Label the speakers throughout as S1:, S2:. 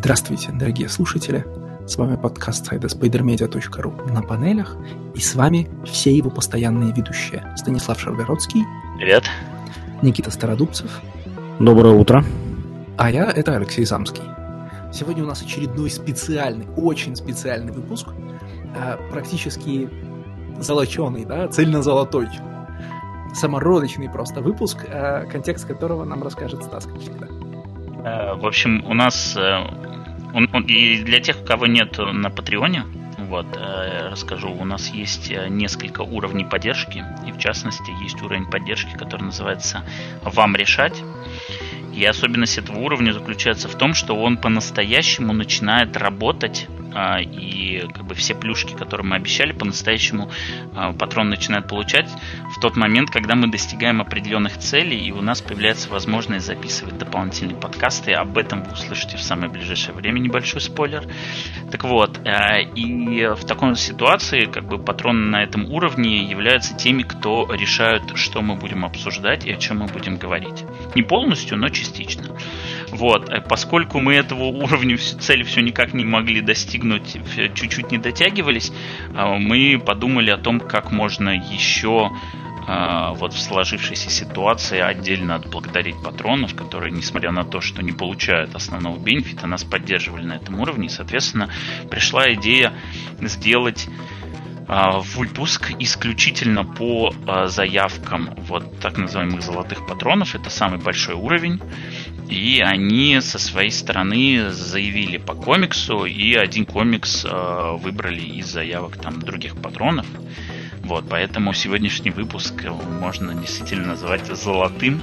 S1: Здравствуйте, дорогие слушатели! С вами подкаст сайта spidermedia.ru на панелях, и с вами все его постоянные ведущие. Станислав Шаргородский.
S2: Привет.
S1: Никита Стародубцев.
S3: Доброе утро.
S1: А я — это Алексей Замский. Сегодня у нас очередной специальный, очень специальный выпуск, практически золоченый, да, цельно-золотой, самородочный просто выпуск, контекст которого нам расскажет Стас, как всегда.
S2: В общем, у нас, и для тех, кого нет на Патреоне, расскажу, у нас есть несколько уровней поддержки, и в частности есть уровень поддержки, который называется «Вам решать». И особенность этого уровня заключается в том, что он по-настоящему начинает работать, и как бы все плюшки, которые мы обещали, по-настоящему патрон начинает получать в тот момент, когда мы достигаем определенных целей, и у нас появляется возможность записывать дополнительные подкасты. Об этом вы услышите в самое ближайшее время, небольшой спойлер. Так вот, и в такой ситуации как бы патроны на этом уровне являются теми, кто решают, что мы будем обсуждать и о чем мы будем говорить. Не полностью, но частично. Поскольку мы этого уровня цели все никак не могли достигнуть, чуть-чуть не дотягивались, мы подумали о том, как можно еще в сложившейся ситуации отдельно отблагодарить патронов, которые, несмотря на то, что не получают основного бенефита, нас поддерживали на этом уровне. И, соответственно, пришла идея сделать выпуск исключительно по заявкам так называемых золотых патронов. Это самый большой уровень. И они со своей стороны заявили по комиксу, и один комикс выбрали из заявок других патронов. Поэтому сегодняшний выпуск можно действительно назвать золотым.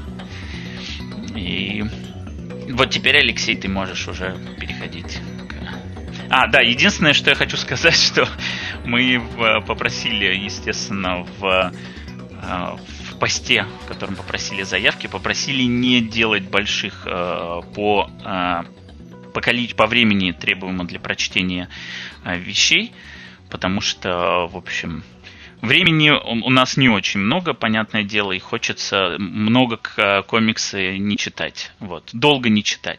S2: И теперь, Алексей, ты можешь уже переходить. Единственное, что я хочу сказать, что мы попросили, естественно, в посте, в котором попросили заявки, попросили не делать больших по времени требуемого для прочтения вещей, потому что, в общем, времени у нас не очень много, понятное дело, и хочется много комиксы не читать, долго не читать.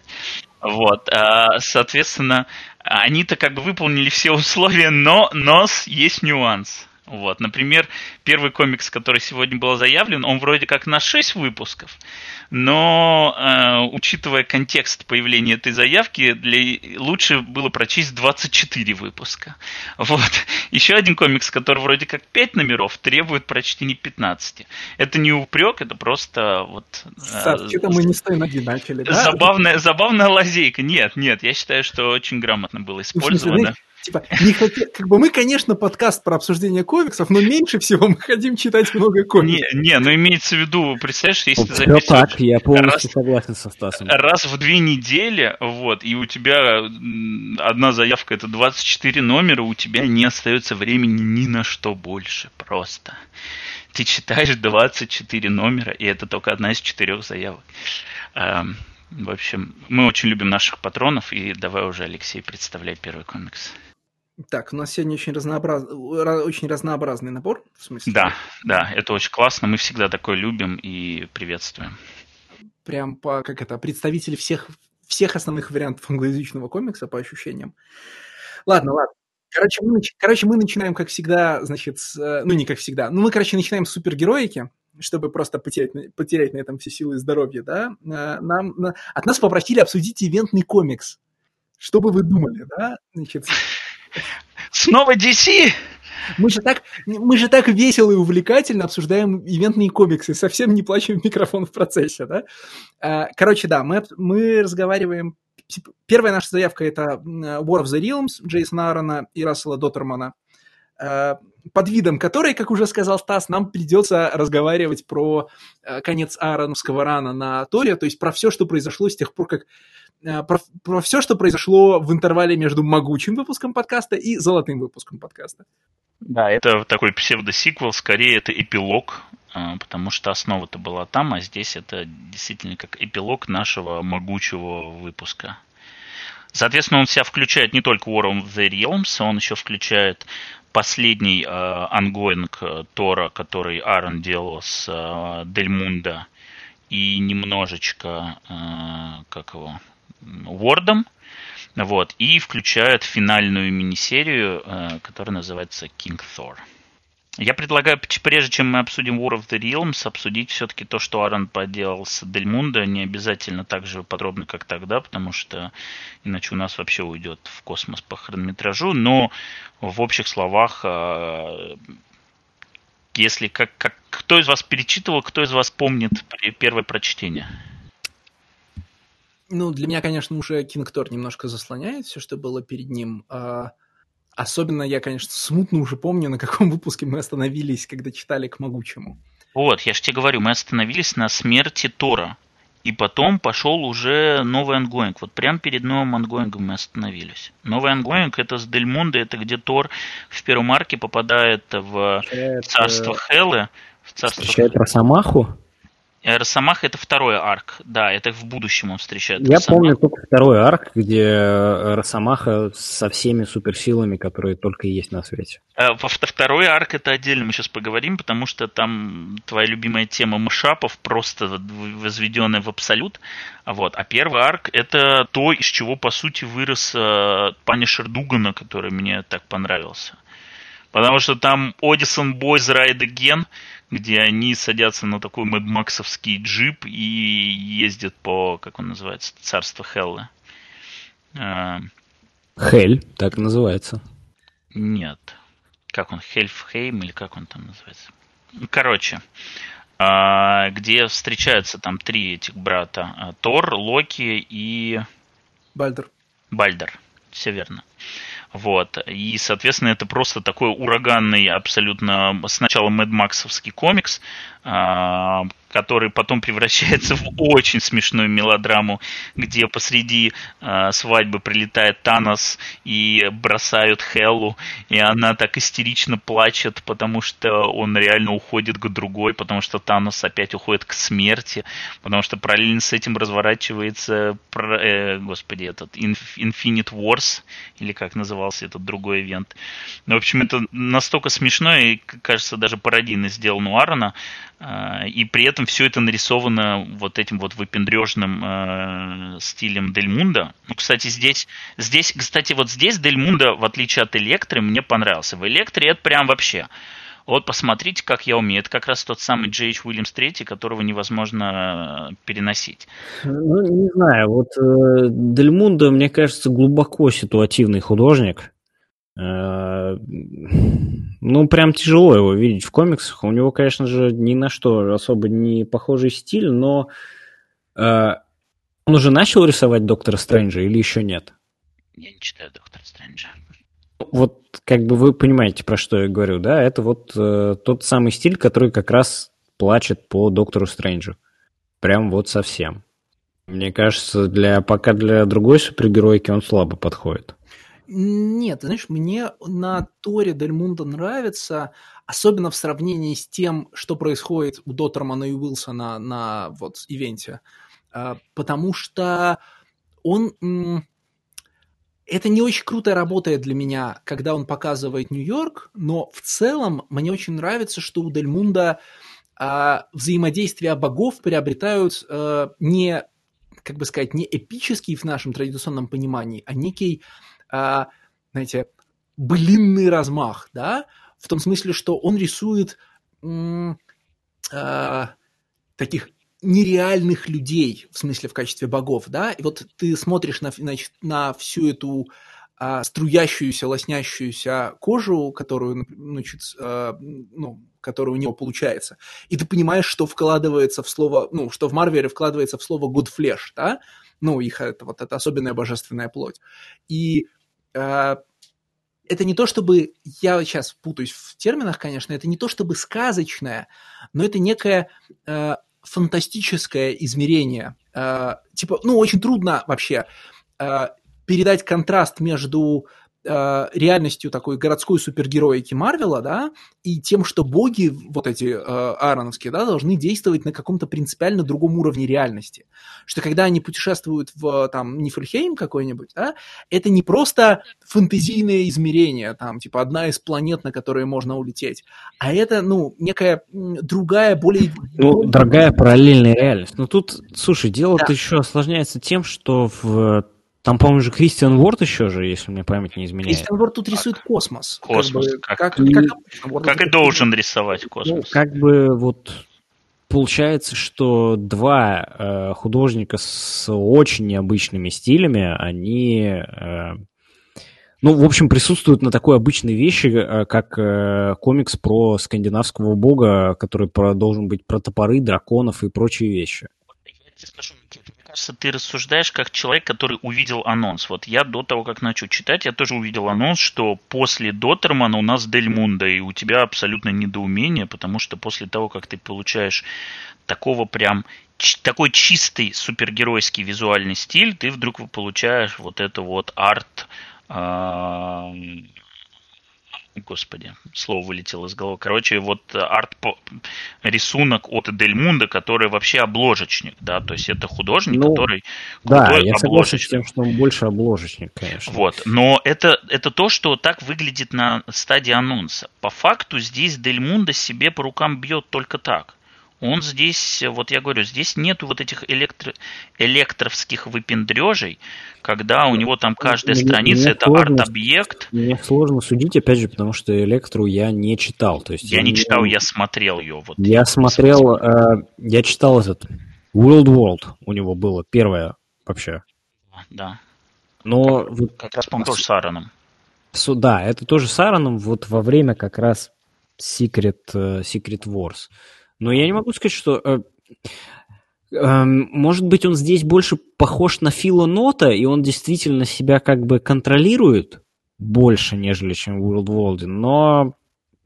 S2: Соответственно, они-то как бы выполнили все условия, но есть нюанс. Например, первый комикс, который сегодня был заявлен, он вроде как на 6 выпусков, но учитывая контекст появления этой заявки, лучше было прочесть 24 выпуска. Еще один комикс, который вроде как 5 номеров, требует прочтения 15. Это не упрек, это просто
S1: что-то мы не с той ноги начали, да?
S2: Забавная лазейка. Нет, я считаю, что очень грамотно было использовано.
S1: Мы, конечно, подкаст про обсуждение комиксов, но меньше всего мы хотим читать много комиксов.
S2: Но имеется в виду, представляешь, если ты
S3: записываешь... так, я полностью согласен со Стасом.
S2: Раз в 2 недели, и у тебя одна заявка — это 24 номера, у тебя не остается времени ни на что больше просто. Ты читаешь 24 номера, и это только одна из 4 заявок. В общем, мы очень любим наших патронов, и давай уже, Алексей, представляй первый комикс.
S1: Так, у нас сегодня очень разнообразный набор, в смысле?
S2: Да, это очень классно, мы всегда такое любим и приветствуем.
S1: Прям представители всех основных вариантов англоязычного комикса, по ощущениям. Ладно. Короче, мы начинаем, как всегда, не как всегда, мы, начинаем с супергероики, чтобы просто потерять на этом все силы и здоровье, да? От нас попросили обсудить ивентный комикс. Что бы вы думали, да?
S2: Снова DC!
S1: Мы же так весело и увлекательно обсуждаем ивентные комиксы, совсем не плачем в микрофон в процессе, да? Мы разговариваем. Первая наша заявка — это War of the Realms Джейсона Аарона и Рассела Доттермана, под видом которой, как уже сказал Стас, нам придется разговаривать про конец аароновского рана на Торе, то есть про все, что произошло с тех пор, как... Про все, что произошло в интервале между могучим выпуском подкаста и золотым выпуском подкаста.
S2: Да, это такой псевдосиквел, скорее это эпилог, потому что основа-то была там, а здесь это действительно как эпилог нашего могучего выпуска. Соответственно, он в себя включает не только War of the Realms, он еще включает последний ангоинг Тора, который Аарон делал с Дель Мундо, и немножечко Уордом. Вот, и включают финальную мини-серию, которая называется King Thor. Я предлагаю, прежде чем мы обсудим War of the Realms, обсудить все-таки то, что Аарон поделал с Дель Мундо, не обязательно так же подробно, как тогда, потому что иначе у нас вообще уйдет в космос по хронометражу, но в общих словах, если кто из вас перечитывал, кто из вас помнит первое прочтение?
S1: Ну, для меня, конечно, уже King Thor немножко заслоняет все, что было перед ним. Особенно я, конечно, смутно уже помню, на каком выпуске мы остановились, когда читали «К могучему».
S2: Вот, я же тебе говорю, мы остановились на смерти Тора. И потом пошел уже новый ангоинг. Вот прямо перед новым ангоингом мы остановились. Новый ангоинг — это с Дель Мундо, это где Тор в первом арке попадает в царство Хеллы.
S3: Встречает Росомаху?
S2: Росомаха — это второй арк. Да, это в будущем он встречает
S3: Я
S2: Росомаху.
S3: помню только второй арк, где Росомаха со всеми суперсилами, которые только есть на свете.
S2: Второй арк — это отдельно мы сейчас поговорим, потому что там твоя любимая тема мышапов просто возведенная в абсолют. Вот. А первый арк — это то, из чего, по сути, вырос Панишер Дугана, который мне так понравился. Потому что там Одисон Boys Ride Again, где они садятся на такой мэдмаксовский джип и ездят по, как он называется, царство Хеллы.
S3: Хель, так и называется.
S2: Нет. Как он, Хельфхейм или как он там называется? Короче, где встречаются там три этих брата. Тор, Локи и... Бальдер. Все верно. Вот. И, соответственно, это просто такой ураганный, абсолютно сначала мэдмаксовский комикс, который потом превращается в очень смешную мелодраму, где посреди свадьбы прилетает Танос и бросают Хеллу, и она так истерично плачет, потому что он реально уходит к другой, потому что Танос опять уходит к смерти, потому что параллельно с этим разворачивается, этот Infinite Wars, или как назывался этот другой ивент. В общем, это настолько смешно и, кажется, даже пародийно сделано у Аарона, и при этом все это нарисовано вот этим вот выпендрежным стилем Дель Мундо. Ну, кстати, здесь Дель Мундо, в отличие от Электры, мне понравился. В Электре это прям вообще... Вот посмотрите, как я умею. Это как раз тот самый Джей Эйч Уильямс III, которого невозможно переносить.
S3: Ну, не знаю. Вот Дель Мундо, мне кажется, глубоко ситуативный художник. Ну, прям тяжело его видеть в комиксах. У него, конечно же, ни на что особо не похожий стиль, но он уже начал рисовать Доктора Стрэнджа или еще нет?
S2: Я не читаю Доктора Стрэнджа.
S3: Вот как бы вы понимаете, про что я говорю, да? Это вот тот самый стиль, который как раз плачет по Доктору Стрэнджу. Прям вот совсем. Мне кажется, пока для другой супергероики он слабо подходит.
S1: Нет, знаешь, мне на Торе Дель Мундо нравится, особенно в сравнении с тем, что происходит у Доттермана и Уилсона на вот ивенте, потому что это не очень круто работает для меня, когда он показывает Нью-Йорк, но в целом мне очень нравится, что у Дель Мундо взаимодействия богов приобретают не, как бы сказать, не эпический в нашем традиционном понимании, а некий, знаете, былинный размах, да, в том смысле, что он рисует таких нереальных людей, в смысле, в качестве богов, да, и вот ты смотришь на всю эту струящуюся, лоснящуюся кожу, которую, которая у него получается, и ты понимаешь, что вкладывается в слово, что в Марвеле вкладывается в слово good flesh, да, их это особенная божественная плоть. И это не то, чтобы, я сейчас путаюсь в терминах, конечно, это не то, чтобы сказочное, но это некое фантастическое измерение. Очень трудно вообще передать контраст между реальностью такой городской супергероики Марвела, да, и тем, что боги, вот эти аароновские, да, должны действовать на каком-то принципиально другом уровне реальности. Что когда они путешествуют в Нифльхейм какой-нибудь, да, это не просто фэнтезийное измерение, одна из планет, на которые можно улететь, а это, некая другая, более...
S3: дорогая параллельная реальность. Но тут, слушай, дело-то еще осложняется тем, что в Там, по-моему, же Кристиан Уорд еще же, если мне память не изменяет.
S1: Кристиан Уорд тут рисует космос.
S2: Космос.
S1: Как
S2: и должен рисовать космос.
S3: Как бы вот получается, что два художника с очень необычными стилями, они... в общем, присутствуют на такой обычной вещи, как комикс про скандинавского бога, который должен быть про топоры, драконов и прочие вещи.
S2: Я тебе скажу, Никита, мне кажется, ты рассуждаешь как человек, который увидел анонс. Вот я до того, как начал читать, я тоже увидел анонс, что после Доттермана у нас Дель Мундо, и у тебя абсолютно недоумение, потому что после того, как ты получаешь такой чистый супергеройский визуальный стиль, ты вдруг получаешь вот это вот арт... Господи, слово вылетело из головы. Короче, вот рисунок от Дель Мундо, который вообще обложечник, да, то есть это художник, который
S3: да, я согласен с тем, что он больше обложечник, конечно.
S2: Вот, но это то, что так выглядит на стадии анонса. По факту здесь Дель Мундо себе по рукам бьет только так. Он здесь, вот я говорю, здесь нету вот этих электровских выпендрежей, когда у него там каждая страница это арт-объект.
S3: Мне сложно судить, опять же, потому что Электру я не читал. То есть
S2: я не читал, я смотрел ее. Вот.
S3: Я смотрел, я читал этот World, у него было первое вообще.
S2: Да.
S3: Но
S2: как раз, по-моему, тоже с Аароном.
S3: Да, это тоже с Аароном, вот во время как раз Secret Wars. Но я не могу сказать, что... может быть, он здесь больше похож на Фила Нота, и он действительно себя как бы контролирует больше, нежели чем в World World. Но...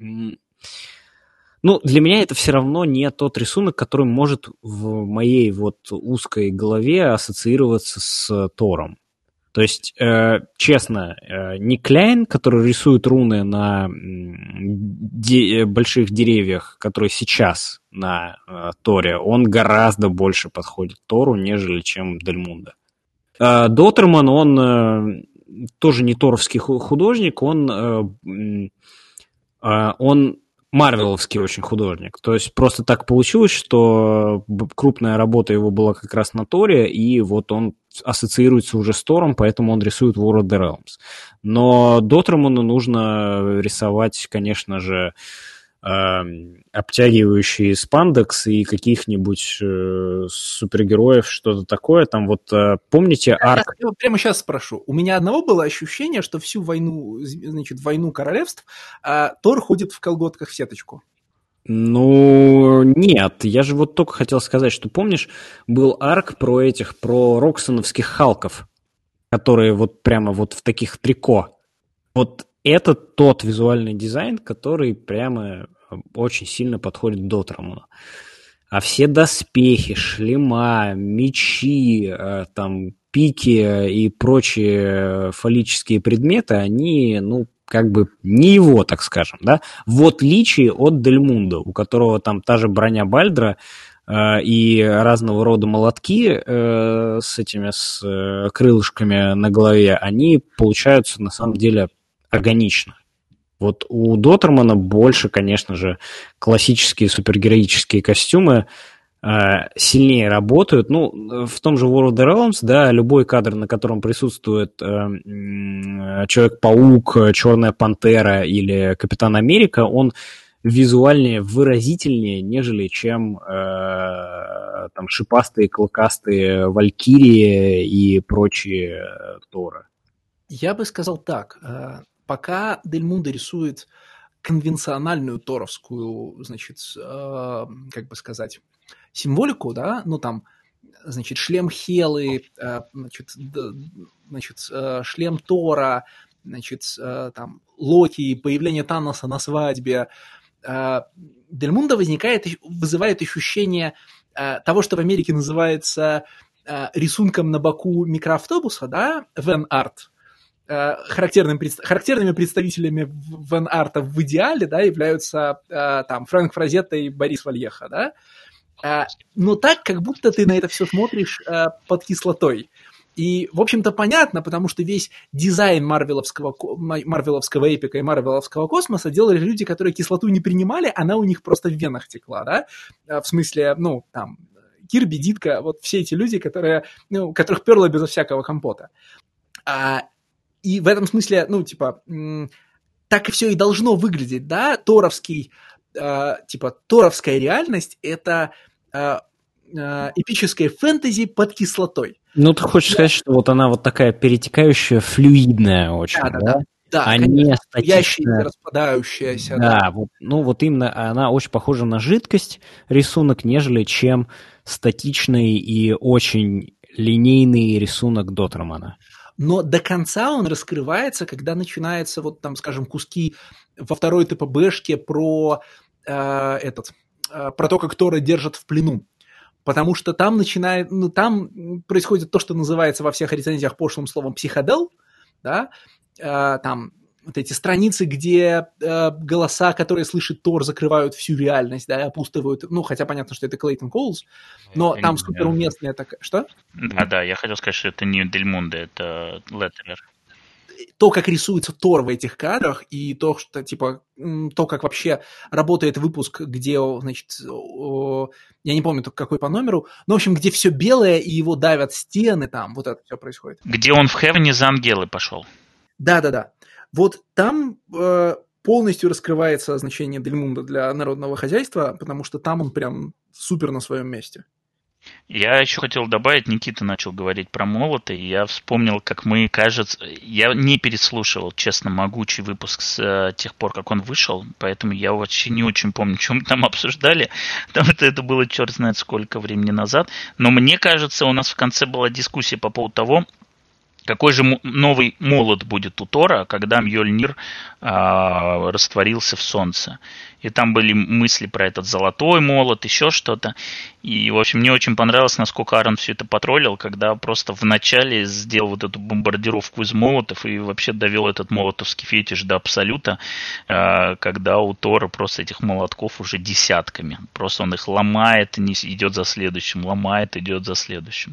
S3: для меня это все равно не тот рисунок, который может в моей вот узкой голове ассоциироваться с Тором. То есть, честно, Ник Кляйн, который рисует руны на больших деревьях, которые сейчас на Торе, он гораздо больше подходит Тору, нежели чем Дель Мундо. Доттерман, он тоже не торовский художник, он марвеловский очень художник. То есть просто так получилось, что крупная работа его была как раз на Торе, и вот он ассоциируется уже с Тором, поэтому он рисует War of the Realms. Но Доттерману нужно рисовать, конечно же, обтягивающий спандекс и каких-нибудь супергероев, что-то такое. Там вот, помните, арк...
S1: Я прямо сейчас спрошу. У меня одного было ощущение, что всю войну, значит, войну королевств, Тор ходит в колготках в сеточку.
S3: Нет, я же вот только хотел сказать, что, помнишь, был арк про роксоновских Халков, которые вот прямо вот в таких трико. Вот это тот визуальный дизайн, который прямо очень сильно подходит к Доттерману. А все доспехи, шлема, мечи, там, пики и прочие фаллические предметы, они, как бы не его, так скажем, да, в отличие от Дель Мундо, у которого там та же броня Бальдра и разного рода молотки с крылышками на голове, они получаются на самом деле органично. Вот у Доттермана больше, конечно же, классические супергероические костюмы сильнее работают. В том же War of the Realms, да, любой кадр, на котором присутствует Человек-паук, Черная пантера или Капитан Америка, он визуальнее, выразительнее, нежели чем там шипастые, клыкастые валькирии и прочие Торы.
S1: Я бы сказал так. Пока Дель Мундо рисует конвенциональную торовскую, значит, как бы сказать, символику, да, там, значит, шлем Хелы, значит, шлем Тора, значит, там, Локи, появление Таноса на свадьбе, Дель Мундо вызывает ощущение того, что в Америке называется рисунком на боку микроавтобуса, да, вен-арт. Характерными представителями вен-арта в идеале, да, являются там Фрэнк Фразетта и Борис Вальеха, да, но так, как будто ты на это все смотришь под кислотой. И, в общем-то, понятно, потому что весь дизайн марвеловского эпика и марвеловского космоса делали люди, которые кислоту не принимали, она у них просто в венах текла, да, в смысле, там, Кирби, Дитко, вот все эти люди, которых перло безо всякого компота. И в этом смысле, ну, типа, так и все и должно выглядеть, да, торовская реальность – это эпическое фэнтези под кислотой.
S3: Ну, ты хочешь сказать, что вот она вот такая перетекающая, флюидная очень, да?
S1: Да,
S3: А
S1: конечно,
S3: не
S1: статичная,
S3: статичная.
S1: распадающаяся.
S3: Да, вот, ну вот именно она очень похожа на жидкость рисунок, нежели чем статичный и очень линейный рисунок Доттермана.
S1: Но до конца он раскрывается, когда начинаются вот там, скажем, куски во второй ТПБшке про то, как Тора держат в плену. Потому что там там происходит то, что называется во всех рецензиях пошлым словом психодел, да, там вот эти страницы, где голоса, которые слышит Тор, закрывают всю реальность, да, и опустывают, ну, хотя понятно, что это Клейтон Коулс, но там суперуместная такая... Что?
S2: Да, я хотел сказать, что это не Дель Мунде, это Леттерер.
S1: То, как рисуется Тор в этих кадрах, и то, что, типа, то, как вообще работает выпуск, где, значит, я не помню, какой по номеру, но, в общем, где все белое, и его давят стены, там, вот это все происходит.
S2: Где он в Хевене за ангелы пошел.
S1: Да. Вот там полностью раскрывается значение Дельмунда для народного хозяйства, потому что там он прям супер на своем месте.
S2: Я еще хотел добавить, Никита начал говорить про молоты, и я вспомнил, как мы, кажется, я не переслушивал, честно, могучий выпуск с тех пор, как он вышел, поэтому я вообще не очень помню, что мы там обсуждали, потому что это было черт знает сколько времени назад, но мне кажется, у нас в конце была дискуссия по поводу того, какой же новый молот будет у Тора, когда Мьёльнир растворился в солнце. И там были мысли про этот золотой молот, еще что-то. И, в общем, мне очень понравилось, насколько Аарон все это потроллил, когда просто вначале сделал вот эту бомбардировку из молотов и вообще довел этот молотовский фетиш до абсолюта, когда у Тора просто этих молотков уже десятками. Просто он их ломает и идет за следующим, ломает, идет за следующим.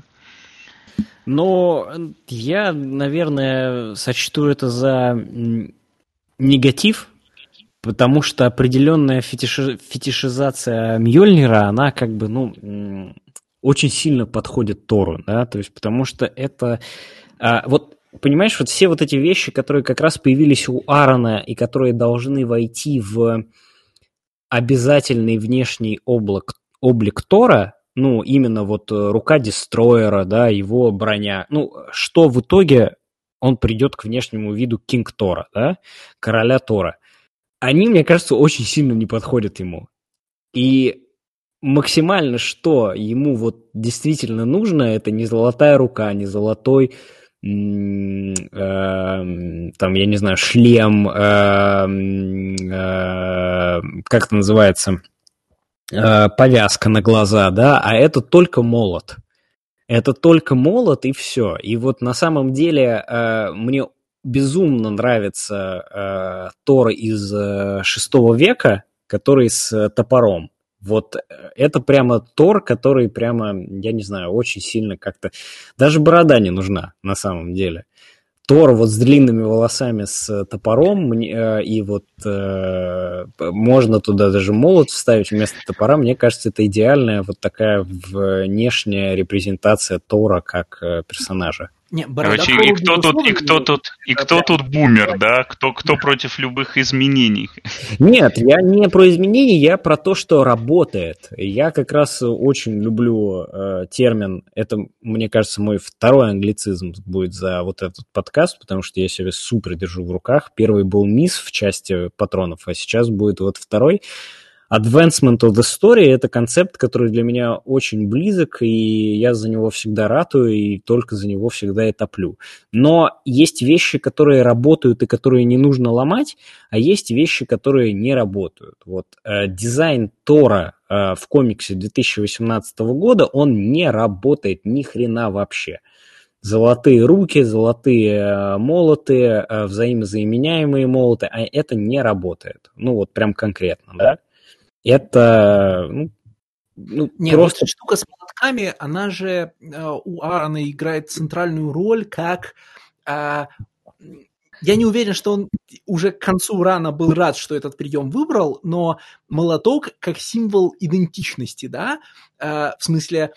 S3: Но я, наверное, сочту это за негатив, потому что определенная фетишизация Мьёльнира, она как бы, ну, очень сильно подходит Тору, да, то есть потому что это... Вот, понимаешь, вот все вот эти вещи, которые как раз появились у Аарона и которые должны войти в обязательный внешний облик Тора, ну, именно вот рука Дестройера, да, его броня. Ну, что в итоге он придет к внешнему виду Кинг Тора, да, короля Тора. Они, мне кажется, очень сильно не подходят ему. И максимально, что ему вот действительно нужно, это не золотая рука, не золотой, там, я не знаю, шлем, как это называется... повязка на глаза, да, а это только молот. Это только молот и все. И вот на самом деле мне безумно нравится Тор из VI века, который с топором. Вот это прямо Тор, который прямо, я не знаю, очень сильно как-то... Даже борода не нужна на самом деле. Тор вот с длинными волосами с топором, и вот можно туда даже молот вставить вместо топора. Мне кажется, это идеальная вот такая внешняя репрезентация Тора как персонажа.
S1: Не,
S2: короче, и кто тут бумер, да? Кто против любых изменений?
S3: Нет, я не про изменения, я про то, что работает. Я как раз очень люблю термин, это, мне кажется, мой второй англицизм будет за вот этот подкаст, потому что я себя супер держу в руках. Первый был мисс в части патронов, а сейчас будет вот второй. Advancement of the story – это концепт, который для меня очень близок, и я за него всегда ратую, и только за него всегда и топлю. Но есть вещи, которые работают и которые не нужно ломать, а есть вещи, которые не работают. Вот дизайн Тора в комиксе 2018 года, он не работает ни хрена вообще. Золотые руки, золотые молоты, взаимозаменяемые молоты, а это не работает. Ну вот прям конкретно, да? Это
S1: Нет, просто... вот штука с молотками, она же у Аарона играет центральную роль, как... я не уверен, что он уже к концу рана был рад, что этот прием выбрал, но молоток как символ идентичности, да, в смысле...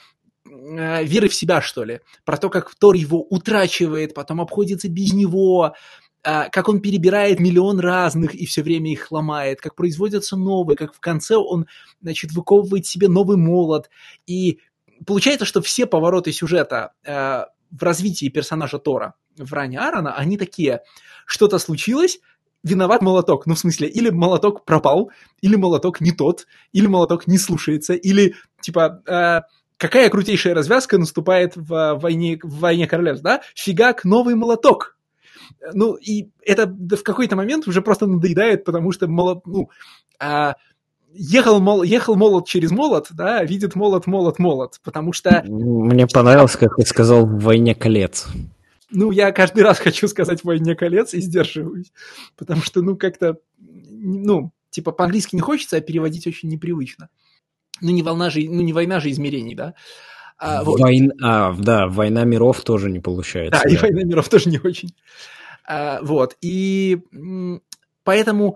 S1: веры в себя, что ли. Про то, как Тор его утрачивает, потом обходится без него, как он перебирает миллион разных и все время их ломает, как производятся новые, как в конце он, значит, выковывает себе новый молот. И получается, что все повороты сюжета в развитии персонажа Тора в ране Аарона, они такие: что-то случилось, виноват молоток. Ну, в смысле, или молоток пропал, или молоток не тот, или молоток не слушается, или, типа, какая крутейшая развязка наступает в войне королевств, да? Фигак, новый молоток. Ну, и это в какой-то момент уже просто надоедает, потому что ехал молот через молот, да, видит молот, потому что...
S3: Мне понравилось, как ты сказал, в «Войне колец».
S1: Ну, я каждый раз хочу сказать «в войне колец» и сдерживаюсь, потому что, как-то, типа, по-английски не хочется, а переводить очень непривычно. Не война же измерений, да?
S3: Вот. Да, «Война миров» тоже не получается.
S1: Да, и «Война миров» тоже не очень. Вот, и поэтому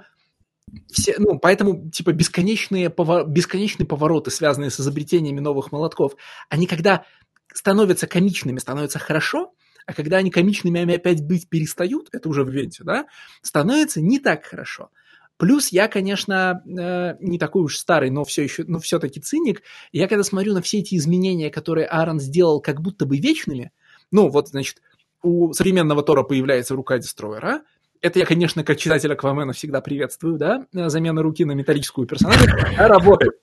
S1: типа, бесконечные повороты, связанные с изобретениями новых молотков, они когда становятся комичными, становятся хорошо, а когда они комичными опять быть перестают, это уже в Венте, да, становится не так хорошо. Плюс я, конечно, не такой уж старый, но все-таки циник. Я когда смотрю на все эти изменения, которые Аарон сделал как будто бы вечными, значит, у современного Тора появляется рука Дестройера. Это я, конечно, как читатель Аквамена всегда приветствую, да, замена руки на металлическую персонажа, работает.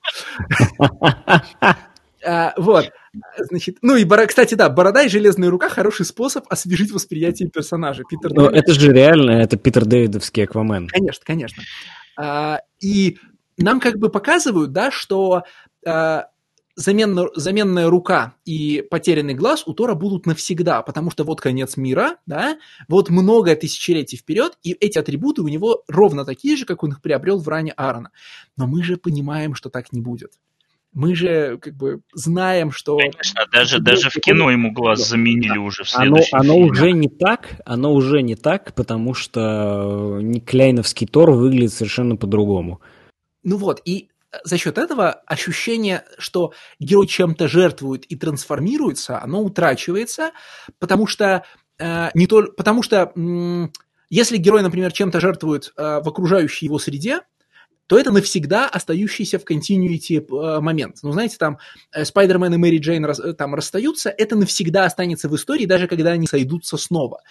S1: Вот, значит, кстати, да, борода и железная рука – хороший способ освежить восприятие персонажа.
S3: Это же реально, это Питер Дэвидовский Аквамен.
S1: Конечно. И нам как бы показывают, да, что заменная рука и потерянный глаз у Тора будут навсегда, потому что вот конец мира, да, вот много тысячелетий вперед, и эти атрибуты у него ровно такие же, как он их приобрел в ране Аарона. Но мы же понимаем, что так не будет. Мы же как бы знаем, что...
S2: Конечно, даже в кино ему глаз заменили уже в следующем
S3: оно
S2: фильме.
S3: уже не так, потому что кляйновский Тор выглядит совершенно по-другому.
S1: Ну вот, и за счет этого ощущение, что герой чем-то жертвует и трансформируется, оно утрачивается, потому что если герой, например, чем-то жертвует в окружающей его среде, то это навсегда остающийся в континьюити момент. Ну, знаете, там Спайдермен и Мэри Джейн там расстаются, это навсегда останется в истории, даже когда они сойдутся снова.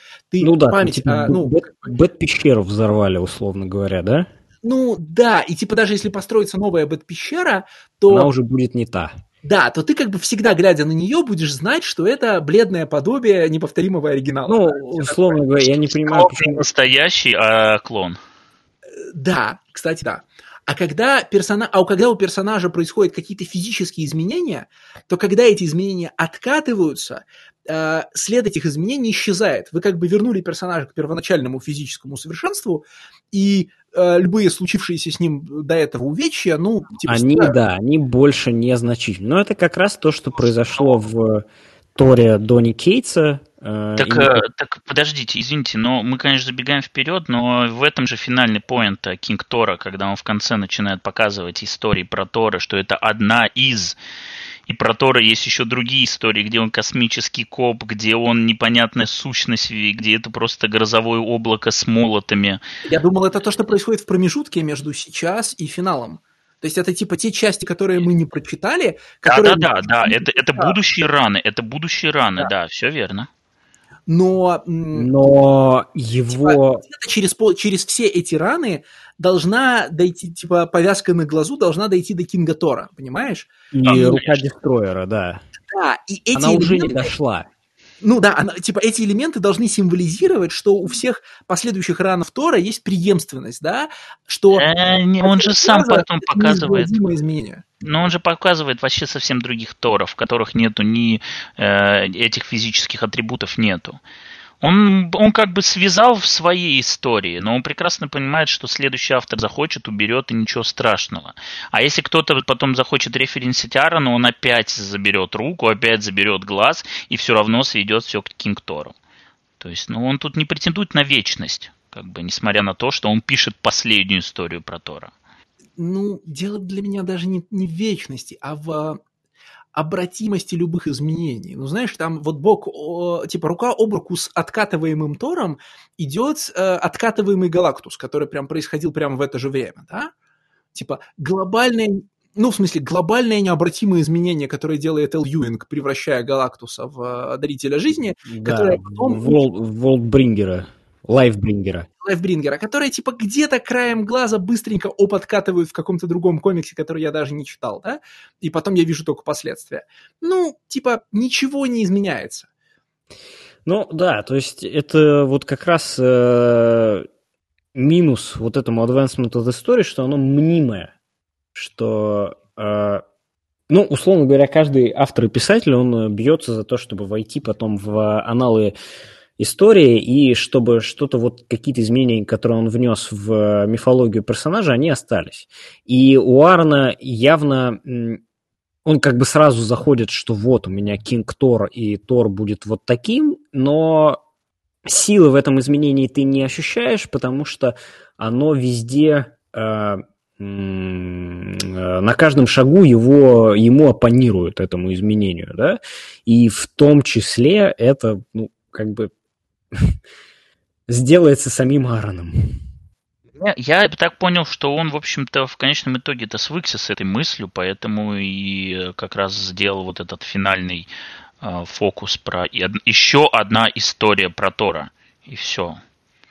S3: Бэт-пещеру взорвали, условно говоря, да?
S1: Ну, да, и типа даже если построится новая Бэт-пещера, то...
S3: Она уже будет не та.
S1: Да, то ты как бы всегда, глядя на нее, будешь знать, что это бледное подобие неповторимого оригинала.
S3: Ну, условно говоря, я не понимаю,
S2: почему... настоящий, а клон.
S1: Да, кстати, да. А когда у персонажа происходят какие-то физические изменения, то когда эти изменения откатываются, след этих изменений исчезает. Вы как бы вернули персонажа к первоначальному физическому совершенству, и любые случившиеся с ним до этого увечья,
S3: они больше не значительны. Но это как раз то, что произошло в Торе Донни Кейтса.
S2: Так подождите, извините, но мы, конечно, забегаем вперед, но в этом же финальный поинт Кинг Тора, когда он в конце начинает показывать истории про Тора, что это одна из... И про Тора есть еще другие истории, где он космический коп, где он непонятная сущность, где это просто грозовое облако с молотами.
S1: Я думал, это то, что происходит в промежутке между сейчас и финалом. То есть это типа те части, которые мы не прочитали.
S2: Да, это будущие раны, да, все верно.
S1: Но
S3: его...
S1: через все эти раны должна дойти, типа, повязка на глазу должна дойти до Кинга Тора, понимаешь?
S3: И рука Дестройера, да.
S1: Да, и эти
S3: она уже не дошла.
S1: Ну да, эти элементы должны символизировать, что у всех последующих ранов Тора есть преемственность, да? Что
S2: он же сам потом показывает.
S1: Изменения.
S2: Но он же показывает вообще совсем других Торов, в которых нету ни этих физических атрибутов нету. Он как бы связал в своей истории, но он прекрасно понимает, что следующий автор захочет, уберет, и ничего страшного. А если кто-то потом захочет референсить Аарона, он опять заберет руку, опять заберет глаз, и все равно сведет все к Кинг Тору. То есть, он тут не претендует на вечность, как бы, несмотря на то, что он пишет последнюю историю про Тора.
S1: Дело для меня даже не в вечности, а обратимости любых изменений. Ну, знаешь, там вот бок, типа рука об руку с откатываемым Тором идет откатываемый Галактус, который прям происходил прямо в это же время, да? Типа глобальное, ну, в смысле, глобальное необратимое изменение, которое делает Эл Юинг, превращая Галактуса в дарителя жизни,
S3: Да,
S1: которое потом...
S3: Волтбрингера, Лайфбрингера.
S1: Лайфбрингера, которые типа где-то краем глаза быстренько подкатывают в каком-то другом комиксе, который я даже не читал, да, и потом я вижу только последствия. Ну, типа, ничего не изменяется.
S3: Ну, да, то есть это вот как раз минус вот этому Advancement of the Story, что оно мнимое, что, ну, условно говоря, каждый автор и писатель, он бьется за то, чтобы войти потом в аналы истории, и чтобы что-то, вот какие-то изменения, которые он внес в мифологию персонажа, они остались. И у Аарона явно он как бы сразу заходит, что вот у меня Кинг Тор, и Тор будет вот таким, но силы в этом изменении ты не ощущаешь, потому что оно везде... на каждом шагу ему оппонируют этому изменению, да, и в том числе это, ну, как бы сделается самим Аароном.
S2: Я так понял, что он, в общем-то, в конечном итоге-то свыкся с этой мыслью, поэтому и как раз сделал вот этот финальный фокус про еще одна история про Тора, и все.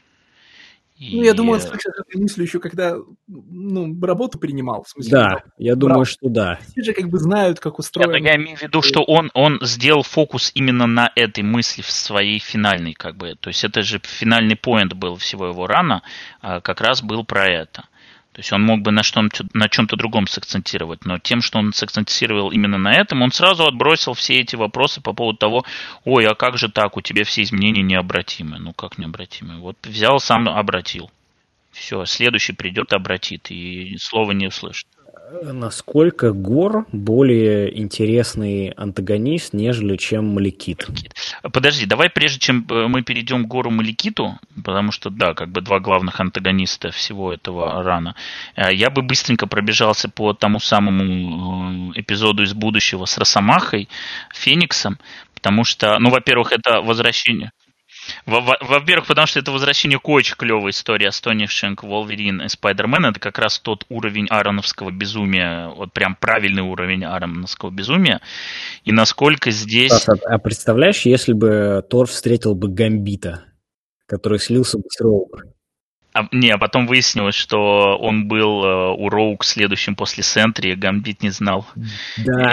S1: Ну, я думаю, он свыкся с этой мыслью еще когда, ну, работу принимал. В смысле,
S3: да, я думаю, что да.
S1: Все же как бы знают, как устроено.
S2: Я имею в виду, что он сделал фокус именно на этой мысли в своей финальной, как бы. То есть это же финальный поинт был всего его рана, как раз был про это. То есть он мог бы на чем-то другом сакцентировать, но тем, что он сакцентировал именно на этом, он сразу отбросил все эти вопросы по поводу того, ой, а как же так, у тебя все изменения необратимы. Ну как необратимы? Вот взял, сам обратил. Все, следующий придет, обратит, и слова не услышит.
S3: Насколько Гор более интересный антагонист, нежели чем Малekith?
S2: Подожди, давай прежде чем мы перейдем к Гору Малekиту, потому что, да, как бы два главных антагониста всего этого рана, я бы быстренько пробежался по тому самому эпизоду из будущего с Росомахой, Фениксом, потому что, ну, во-первых, это возвращение... Во-первых, потому что это возвращение к очень клевой истории Astonishing Wolverine и Spider-Man. Это как раз тот уровень аароновского безумия, вот прям правильный уровень аароновского безумия. И насколько здесь...
S3: А представляешь, если бы Тор встретил бы Гамбита, который слился бы с Роук?
S2: А потом выяснилось, что он был у Роук следующим после Сентри, Гамбит не знал.
S3: Да.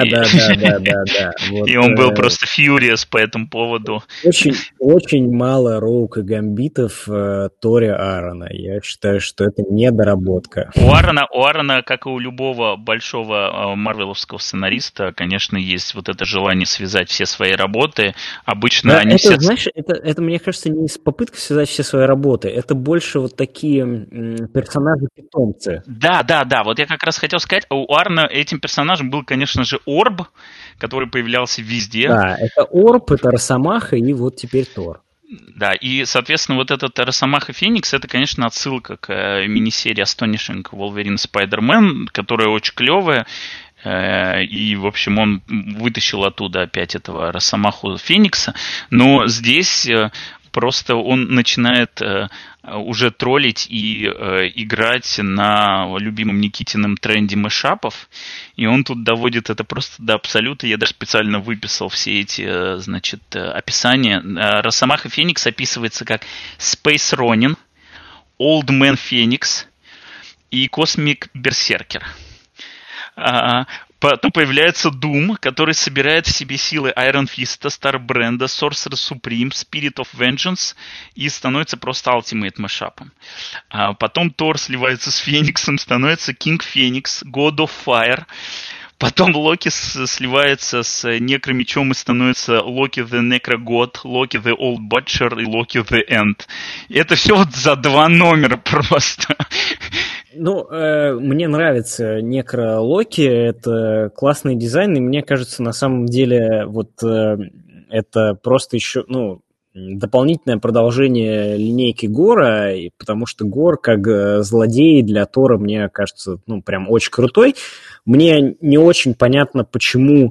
S3: Вот,
S2: и он был просто фьюриес по этому поводу.
S3: Очень мало Роук и Гамбитов в Торе Аарона. Я считаю, что это недоработка.
S2: У Аарона, как и у любого большого марвеловского сценариста, конечно, есть вот это желание связать все свои работы. Обычно
S3: да,
S2: они
S3: это,
S2: все...
S3: Знаешь, это, мне кажется, не попытка связать все свои работы. Это больше вот такие персонажи-питомцы.
S2: Да. Вот я как раз хотел сказать, у Аарона этим персонажем был, конечно же, Орб, который появлялся везде.
S3: Да, это Орб, это Росомаха и вот теперь Тор.
S2: Да, и, соответственно, вот этот Росомаха Феникс, это, конечно, отсылка к мини-серии Astonishing Wolverine Spider-Man, которая очень клевая. И, в общем, он вытащил оттуда опять этого Росомаху Феникса. Но здесь просто он начинает уже троллить и играть на любимом Никитином тренде мэшапов. И он тут доводит это просто до абсолюта. Я даже специально выписал все эти, значит, описания. Росомаха Феникс описывается как Space Ronin, Old Man Phoenix и Cosmic Berserker. Потом появляется Doom, который собирает в себе силы Iron Fist, Старбренда, Sorcerer Supreme, Spirit of Vengeance и становится просто Ultimate Mashup. Потом Тор сливается с Фениксом, становится King Phoenix, God of Fire. Потом Локи сливается с Некромечом и становится Локи the Necrogod, Локи the Old Butcher и Локи the End. И это все вот за 2 номера просто.
S3: Ну, мне нравится Некро-Локи, это классный дизайн, и мне кажется, на самом деле, вот это просто еще, ну, дополнительное продолжение линейки Гора, потому что Гор, как злодей для Тора, мне кажется, ну, прям очень крутой. Мне не очень понятно, почему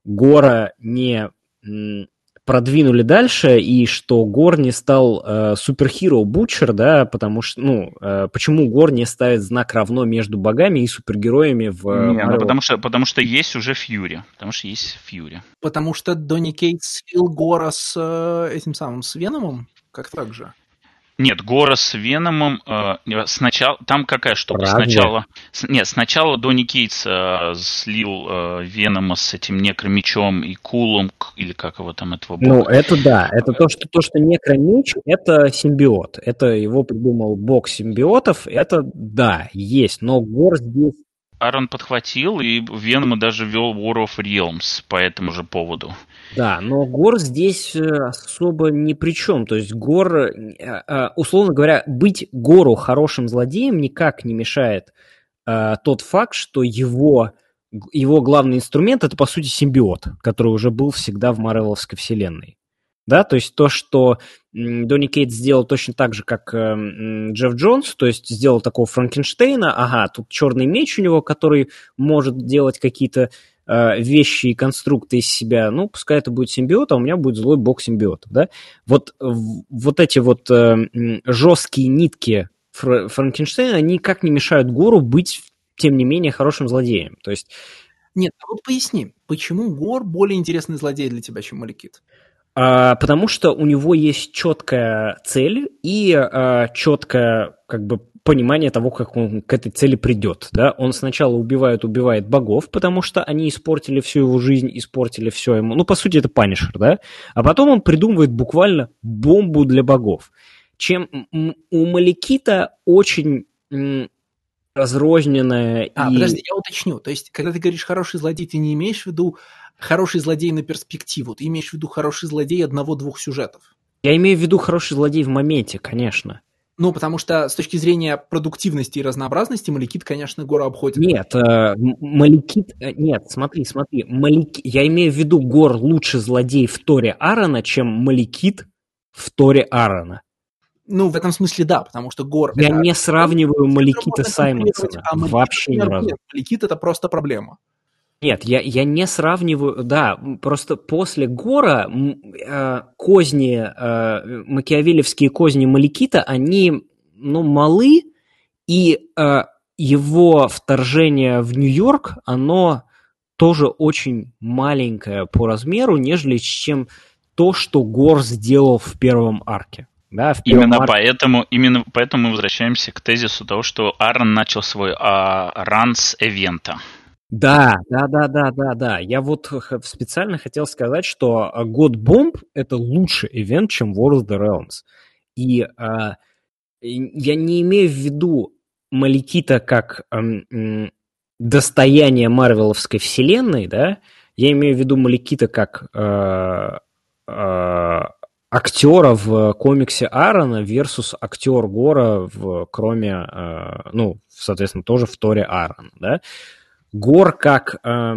S3: Гора не продвинули дальше, и что Гор не стал суперхиро Бутчер, да, потому что, почему Гор не ставит знак равно между богами и супергероями в Marvel?
S2: Потому что есть уже Фьюри.
S1: Потому что Донни Кейтс слил Гора с этим самым, с Веномом? Как так же?
S2: Нет, Гора с Веномом сначала... Там какая штука? Сначала Донни Кейтс слил Венома с этим некромечом и Кулом, или как его там этого бога.
S3: Ну, это да. Это то, что некромеч, это симбиот. Это его придумал бог симбиотов. Это, да, есть. Но Гор здесь...
S2: Аарон подхватил, и Венома даже вел War of Realms по этому же поводу.
S3: Да, но Гор здесь особо ни при чем. То есть Гор, условно говоря, быть Гору хорошим злодеем никак не мешает тот факт, что его главный инструмент — это, по сути, симбиот, который уже был всегда в Марвеловской вселенной. Да, то есть то, что Донни Кейтс сделал точно так же, как Джефф Джонс, то есть сделал такого Франкенштейна, ага, тут черный меч у него, который может делать какие-то вещи и конструкты из себя, ну, пускай это будет симбиот, а у меня будет злой бог симбиотов, да. Вот эти вот жесткие нитки Франкенштейна, они никак не мешают Гору быть, тем не менее, хорошим злодеем, то есть...
S1: Нет, вот поясни, почему Гор более интересный злодей для тебя, чем Малekith?
S3: Потому что у него есть четкая цель и четкое как бы понимание того, как он к этой цели придет. Да? Он сначала убивает богов, потому что они испортили всю его жизнь, испортили все ему. Ну, по сути, это Панишер, да? А потом он придумывает буквально бомбу для богов. Чем у Малekitha очень разрозненная
S1: Подожди, я уточню. То есть, когда ты говоришь «хороший злодей», ты не имеешь в виду хороший злодей на перспективу, ты имеешь в виду хороший злодей одного-двух сюжетов?
S3: Я имею в виду хороший злодей в моменте, конечно.
S1: Ну, потому что с точки зрения продуктивности и разнообразности Малekith, конечно, Гора обходит.
S3: Нет, Малekith... Нет, смотри. Я имею в виду, Гор лучше злодей в Торе Аарона, чем Малekith в Торе Аарона.
S1: Ну, в этом смысле да, потому что Гор...
S3: Я не сравниваю Малekитha Саймонсона. Вообще ни разу.
S1: Малekith — это просто проблема.
S3: Нет, я не сравниваю... Да, просто после Гора козни, макиавелевские козни Малekitha, они, малы, и его вторжение в Нью-Йорк, оно тоже очень маленькое по размеру, нежели чем то, что Гор сделал в первом арке. Да,
S2: именно поэтому мы возвращаемся к тезису того, что Аарон начал свой ран с эвента.
S3: Да. Я вот специально хотел сказать, что God Bomb — это лучший ивент, чем War of the Realms. И я не имею в виду Малekitha как достояние марвеловской вселенной, да? Я имею в виду Малekitha как актера в комиксе Аарона versus актер Гора соответственно, тоже в Торе Аарона, да? Гор как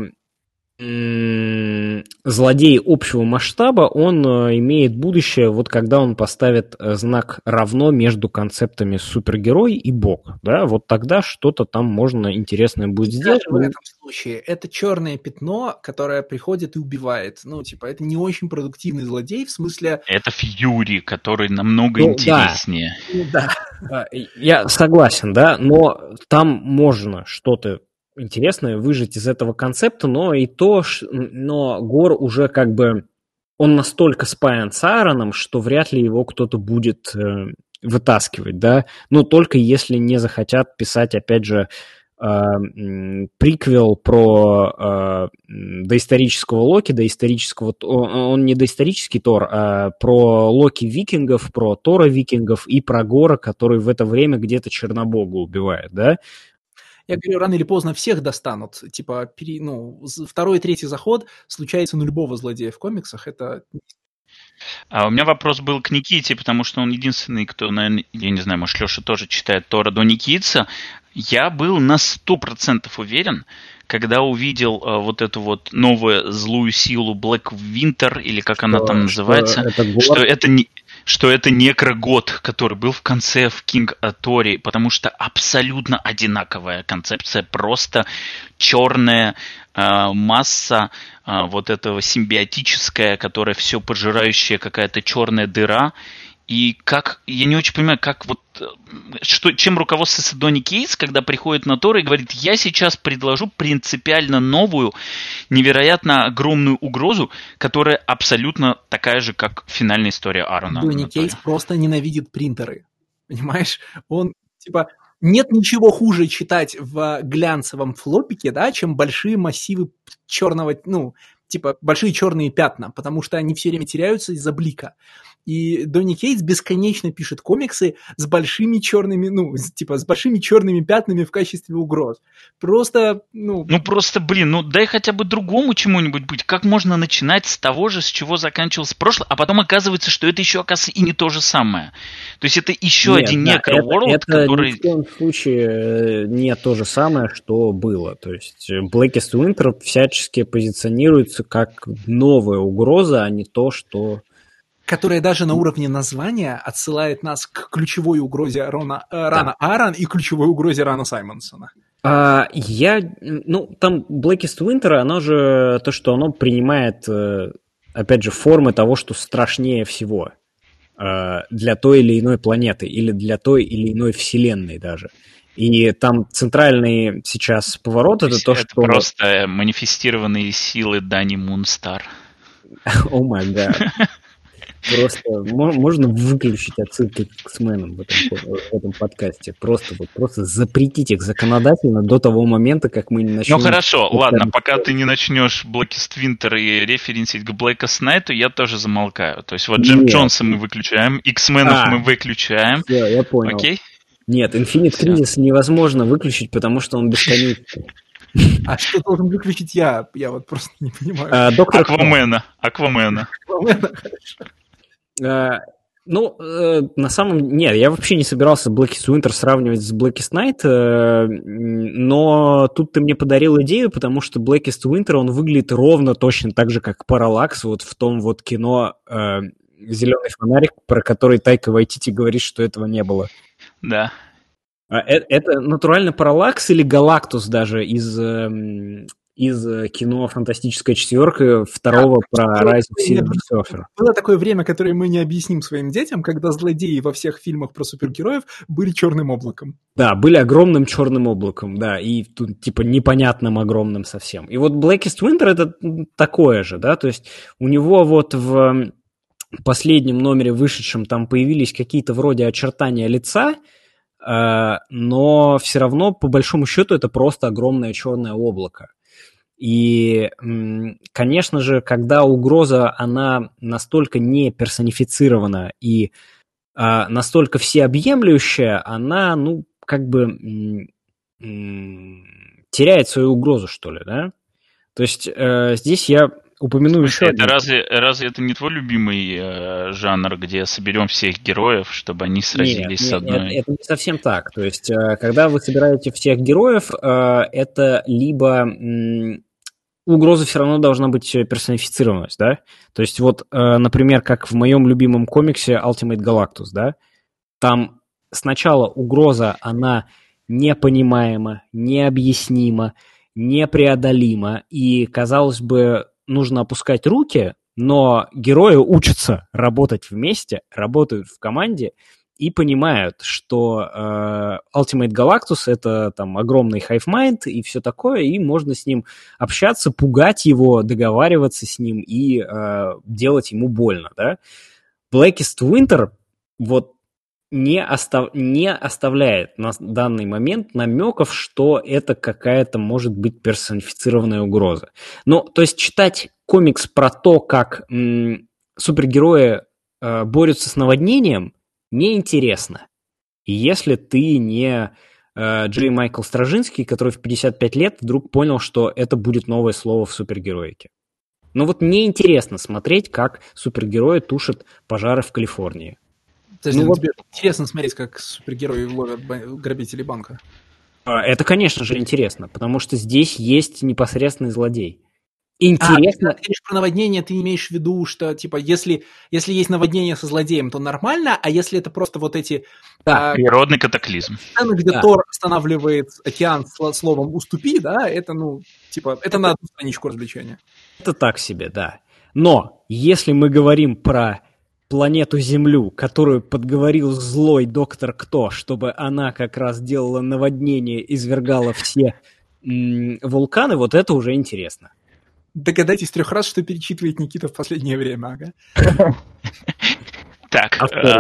S3: злодей общего масштаба, он имеет будущее, вот когда он поставит знак равно между концептами супергерой и бог, да, вот тогда что-то там можно интересное будет сделать.
S1: В этом случае это черное пятно, которое приходит и убивает. Это не очень продуктивный злодей, в смысле...
S2: Это Фьюри, который намного интереснее.
S1: Да.
S3: Я согласен, да, но там можно что-то интересное выжать из этого концепта, но Гор уже как бы, он настолько спаян с Аароном, что вряд ли его кто-то будет вытаскивать, да, но только если не захотят писать, опять же, приквел про доисторического Локи, он не доисторический Тор, а про Локи викингов, про Тора викингов и про Гора, который в это время где-то Чернобога убивает, да.
S1: Я говорю, рано или поздно всех достанут. Второй и третий заход случается на любого злодея в комиксах. Это...
S2: А у меня вопрос был к Никите, потому что он единственный, кто, наверное, я не знаю, может, Леша тоже читает Тора до Никитса. Я был на 100% уверен, когда увидел вот эту вот новую злую силу Black Winter, или как она там называется, что это некрогод, который был в конце в King Торе, потому что абсолютно одинаковая концепция, просто черная масса вот этого симбиотическая, которая все пожирающая какая-то черная дыра. И как, я не очень понимаю, как вот, чем руководствуется Донни Кейтс, когда приходит на Тора и говорит, я сейчас предложу принципиально новую, невероятно огромную угрозу, которая абсолютно такая же, как финальная история Аарона.
S1: Донни Кейтс просто ненавидит принтеры, понимаешь? Он, типа, нет ничего хуже читать в глянцевом флопике, да, чем большие массивы черного, ну, типа, большие черные пятна, потому что они все время теряются из-за блика. И Донни Кейтс бесконечно пишет комиксы с большими черными, ну, типа, с большими черными пятнами в качестве угроз. Просто, ну...
S2: Ну, просто, блин, ну, дай хотя бы другому чему-нибудь быть. Как можно начинать с того же, с чего заканчивался прошлое, а потом оказывается, что это еще, оказывается, и не то же самое. То есть это еще один Necro-World, который...
S3: Это ни в коем случае не то же самое, что было. То есть Blackest Winter всячески позиционируется как новая угроза, а не то, что...
S1: Которая даже на уровне названия отсылает нас к ключевой угрозе Рана Аарон и ключевой угрозе Рана Саймонсона.
S3: Там Blackest Winter, оно же то, что оно принимает, опять же, формы того, что страшнее всего для той или иной планеты или для той или иной вселенной даже. И там центральный сейчас поворот это то, что...
S2: Это просто манифестированные силы Дани Мунстар.
S3: О май гад. Просто можно выключить отсылки к X-Men в этом подкасте. Просто запретить их законодательно до того момента, как мы не начнем...
S2: Ну хорошо, ладно, пока ты не начнешь Blackest Winter и референсить к Blackest Night, я тоже замолкаю. То есть вот Джим Джонса мы выключаем, X-менов мы выключаем.
S3: Все, я понял.
S2: Окей?
S3: Нет, Infinite Crisis невозможно выключить, потому что он бесконечный.
S1: А что должен выключить я? Я вот просто не понимаю.
S2: Аквамена,
S1: хорошо.
S3: На самом деле, нет, я вообще не собирался Blackest Winter сравнивать с Blackest Night, но тут ты мне подарил идею, потому что Blackest Winter, он выглядит ровно точно так же, как Parallax, вот в том вот кино «Зеленый фонарик», про который Тайка Вайтити говорит, что этого не было.
S2: Да.
S3: Это натурально Parallax или Galactus даже из кино «Фантастическая четверка» второго про Rise of Silver Surfer.
S1: Было такое время, которое мы не объясним своим детям, когда злодеи во всех фильмах про супергероев были черным облаком.
S3: Да, были огромным черным облаком, да, и тут типа непонятным огромным совсем. И вот Blackest Winter это такое же, да, то есть у него вот в последнем номере вышедшем там появились какие-то вроде очертания лица, но все равно, по большому счету, это просто огромное черное облако. И, конечно же, когда угроза, она настолько не персонифицирована и настолько всеобъемлющая, она, теряет свою угрозу, что ли, да? То есть здесь я упомяну еще...
S2: Разве это не твой любимый жанр, где соберем всех героев, чтобы они сразились с одной?
S3: Нет, это не совсем так. То есть, когда вы собираете всех героев, это либо... угроза все равно должна быть персонифицированность, да? То есть вот, например, как в моем любимом комиксе Ultimate Galactus, да? Там сначала угроза, она непонимаема, необъяснима, непреодолима, и, казалось бы, нужно опускать руки, но герои учатся работать вместе, работают в команде и понимают, что Ultimate Galactus — это там огромный hive mind и все такое, и можно с ним общаться, пугать его, договариваться с ним и делать ему больно, да? Blackest Winter вот не оставляет на данный момент намеков, что это какая-то может быть персонифицированная угроза. Ну, то есть читать комикс про то, как супергерои борются с наводнением, неинтересно. И если ты не Джей Майкл Стражинский, который в 55 лет вдруг понял, что это будет новое слово в супергероике. Ну вот неинтересно смотреть, как супергерои тушат пожары в Калифорнии.
S1: То есть тебе интересно смотреть, как супергерои ловят грабителей банка?
S3: Это, конечно же, интересно, потому что здесь есть непосредственный злодей. Интересно.
S1: Когда ты говоришь про наводнение, ты имеешь в виду, что, типа, если есть наводнение со злодеем, то нормально, а если это просто вот эти...
S3: Да.
S2: Природный катаклизм.
S1: Сцены, где Тор останавливает океан словом «уступи», да, это, это на одну страничку развлечения.
S3: Это так себе, да. Но если мы говорим про планету Землю, которую подговорил злой доктор Кто, чтобы она как раз делала наводнение, извергала все вулканы, вот это уже интересно.
S1: Догадайтесь 3 раз, что перечитывает Никита в последнее время, ага.
S2: Так,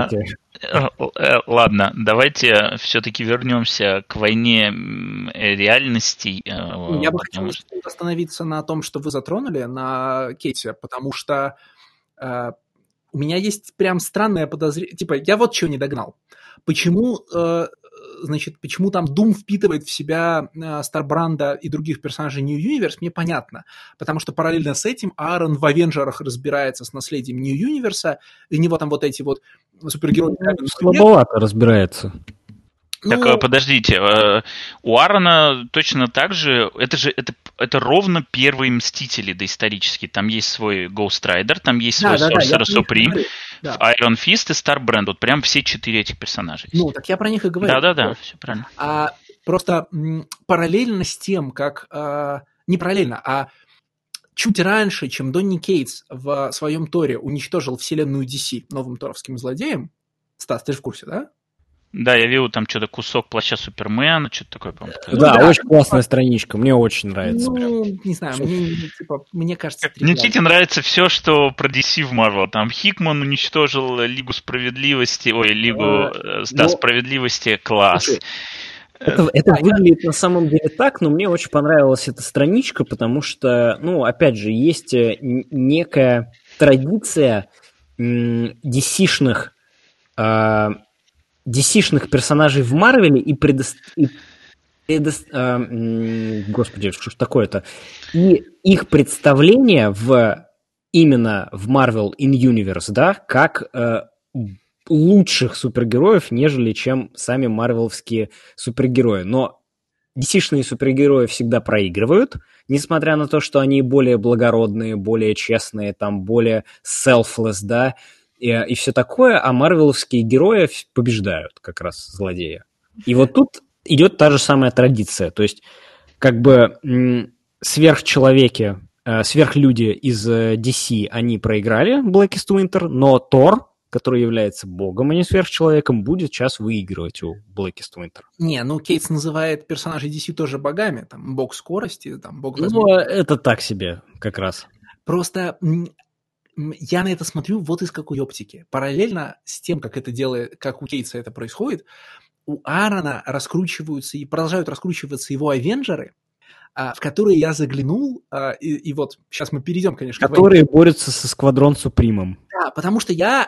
S2: ладно, давайте все-таки вернемся к войне реальностей.
S1: Я бы хотел остановиться на том, что вы затронули, на Кейте, потому что у меня есть прям странное подозрение. Типа, я вот чего не догнал. Почему там Doom впитывает в себя Старбранда и других персонажей New Universe, мне понятно. Потому что параллельно с этим Аарон в Авенджерах разбирается с наследием New Universe, и у него там вот эти вот супергерои...
S3: Слабовато разбирается.
S2: Так, подождите, у Аарона точно так же, это ровно первые Мстители доисторические. Там есть свой Ghost Rider, там есть свой Sorcerer Supreme, Iron Fist и Starbrand. Вот прям все 4 этих персонажа есть.
S1: Ну, так я про них и говорю.
S2: Да, все правильно.
S1: Просто параллельно с тем, как... не параллельно, а чуть раньше, чем Донни Кейтс в своем Торе уничтожил вселенную DC новым торовским злодеем. Стас, ты же в курсе, да?
S2: Да, я видел там что-то кусок плаща Супермена, что-то такое, по-моему.
S3: Да, очень классная страничка, мне очень нравится.
S1: Не знаю, мне кажется...
S2: Никите нравится все, что про DC в Marvel. Там Хикман уничтожил Лигу Справедливости, Лигу Справедливости, класс.
S3: Это выглядит на самом деле так, но мне очень понравилась эта страничка, потому что, опять же, есть некая традиция DC-шных персонажей в Марвеле господи, что ж такое-то? И их представление именно в Marvel in Universe, да, как лучших супергероев, нежели чем сами марвеловские супергерои. Но DC-шные супергерои всегда проигрывают, несмотря на то, что они более благородные, более честные, там, более selfless, да, и все такое, а марвеловские герои побеждают как раз злодея. И вот тут идет та же самая традиция. То есть, как бы сверхчеловеки, сверхлюди из DC, они проиграли Blackest Winter, но Тор, который является богом, а не сверхчеловеком, будет сейчас выигрывать у Blackest Winter.
S1: Не, Кейтс называет персонажей DC тоже богами. Там бог скорости, там бог...
S3: это так себе как раз.
S1: Просто... Я на это смотрю вот из какой оптики. Параллельно с тем, как у Кейтса это происходит, у Аарона раскручиваются и продолжают раскручиваться его Авенджеры, в которые я заглянул, и вот сейчас мы перейдем, конечно,
S3: которые борются со Сквадрон Супримом.
S1: Да, потому что я,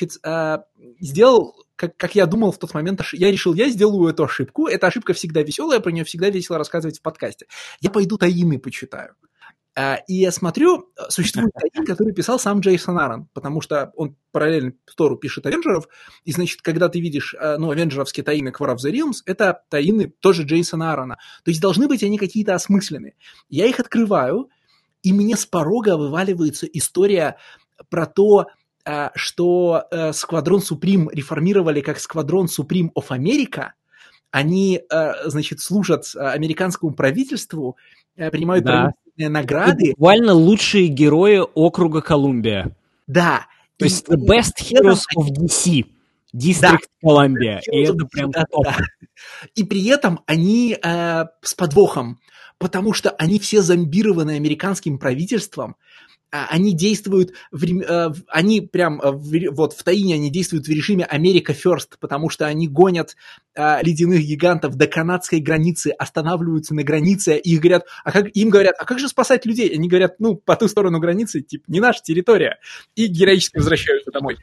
S1: сделал, как я думал в тот момент, я решил, я сделаю эту ошибку. Эта ошибка всегда веселая, про нее всегда весело рассказывать в подкасте. Я пойду таины почитаю. И я смотрю, существует таин, который писал сам Джейсон Аарон, потому что он параллельно Тору пишет Авенджеров, и, значит, когда ты видишь, авенджеровские таины War of the Realms, это таины тоже Джейсона Аарона. То есть должны быть они какие-то осмысленные. Я их открываю, и мне с порога вываливается история про то, что Сквадрон Суприм реформировали как Сквадрон Суприм of America. Они, служат американскому правительству, принимают правительственные награды.
S3: И буквально лучшие герои округа Колумбия.
S1: Да.
S3: То есть the best heroes of DC. District Columbia. И это прям топ.
S1: И при этом они с подвохом, потому что они все зомбированы американским правительством. Они действуют, они прям вот в таине они действуют в режиме America First, потому что они гонят ледяных гигантов до канадской границы, останавливаются на границе, и им говорят, а как же спасать людей? Они говорят, по ту сторону границы, типа, не наша территория, и героически возвращаются домой.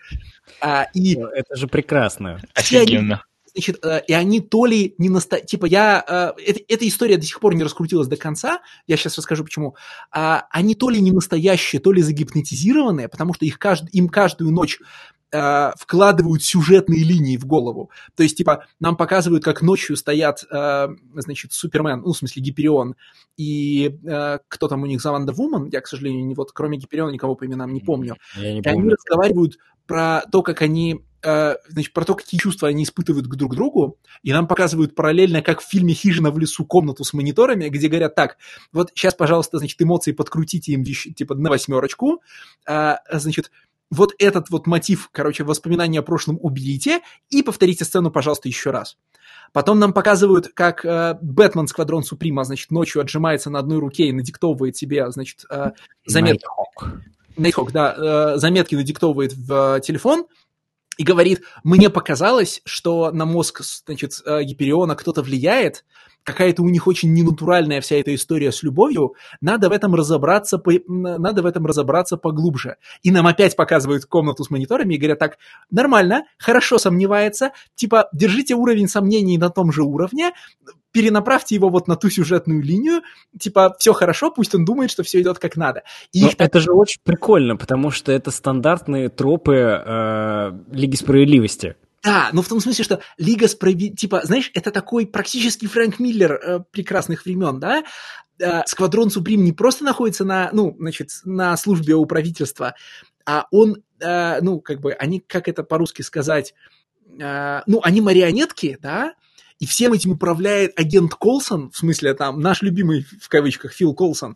S3: Это же прекрасно.
S2: Офигенно.
S1: Значит, и они то ли не эта история до сих пор не раскрутилась до конца, я сейчас расскажу почему. Они то ли не настоящие, то ли загипнотизированные, потому что им каждую ночь вкладывают сюжетные линии в голову. То есть, типа, нам показывают, как ночью стоят, значит, Супермен, ну, в смысле, Гиперион, и кто там у них за Wonder Woman, я, к сожалению, вот, кроме Гипериона никого по именам не помню.
S3: Я не
S1: И
S3: помню.
S1: они разговаривают про то, как они, значит, про то, какие чувства они испытывают друг к другу, и нам показывают параллельно, как в фильме «Хижина в лесу» комнату с мониторами, где говорят так, вот сейчас, пожалуйста, значит, эмоции подкрутите им, типа, на 8, значит, вот этот вот мотив, короче, воспоминания о прошлом уберите и повторите сцену, пожалуйста, еще раз. Потом нам показывают, как Бэтмен Сквадрон Суприма, значит, ночью отжимается на одной руке и надиктовывает себе, значит, заметки. Найтхок, да, заметки надиктовывает в телефон и говорит, мне показалось, что на мозг, значит, Гипериона кто-то влияет, какая-то у них очень ненатуральная вся эта история с любовью, надо в этом разобраться поглубже. И нам опять показывают комнату с мониторами и говорят так, нормально, хорошо сомневается, типа, держите уровень сомнений на том же уровне, перенаправьте его вот на ту сюжетную линию, типа, все хорошо, пусть он думает, что все идет как надо. И
S3: это же очень прикольно, потому что это стандартные тропы Лиги Справедливости.
S1: Да, но в том смысле, что Лига Справедливости, типа, знаешь, это такой практически Фрэнк Миллер прекрасных времен, да? Сквадрон Суприм не просто находится на службе у правительства, а он, как бы, они, как это по-русски сказать, они марионетки, да? И всем этим управляет агент Колсон, в смысле, там, наш любимый, в кавычках, Фил Колсон.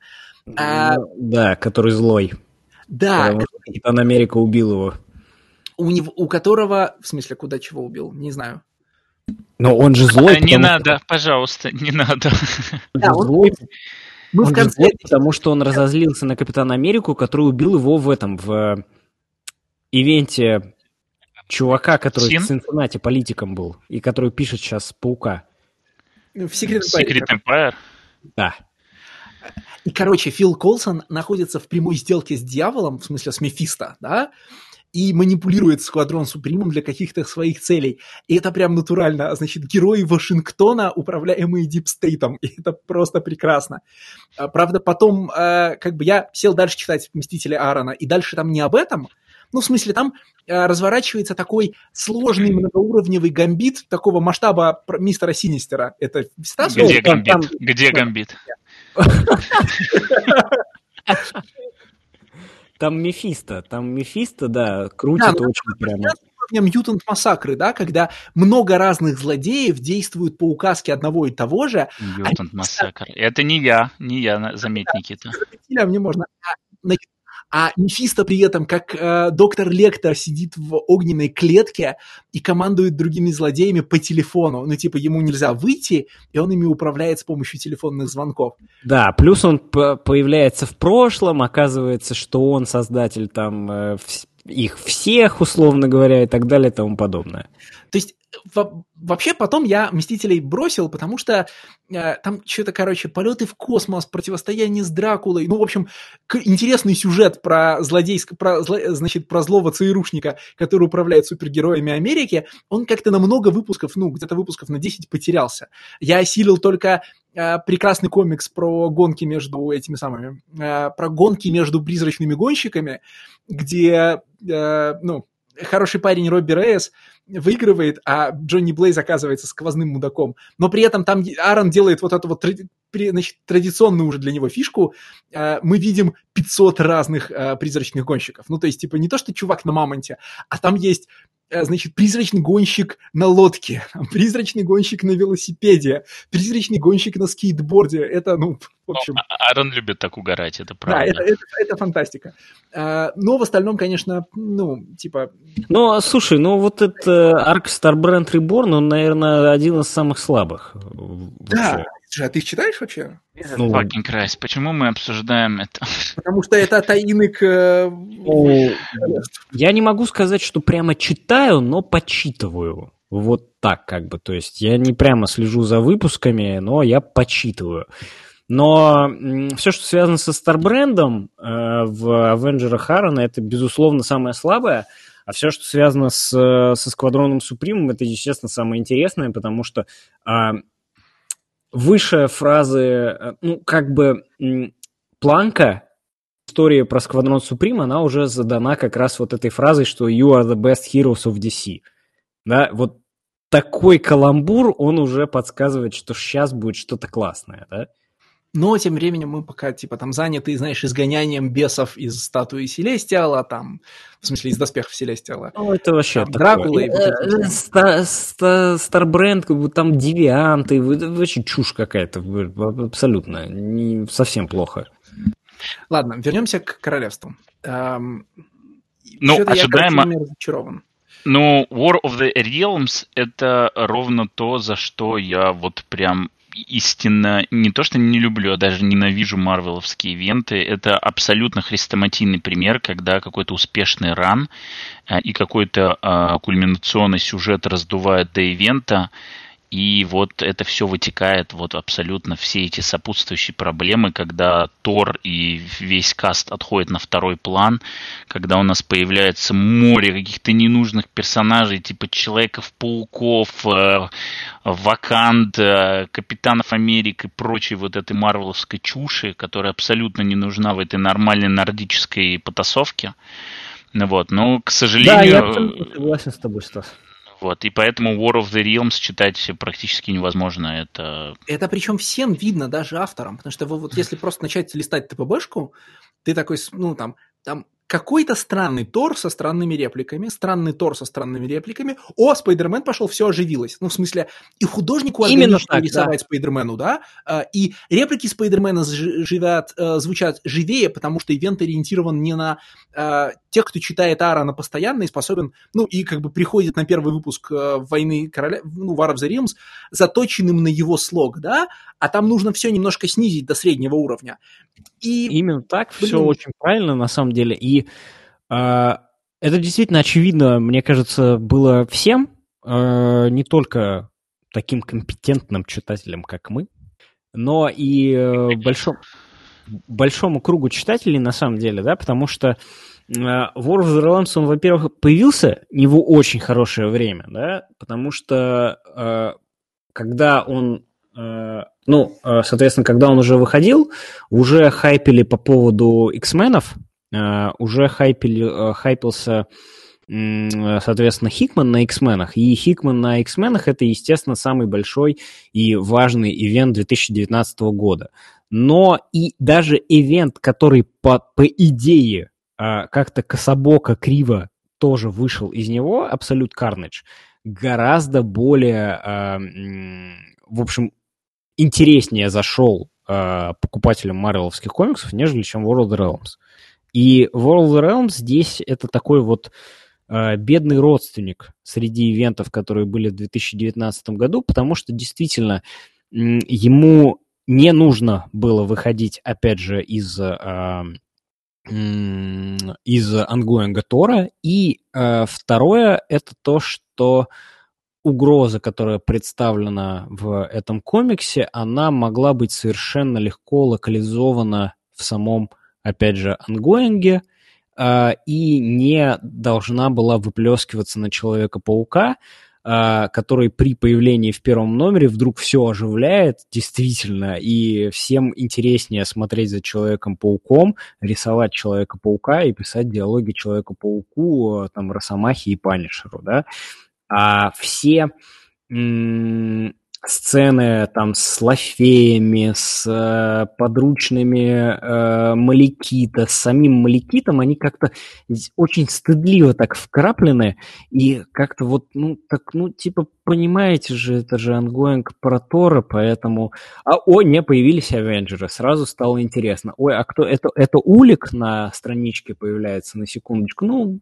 S3: Да, который злой.
S1: Да.
S3: Капитан Америка убил его.
S1: У которого, в смысле, куда чего убил, не знаю.
S3: Но он же злой.
S2: Не надо, пожалуйста, не надо.
S1: Да,
S3: он
S1: в конце...
S3: злой, потому что он разозлился на Капитана Америку, который убил его в ивенте чувака, который в Цинциннати политиком был, и который пишет сейчас Паука.
S1: В Secret
S2: Empire?
S3: Да.
S1: И, короче, Фил Колсон находится в прямой сделке с дьяволом, в смысле с Мефисто, да, и манипулирует Сквадрон Супримом для каких-то своих целей. И это прям натурально. Значит, герои Вашингтона, управляемые Дипстейтом. И это просто прекрасно. Правда, потом, я сел дальше читать «Мстители Аарона», и дальше там не об этом. Ну, в смысле, там разворачивается такой сложный многоуровневый гамбит такого масштаба мистера Синистера. Это Стас?
S2: Где гамбит? Где гамбит?
S3: Там Мефисто, да, крутит очень прямо.
S1: Мьютант Массакры, да, когда много разных злодеев действуют по указке одного и того же.
S2: Мьютант Массакр. Это не я, заметь, Никита.
S1: Мне можно... А Мефисто при этом, как доктор Лектор, сидит в огненной клетке и командует другими злодеями по телефону. Ну, типа, ему нельзя выйти, и он ими управляет с помощью телефонных звонков.
S3: Да, плюс он появляется в прошлом, оказывается, что он создатель там их всех, условно говоря, и так далее, и тому подобное.
S1: То есть, вообще потом я «Мстителей» бросил, потому что там что-то, полеты в космос, противостояние с Дракулой, ну, в общем, интересный сюжет про злого ЦРУшника, который управляет супергероями Америки, он как-то на много выпусков, где-то выпусков на 10 потерялся. Я осилил только прекрасный комикс про гонки между про гонки между призрачными гонщиками, где, хороший парень Робби Рейс выигрывает, а Джонни Блейз оказывается сквозным мудаком. Но при этом там Аарон делает вот эту вот традиционную уже для него фишку. Мы видим 500 разных призрачных гонщиков. Ну, то есть, типа, не то, что чувак на мамонте, а там есть, призрачный гонщик на лодке, призрачный гонщик на велосипеде, призрачный гонщик на скейтборде. Это, в общем...
S2: Аарон любит так угорать, это правда.
S1: Да, это фантастика. Но в остальном, конечно,
S3: слушай, вот это Ark Starbrand Reborn, он, наверное, один из самых слабых.
S1: Да, а ты их читаешь вообще?
S2: Fucking Christ, почему мы обсуждаем это?
S1: Потому что это тайник...
S3: Я не могу сказать, что прямо читаю, но почитываю. Вот так то есть я не прямо слежу за выпусками, но я почитываю. Но все, что связано со Старбрендом в Авенджерах Аарона, это, безусловно, самое слабое. А все, что связано со Сквадроном Супримом, это, естественно, самое интересное, потому что выше фразы, планка история про Squadron Supreme, она уже задана как раз вот этой фразой, что you are the best heroes of DC. Да, вот такой каламбур, он уже подсказывает, что сейчас будет что-то классное, да?
S1: Но тем временем мы пока, типа, там заняты, знаешь, изгонянием бесов из статуи Селестиала, там, в смысле, из доспехов Селестиала.
S3: Ну, это вообще
S1: там Дракула и вот эти
S3: Старбренд, там девианты, вообще чушь какая-то, абсолютно, не совсем плохо.
S1: Ладно, вернемся к королевству.
S2: Ну,
S1: ожидаемо... Я разочарован.
S2: Ну, War of the Realms — это ровно то, за что я вот прям истинно не то что не люблю, а даже ненавижу марвеловские ивенты. Это абсолютно хрестоматийный пример, когда какой-то успешный ран и какой-то кульминационный сюжет раздувает до ивента, и вот это все вытекает, вот абсолютно все эти сопутствующие проблемы, когда Тор и весь каст отходит на второй план, когда у нас появляется море каких-то ненужных персонажей, типа Человеков-пауков, Ваканд, Капитанов Америки и прочей вот этой марвеловской чуши, которая абсолютно не нужна в этой нормальной нордической потасовке. Вот. Но, к сожалению...
S3: Да, я абсолютно согласен с тобой, Стас.
S2: Вот, и поэтому War of the Realms читать практически невозможно.
S1: Это причем всем видно, даже авторам, потому что вот если просто начать листать ТПБшку, ты такой, ну, там какой-то странный Тор со странными репликами, О, Спайдермен пошел, все оживилось. Ну, в смысле, и художнику органично рисовать Спайдермену, да, и реплики Спайдермена звучат живее, потому что ивент ориентирован не на тех, кто читает Аарона постоянно и способен, ну, и как бы приходит на первый выпуск «Войны короля», ну, War of the Realms, заточенным на его слог, да, а там нужно все немножко снизить до среднего уровня. И,
S3: именно так, все очень правильно, на самом деле. И это действительно очевидно, мне кажется, было всем, не только таким компетентным читателям, как мы, но и большому кругу читателей, на самом деле, да, потому что War of the Realms, он, во-первых, появился не в очень хорошее время, да, потому что когда он... Ну, соответственно, когда он уже выходил, уже хайпили по поводу X-менов, уже хайпился, соответственно, Хикман на X-менах. И Хикман на X-менах — это, естественно, самый большой и важный ивент 2019 года. Но и даже ивент, который по идее как-то кособоко, криво тоже вышел из него, Absolute Carnage, гораздо более, в общем, интереснее зашел покупателям марвеловских комиксов, нежели чем World of the Realms. И World of the Realms здесь это такой вот бедный родственник среди ивентов, которые были в 2019 году, потому что действительно ему не нужно было выходить, опять же, из ангоинга Тора. И второе, это то, что угроза, которая представлена в этом комиксе, она могла быть совершенно легко локализована в самом, опять же, ангоинге и не должна была выплескиваться на Человека-паука, который при появлении в первом номере вдруг все оживляет, действительно, и всем интереснее смотреть за Человеком-пауком, рисовать Человека-паука и писать диалоги Человеку-пауку, там, Росомахе и Панишеру, да. А все сцены там с лафеями, с подручными Малekita, с самим Малekитом, они как-то очень стыдливо так вкраплены, и как-то вот, ну, так, ну, типа, понимаете же, это же ангоинг про Тора, поэтому... не появились Авенджеры, сразу стало интересно. Ой, а кто это? Это Улик на страничке появляется, на секундочку. Ну,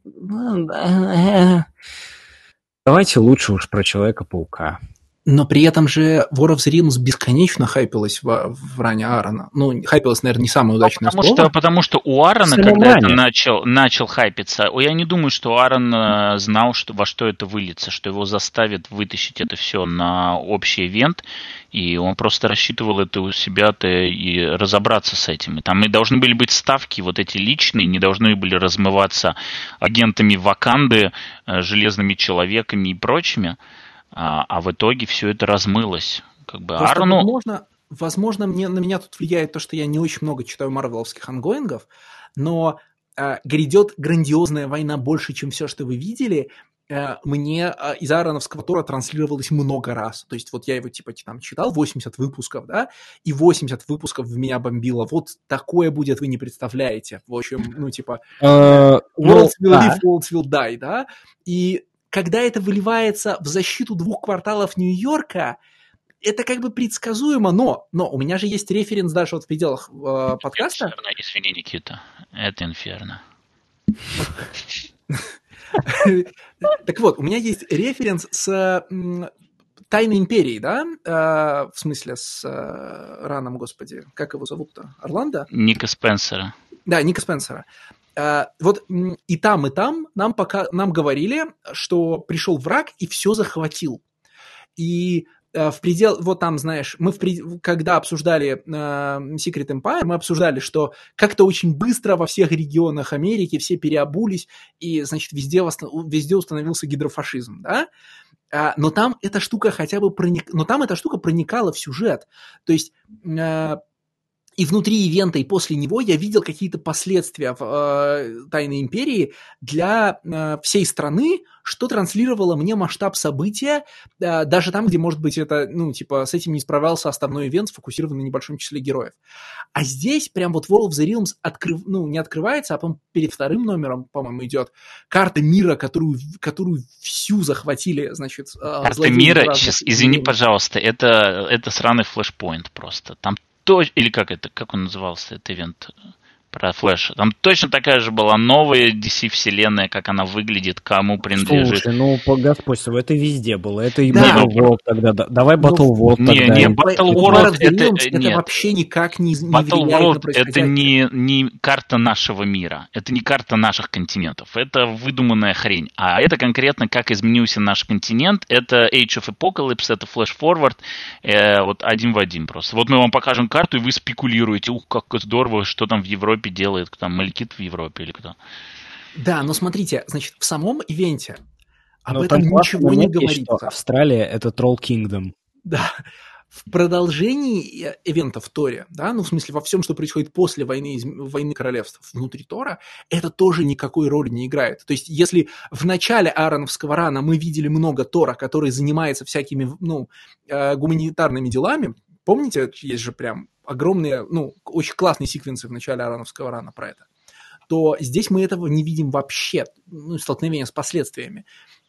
S3: давайте лучше уж про Человека-паука.
S1: Но при этом же War of the Realms бесконечно хайпилась в ране Аарона. Ну, хайпилась, наверное, не самое удачное слово.
S2: Потому что у Аарона, когда это начал хайпиться, я не думаю, что Аарон знал, во что это выльется, что его заставит вытащить это все на общий ивент, и он просто рассчитывал это у себя-то и разобраться с этим. И там и должны были быть ставки вот эти личные, не должны были размываться агентами Ваканды, Железными Человеками и прочими. А в итоге все это размылось. Как бы
S1: возможно, на меня тут влияет то, что я не очень много читаю марвеловских ангоингов, но грядет грандиозная война больше, чем все, что вы видели, мне из Аароновского Тора транслировалось много раз. То есть вот я его типа там читал, 80 выпусков, да, и 80 выпусков в меня бомбило. Вот такое будет, вы не представляете. В общем, ну типа Worlds will live, worlds will die, да. И когда это выливается в защиту 2 кварталов Нью-Йорка, это как бы предсказуемо, но у меня же есть референс даже вот в пределах подкаста.
S2: Инферно, извини, Никита, это Инферно.
S1: Так вот, у меня есть референс с Тайной Империей, да? В смысле, с Раном, господи, как его зовут-то? Орландо?
S2: Ника Спенсера.
S1: Да, Ника Спенсера. Вот и там нам говорили, что пришел враг и все захватил. И в предел, вот там, знаешь, когда обсуждали Secret Empire, мы обсуждали, что как-то очень быстро во всех регионах Америки все переобулись, и, значит, везде установился гидрофашизм, да? Но там эта штука проникала в сюжет. То есть и внутри ивента, и после него я видел какие-то последствия в Тайной Империи для всей страны, что транслировало мне масштаб события, даже там, где, может быть, это, ну, типа, с этим не справлялся основной ивент, сфокусированный на небольшом числе героев. А здесь прям вот World of the Realms не открывается, а потом перед вторым номером, по-моему, идет карта мира, которую всю захватили, значит,
S2: карта мира, сейчас, извини, пожалуйста, это сраный флешпоинт просто. Там или как он назывался, этот ивент про Флэш. Там точно такая же была новая DC-вселенная, как она выглядит, кому принадлежит.
S3: Слушай, ну, Господь, это везде было. Это и Battle World тогда. Давай Battle World тогда.
S2: Не, Battle World
S1: это вообще никак не
S2: Battle World это не карта нашего мира. Это не карта наших континентов. Это выдуманная хрень. А это конкретно, как изменился наш континент. Это Age of Apocalypse, это Flash Forward. Вот один в один просто. Вот мы вам покажем карту, и вы спекулируете. Ух, как здорово, что там в Европе делает, там Малькит в Европе или кто.
S1: Да, но смотрите, значит, в самом ивенте об этом ничего не говорится.
S3: Что Австралия — это Troll Kingdom.
S1: Да. В продолжении ивента в Торе, да, ну, в смысле, во всем, что происходит после войны королевств внутри Тора, это тоже никакой роли не играет. То есть, если в начале Аароновского рана мы видели много Тора, который занимается всякими, ну, гуманитарными делами, помните, есть же прям огромные, ну, очень классные секвенсы в начале Аароновского рана про это, то здесь мы этого не видим вообще, ну, столкновения с последствиями.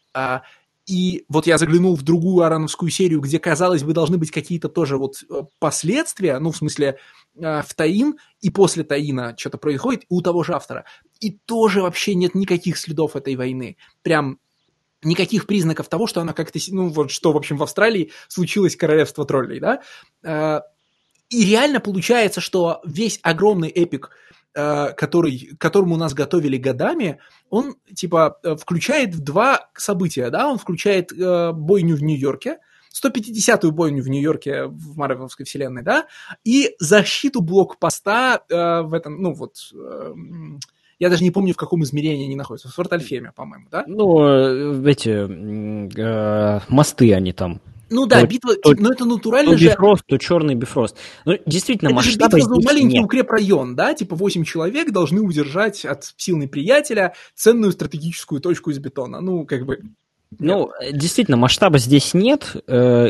S1: И вот я заглянул в другую аароновскую серию, где, казалось бы, должны быть какие-то тоже вот последствия, ну, в смысле, в Таин, и после Таина что-то происходит у того же автора. И тоже вообще нет никаких следов этой войны. Прям никаких признаков того, что она как-то, ну, вот что, в общем, в Австралии случилось королевство троллей, да? И реально получается, что весь огромный эпик, которому нас готовили годами, он, типа, включает 2 события, да? Он включает бойню в Нью-Йорке, 150-ю бойню в Нью-Йорке в Марвеловской вселенной, да? И защиту блокпоста в этом, ну, вот... Я даже не помню, в каком измерении они находятся. В Свартальфеме, по-моему, да?
S3: Ну, эти мосты они там.
S1: Ну да, битва, но это натурально
S3: то
S1: же...
S3: Бифрост, то черный Бифрост. Ну, действительно,
S1: это
S3: масштаба
S1: же битва за маленький
S3: нет.
S1: укрепрайон, да? Типа 8 человек должны удержать от сил неприятеля ценную стратегическую точку из бетона. Ну, как бы...
S3: Ну, действительно, масштаба здесь нет. Та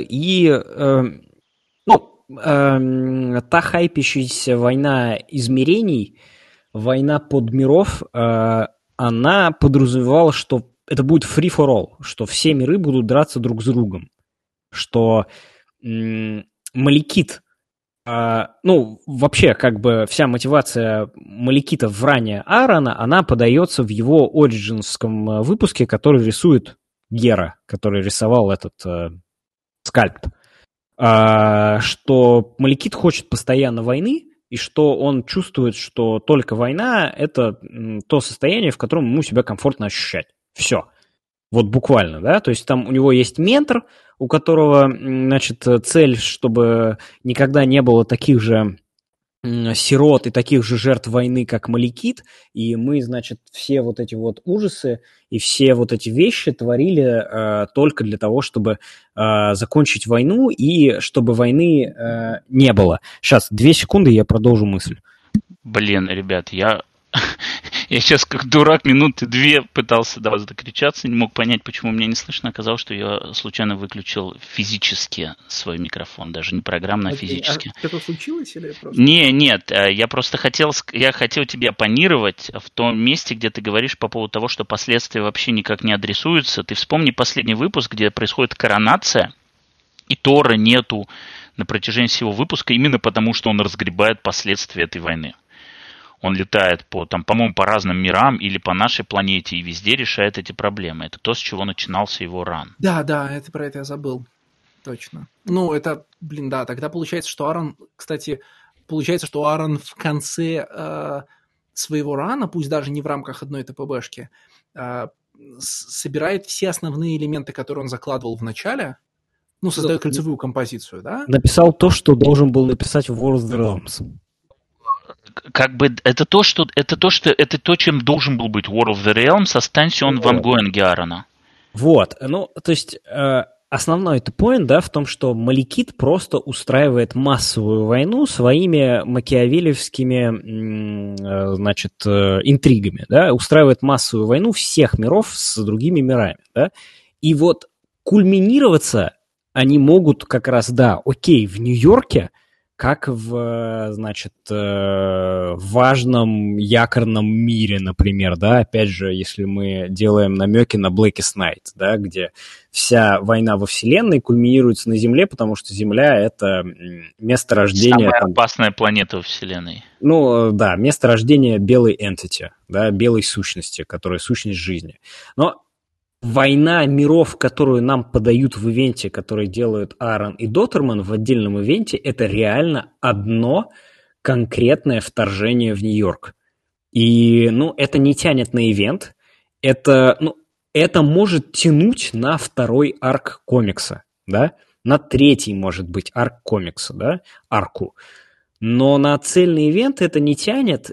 S3: хайпящаяся война измерений, война подмиров, она подразумевала, что это будет free for all, что все миры будут драться друг с другом. Что Маликит, вообще, как бы вся мотивация Маликита в ране Аарона, она подается в его ориджинском выпуске, который рисует Гера, который рисовал этот скальпт. Что Маликит хочет постоянно войны, и что он чувствует, что только война – это то состояние, в котором ему себя комфортно ощущать. Все. Вот буквально, да, то есть там у него есть ментор, у которого, значит, цель, чтобы никогда не было таких же сирот и таких же жертв войны, как Маликит, и мы, значит, все вот эти вот ужасы и все вот эти вещи творили только для того, чтобы закончить войну и чтобы войны не было. Сейчас, 2 секунды, я продолжу мысль.
S2: Блин, ребят, я Я сейчас как дурак минуты 2 пытался до вас докричаться, не мог понять, почему меня не слышно. Оказалось, что я случайно выключил физически свой микрофон, даже не программно, а физически.
S1: А что-то случилось или просто?
S2: Нет, я просто хотел тебе оппонировать в том месте, где ты говоришь по поводу того, что последствия вообще никак не адресуются. Ты вспомни последний выпуск, где происходит коронация, и Тора нету на протяжении всего выпуска именно потому, что он разгребает последствия этой войны. Он летает по-моему, по разным мирам или по нашей планете и везде решает эти проблемы. Это то, с чего начинался его ран.
S1: Да, про это я забыл. Точно. Ну, это, да, тогда получается, что Аарон, кстати, в конце своего рана, пусть даже не в рамках одной ТПБшки, собирает все основные элементы, которые он закладывал в начале, создает кольцевую композицию, да?
S3: Написал то, что должен был написать в War of the Realms.
S2: Как бы это то, чем должен был быть War of the Realms, останься он в ангоинге Аарона.
S3: Вот, то есть основной это point, да, в том, что Маликит просто устраивает массовую войну своими макиавелевскими, интригами, да, устраивает массовую войну всех миров с другими мирами, да, и вот кульминироваться они могут как раз, в Нью-Йорке, как в, важном якорном мире, например, да, опять же, если мы делаем намеки на Blackest Night, да, где вся война во Вселенной кульминируется на Земле, потому что Земля — это место рождения...
S2: Самая опасная планета во Вселенной.
S3: Место рождения белой entity, да, белой сущности, которая сущность жизни. Но война миров, которую нам подают в ивенте, который делают Аарон и Доттерман в отдельном ивенте, это реально одно конкретное вторжение в Нью-Йорк. И, это не тянет на ивент, это может тянуть на второй арк комикса, да, на третий, может быть, арк комикса, да, арку. Но на цельный ивент это не тянет,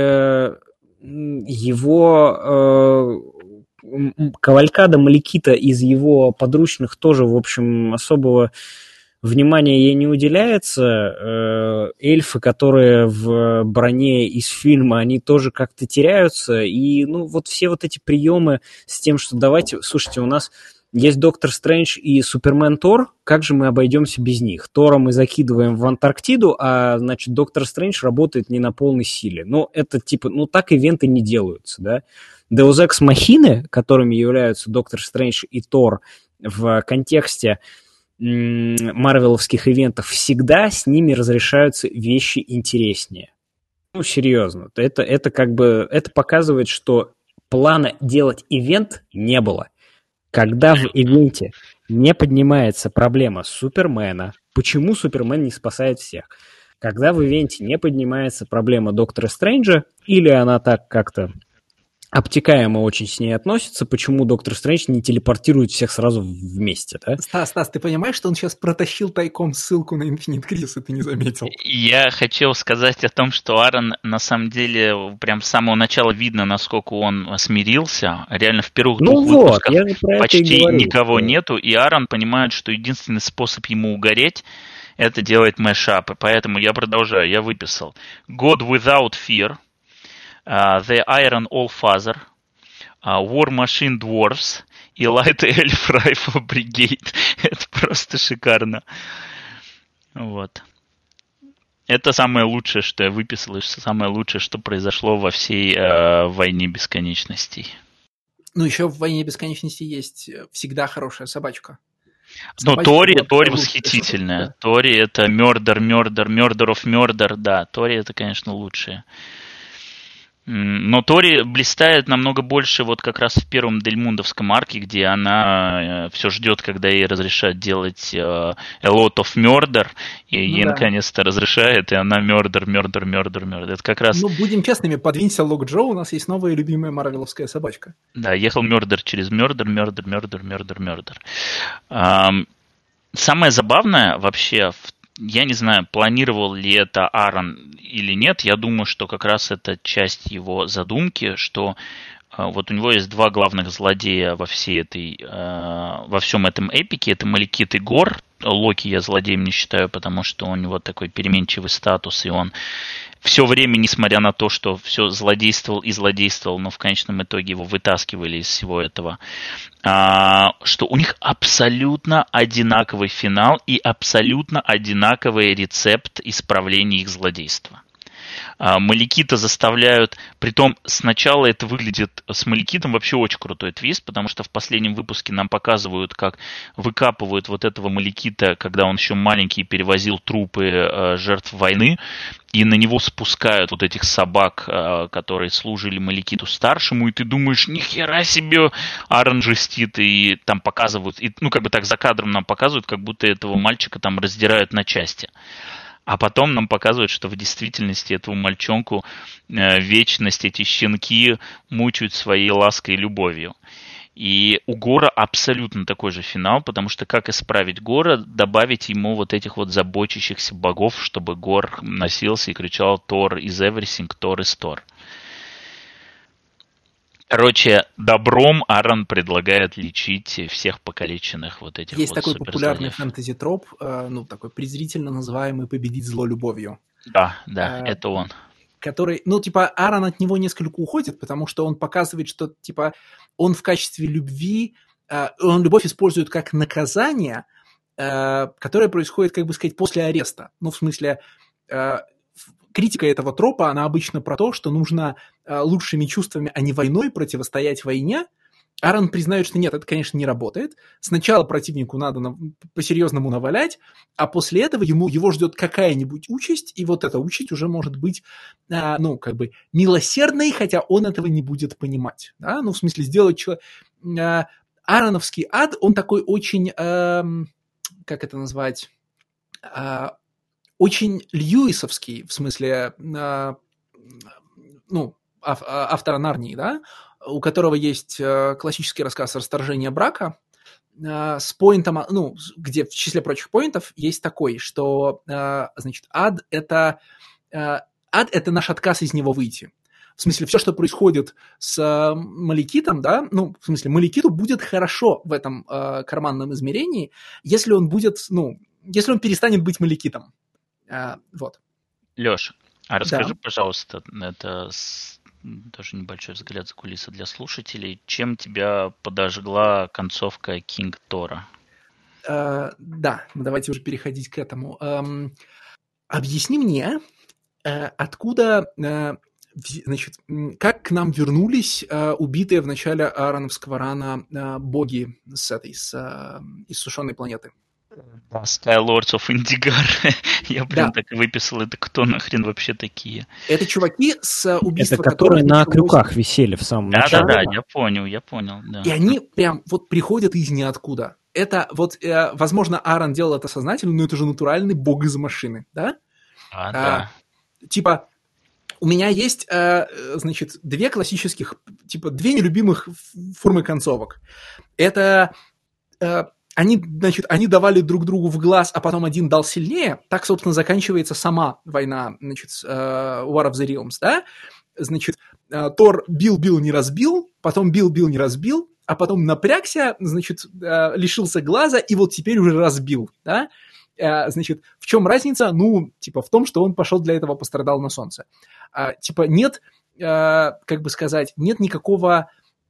S3: кавалькада Маликита из его подручных тоже, в общем, особого внимания ей не уделяется. Эльфы, которые в броне из фильма, они тоже как-то теряются. И, все вот эти приемы с тем, что давайте... Слушайте, у нас есть Доктор Стрэндж и Супермен Тор, как же мы обойдемся без них? Тора мы закидываем в Антарктиду, а, Доктор Стрэндж работает не на полной силе. Это так ивенты не делаются, да? Deus Ex Machina, которыми являются Доктор Стрэндж и Тор в контексте марвеловских ивентов, всегда с ними разрешаются вещи интереснее. Серьезно. Это показывает, что плана делать ивент не было. Когда в ивенте не поднимается проблема Супермена, почему Супермен не спасает всех? Когда в ивенте не поднимается проблема Доктора Стрэнджа, или она так как-то обтекаемо очень с ней относится, почему Доктор Стрэндж не телепортирует всех сразу вместе, да?
S1: Стас, ты понимаешь, что он сейчас протащил тайком ссылку на Infinite Crisis, и ты не заметил?
S2: Я хотел сказать о том, что Аарон, на самом деле, прям с самого начала видно, насколько он смирился. Реально в первых двух выпусках почти никого нету, и Аарон понимает, что единственный способ ему угореть — это делать мэшап. И поэтому я продолжаю, я выписал. God Without Fear, The Iron All-Father, War Machine Dwarfs и Light Elf Rifle Brigade. Это просто шикарно. Вот. Это самое лучшее, что я выписал, и самое лучшее, что произошло во всей Войне Бесконечностей.
S1: Еще в Войне Бесконечности есть всегда хорошая собачка.
S2: Тори восхитительная. Тори это Murder of Murder, да. Тори это, конечно, лучшее. Но Тори блистает намного больше вот как раз в первом Дельмундовском арке, где она все ждет, когда ей разрешат делать A Lot of Murder, и ей наконец-то разрешает, и она Murder. Это как раз...
S1: будем честными, подвинься Лок Джо, у нас есть новая любимая марвеловская собачка.
S2: Да, ехал Murder через Murder. Самое забавное вообще я не знаю, планировал ли это Аарон или нет. Я думаю, что как раз это часть его задумки, что вот у него есть два главных злодея во всем этом эпике. Это Маликит и Гор. Локи я злодеем не считаю, потому что у него такой переменчивый статус, и он все время, несмотря на то, что все злодействовал и злодействовал, но в конечном итоге его вытаскивали из всего этого, что у них абсолютно одинаковый финал и абсолютно одинаковый рецепт исправления их злодейства. Маликита заставляют, притом сначала это выглядит с Маликитом вообще очень крутой твист, потому что в последнем выпуске нам показывают, как выкапывают вот этого Маликита, когда он еще маленький, перевозил трупы жертв войны, и на него спускают вот этих собак, которые служили Маликиту старшему, и ты думаешь, нихера себе, Аарон жестит, и там показывают, и, ну как бы так за кадром нам показывают, как будто этого мальчика там раздирают на части. А потом нам показывают, что в действительности этому мальчонку вечность эти щенки мучают своей лаской и любовью. И у Гора абсолютно такой же финал, потому что как исправить Гора, добавить ему вот этих вот заботящихся богов, чтобы Гор носился и кричал «Thor is everything, Thor is Thor». Короче, добром Аарон предлагает лечить всех покалеченных вот этих
S1: Есть
S2: вот
S1: такой популярный
S2: суперзлодеев.
S1: фэнтези-троп, ну, такой презрительно называемый «победить зло любовью».
S2: Да, это он.
S1: Который, ну, типа, Аарон от него несколько уходит, потому что он показывает, что, типа, он в качестве любви, он любовь использует как наказание, которое происходит, как бы сказать, после ареста. Ну, в смысле, критика этого тропа, она обычно про то, что нужно лучшими чувствами, а не войной противостоять войне. Аарон признает, что нет, это, конечно, не работает. Сначала противнику надо по-серьезному навалять, а после этого его ждет какая-нибудь участь, и вот эта участь уже может быть, ну, как бы, милосердной, хотя он этого не будет понимать. Да? Ну, в смысле, сделать человека... Аароновский ад, он такой очень, как это назвать... очень льюисовский, в смысле, ну, автора Нарнии, да, у которого есть классический рассказ «Расторжение брака», с поинтом, ну, где в числе прочих поинтов есть такой, что, значит, ад – это наш отказ из него выйти. В смысле, все, что происходит с Маликитом, да, ну, в смысле, Маликиту будет хорошо в этом карманном измерении, если он будет, ну, если он перестанет быть Маликитом. Вот.
S2: Леш, а расскажи,
S1: Да.
S2: пожалуйста, это тоже небольшой взгляд за кулисы для слушателей, чем тебя подожгла концовка Кинг Тора?
S1: Да, давайте уже переходить к этому. Объясни мне, откуда, значит, как к нам вернулись убитые в начале Аароновского рана боги из иссушенной планеты?
S2: Skylords of Indigar. Я прям
S1: Да.
S2: так и выписал. Это кто нахрен вообще такие?
S1: Это чуваки с убийства,
S3: Это которые на
S1: началось-
S3: крюках висели в самом начале.
S2: Да, я понял, да.
S1: И они прям вот приходят из ниоткуда. Это вот, возможно, Аарон делал это сознательно, но это же натуральный бог из машины, да?
S2: Да.
S1: Типа, у меня есть, значит, две классических, типа, две нелюбимых формы концовок. Это они давали друг другу в глаз, а потом один дал сильнее. Так, собственно, заканчивается сама война, значит, War of the Realms, да? Значит, Тор бил, не разбил, потом бил, не разбил, а потом напрягся, значит, лишился глаза, и вот теперь уже разбил, да? Значит, в чем разница? Ну, типа, в том, что он пошел для этого, пострадал на солнце. Типа, нет, как бы сказать, нет никакого...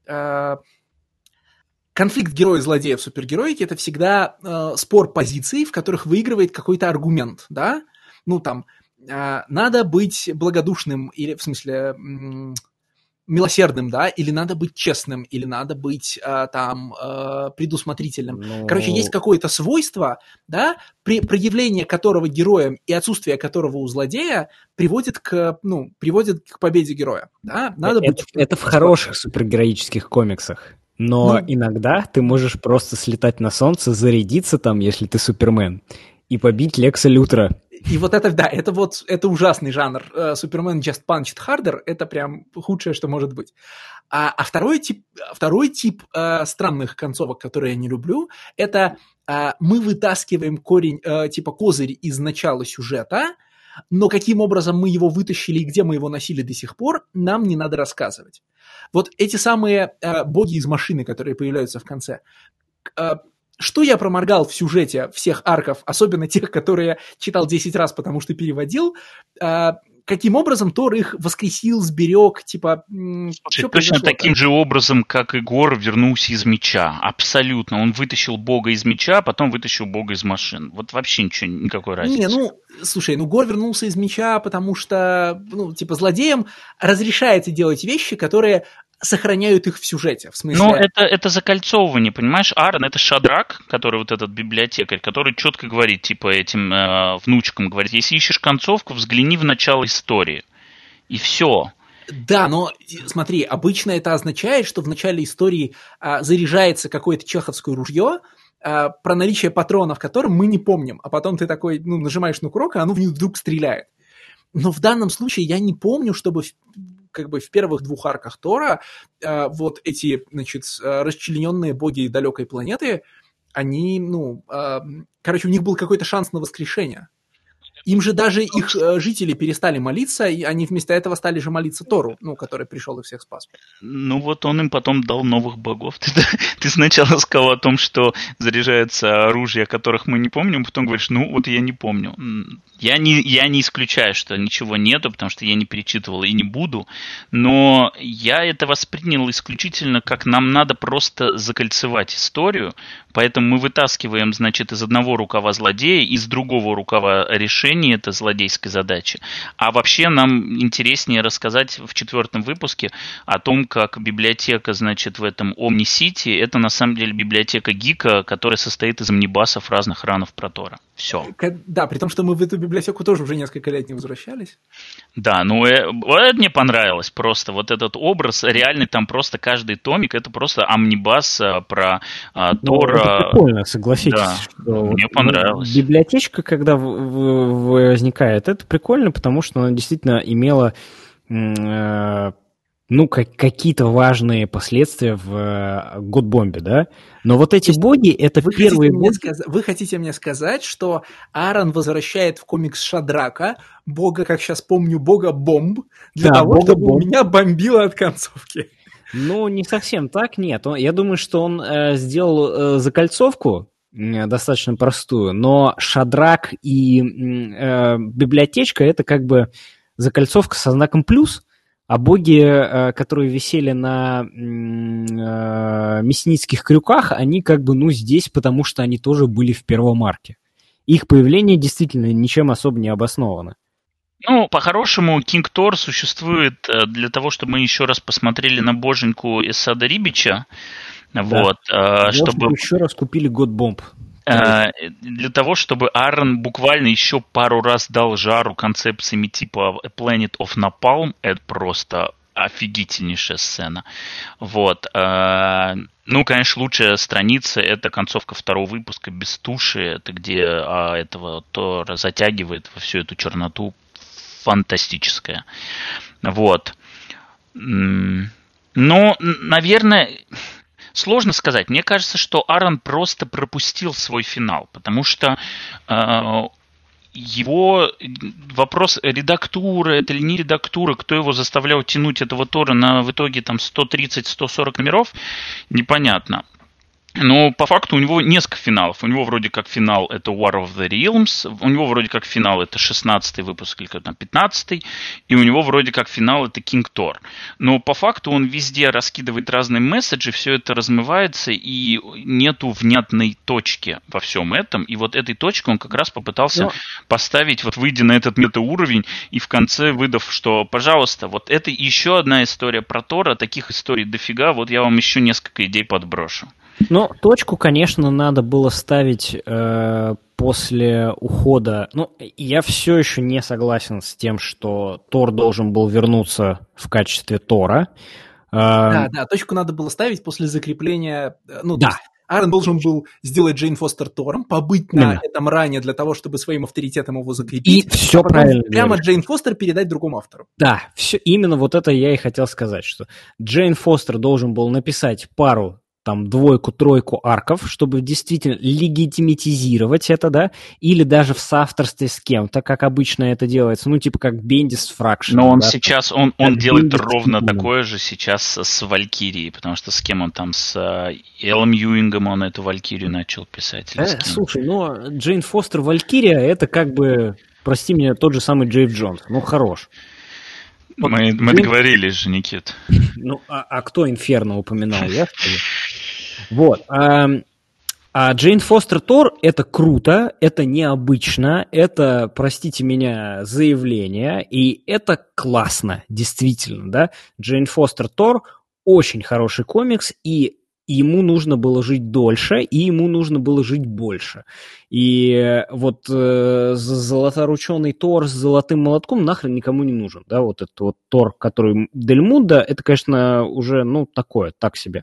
S1: Конфликт героя и злодея в супергероике – это всегда спор позиций, в которых выигрывает какой-то аргумент, да? Ну, там, надо быть благодушным, или, в смысле, милосердным, да? Или надо быть честным, или надо быть, предусмотрительным.
S3: Ну,
S1: Короче, есть какое-то свойство, да, проявление которого героем и отсутствие которого у злодея приводит к победе героя, да? Надо быть...
S3: Это в хороших супергероических комиксах. Но иногда ты можешь просто слетать на солнце, зарядиться там, если ты Супермен, и побить Лекса Лютера.
S1: И вот это, да, это ужасный жанр. Супермен just punched harder, это прям худшее, что может быть. А второй тип странных концовок, которые я не люблю, это мы вытаскиваем корень, типа козырь из начала сюжета, но каким образом мы его вытащили и где мы его носили до сих пор, нам не надо рассказывать. Вот эти самые боги из машины, которые появляются в конце. Что я проморгал в сюжете всех арков, особенно тех, которые читал 10 раз, потому что переводил, каким образом Тор их воскресил, сберег, типа...
S2: Слушай, точно таким же образом, как и Гор вернулся из меча. Абсолютно. Он вытащил Бога из меча, а потом вытащил Бога из машин. Вот вообще ничего, никакой разницы.
S1: Слушай, Гор вернулся из меча, потому что, злодеям разрешается делать вещи, которые сохраняют их в сюжете. В смысле...
S2: это закольцовывание, понимаешь? Аарон — это Шадрак, который вот этот библиотекарь, который четко говорит, типа, этим внучкам говорит, если ищешь концовку, взгляни в начало истории. И все.
S1: Да, но смотри, обычно это означает, что в начале истории заряжается какое-то чеховское ружье, про наличие патронов, которым мы не помним, а потом ты такой, нажимаешь на курок, а оно вдруг стреляет. Но в данном случае я не помню, чтобы в первых двух арках Тора вот эти, расчлененные боги далекой планеты, они, у них был какой-то шанс на воскрешение. Им же даже их жители перестали молиться, и они вместо этого стали же молиться Тору, который пришел и всех спас.
S2: Вот он им потом дал новых богов. Ты сначала сказал о том, что заряжаются оружия, которых мы не помним, потом говоришь, я не помню. Я не исключаю, что ничего нету, потому что я не перечитывал и не буду, но я это воспринял исключительно как нам надо просто закольцевать историю, поэтому мы вытаскиваем, из одного рукава злодея, из другого рукава решение этой злодейской задачи. А вообще нам интереснее рассказать в 4 выпуске о том, как библиотека, в этом Омни-Сити, это на самом деле библиотека Гика, которая состоит из омнибасов разных ранов про Тора. Все.
S1: Да, при том, что мы в эту библиотеку тоже уже несколько лет не возвращались.
S2: Да, это мне понравилось просто. Вот этот образ реальный, там просто каждый томик, это просто омнибас про Тора.
S3: Это прикольно, согласитесь.
S2: Да,
S3: что
S2: мне понравилось.
S3: Библиотечка, когда возникает, это прикольно, потому что она действительно имела какие-то важные последствия в Годбомбе, да? Но вот эти боги, это первые боги...
S1: Вы хотите мне сказать, что Аарон возвращает в комикс Шадрака бога, как сейчас помню, бога бомб, для того, чтобы у меня бомбило от концовки?
S3: Не совсем так, нет. Я думаю, что он сделал закольцовку достаточно простую, но Шадрак и библиотечка — это закольцовка со знаком плюс, а боги, которые висели на мясницких крюках, они здесь, потому что они тоже были в первом арке. Их появление действительно ничем особо не обосновано.
S2: По-хорошему, Кинг Тор существует для того, чтобы мы еще раз посмотрели на боженьку Эссада Рибича. Да. Чтобы
S3: еще раз купили Годбомб.
S2: Для того, чтобы Аарон буквально еще пару раз дал жару концепциями типа A Planet of Napalm. Это просто офигительнейшая сцена. Конечно, лучшая страница — это концовка 2 выпуска без туши. Это где этого Тора затягивает во всю эту черноту. Фантастическая. Но, наверное... Сложно сказать. Мне кажется, что Аарон просто пропустил свой финал, потому что его вопрос редактуры, это или не редактура, кто его заставлял тянуть этого Тора на в итоге 130-140 номеров, непонятно. Но по факту у него несколько финалов. У него вроде как финал это War of the Realms, у него вроде как финал это 16-й выпуск или 15-й, и у него вроде как финал это King Thor. Но по факту он везде раскидывает разные месседжи, все это размывается, и нету внятной точки во всем этом. И вот этой точкой он как раз попытался поставить, выйдя на этот метауровень, и в конце выдав, что, пожалуйста, это еще одна история про Тора, таких историй дофига, я вам еще несколько идей подброшу.
S3: Точку, конечно, надо было ставить после ухода. Я все еще не согласен с тем, что Тор должен был вернуться в качестве Тора.
S1: Да, точку надо было ставить после закрепления. Да. Аарон должен был сделать Джейн Фостер Тором, побыть на этом ране для того, чтобы своим авторитетом его закрепить.
S3: И все правильно.
S1: Прямо Джейн Фостер передать другому автору.
S3: Да, именно это я и хотел сказать, что Джейн Фостер должен был написать пару, 2-3 арков, чтобы действительно легитимизировать это, да, или даже в соавторстве с кем-то, как обычно это делается, как Бендис с Фракшеном.
S2: Но он сейчас, он делает ровно такое же сейчас с Валькирией, потому что с кем он с Эллом Юингом он эту Валькирию начал писать.
S3: Слушай, Джейн Фостер Валькирия, это прости меня, тот же самый Джейф Джонс. Ну, хорош.
S2: Вот мы договорились же, Никит.
S3: Ну, а кто Инферно упоминал? Я что ли? Вот. А Джейн Фостер Тор — это круто, это необычно, это, простите меня, заявление, и это классно, действительно, да. Джейн Фостер Тор — очень хороший комикс, и ему нужно было жить дольше, и ему нужно было жить больше. И вот золоторученый Тор с золотым молотком нахрен никому не нужен, да, вот этот вот Тор, который Дель Мундо, это, конечно, уже, ну, такое, так себе.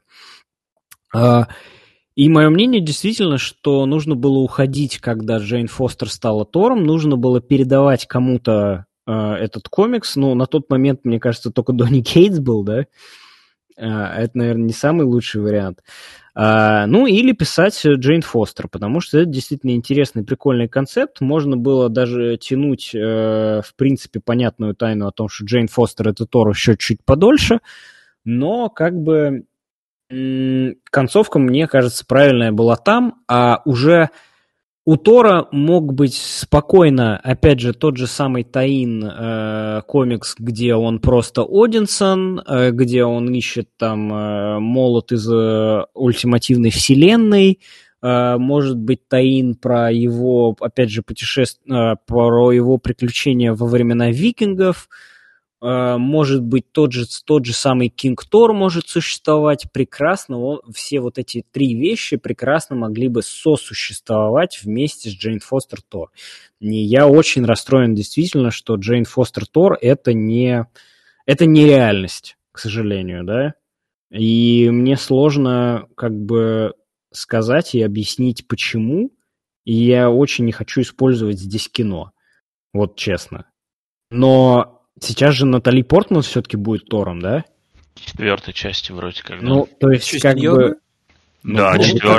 S3: И мое мнение действительно, что нужно было уходить, когда Джейн Фостер стала Тором, нужно было передавать кому-то этот комикс. Ну, на тот момент, мне кажется, только Донни Кейтс был, да? Это, наверное, не самый лучший вариант. Ну, или писать Джейн Фостер, потому что это действительно интересный, прикольный концепт. Можно было даже тянуть, в принципе, понятную тайну о том, что Джейн Фостер — это Тор еще чуть подольше, но как бы... концовка, мне кажется, правильная была там, а уже у Тора мог быть спокойно, опять же, тот же самый Таин комикс, где он просто Одинсон, где он ищет там молот из ультимативной вселенной, может быть, Таин про его, опять же, про его приключения во времена викингов. Может быть, тот же самый Кинг Тор может существовать прекрасно. Все вот эти три вещи прекрасно могли бы сосуществовать вместе с Джейн Фостер Тор. И я очень расстроен действительно, что Джейн Фостер Тор это не реальность, к сожалению, да. И мне сложно как бы сказать и объяснить, почему. И я очень не хочу использовать здесь кино. Вот честно. Но сейчас же Натали Портман все-таки будет Тором, да?
S2: 4-й части вроде как, да.
S3: Ну, то есть как бы...
S2: Да,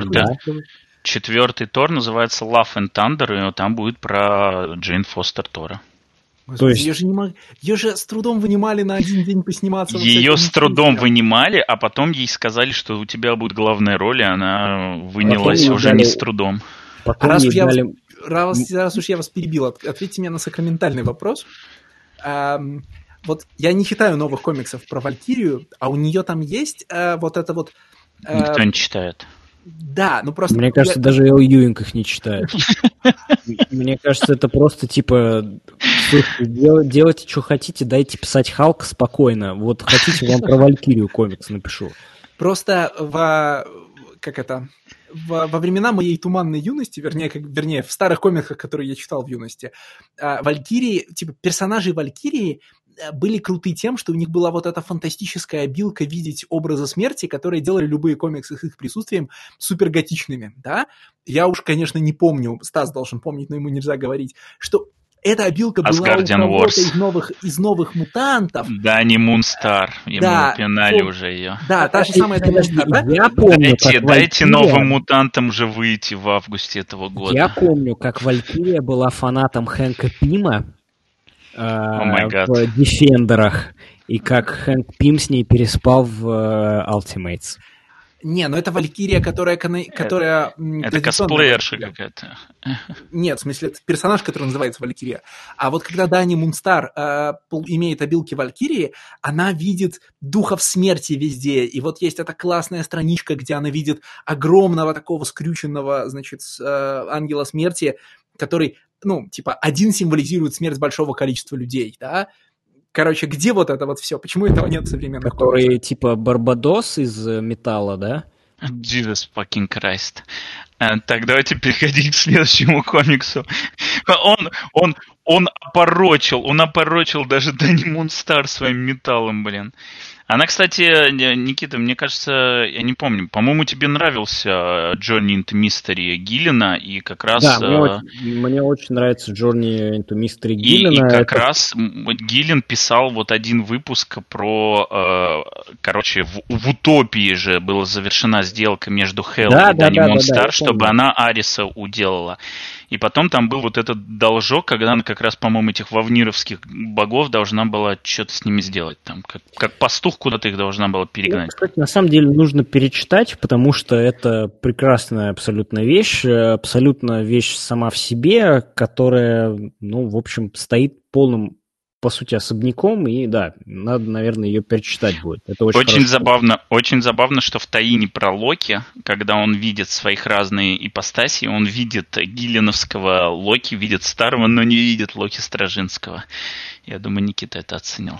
S2: 4-й Тор называется Love and Thunder, и там будет про Джейн Фостер Тора.
S1: То есть... Ее же с трудом вынимали на один день посниматься.
S2: Ее с трудом вынимали, а потом ей сказали, что у тебя будет главная роль, и она вынялась уже не с трудом.
S1: Раз уж я вас перебил, ответьте мне на сакраментальный вопрос. Вот я не читаю новых комиксов про Валькирию, а у нее там есть вот это вот...
S2: Никто не читает.
S1: Да, ну просто...
S3: Мне кажется, даже Эл Юинг их не читает. Мне кажется, это просто типа... Делайте, что хотите, дайте писать Халка спокойно. Вот хотите, вам про Валькирию комикс напишу.
S1: Просто во времена моей туманной юности, вернее, в старых комиксах, которые я читал в юности, Валькирии, типа персонажи Валькирии были круты тем, что у них была вот эта фантастическая обилка видеть образы смерти, которые делали любые комиксы с их присутствием суперготичными, да? Я уж, конечно, не помню, Стас должен помнить, но ему нельзя говорить, что эта обилка была у кого-то из новых мутантов.
S2: Дани Мунстар. Ему упоминали уже ее.
S1: Да, та же самая Дани Мунстар, да?
S3: Я помню,
S2: дайте новым мутантам же выйти в августе этого года.
S3: Я помню, как Валькирия была фанатом Хэнка Пима в Дефендерах, и как Хэнк Пим с ней переспал в Ultimates.
S1: Не, ну это Валькирия, которая
S2: это косплеерша какая-то.
S1: Нет, в смысле, это персонаж, который называется Валькирия. А вот когда Дани Мунстар имеет обилки Валькирии, она видит духов смерти везде. И вот есть эта классная страничка, где она видит огромного такого скрюченного, значит, ангела смерти, который, ну, типа, один символизирует смерть большого количества людей, да? Короче, где вот это вот все? Почему этого нет в современных
S3: Который
S1: комиксах?
S3: типа Барбадос из металла, да?
S2: Jesus fucking Christ. Так, давайте переходить к следующему комиксу. Он опорочил даже Дани Мунстар своим металлом, блин. Она, кстати, Никита, мне кажется, я не помню, по-моему, тебе нравился Journey into Mystery Гиллена, и как раз...
S3: Да, мне очень нравится Journey into Mystery Гиллена.
S2: И как раз Гиллен писал вот один выпуск про... короче, в Утопии же была завершена сделка между Хелл и Дани Мунстар, чтобы она Ариса уделала. И потом там был вот этот должок, когда она как раз, по-моему, этих вавнировских богов должна была что-то с ними сделать. Там, как пастух куда-то их должна была перегнать.
S3: Кстати, на самом деле нужно перечитать, потому что это прекрасная абсолютно вещь сама в себе, которая, ну, в общем, стоит полным, по сути, особняком, и да, надо, наверное, ее перечитать будет. Это очень
S2: забавно, что в Таине про Локи, когда он видит своих разные ипостаси, он видит гиллиновского Локи, видит старого, но не видит Локи Стражинского. Я думаю, Никита это оценил.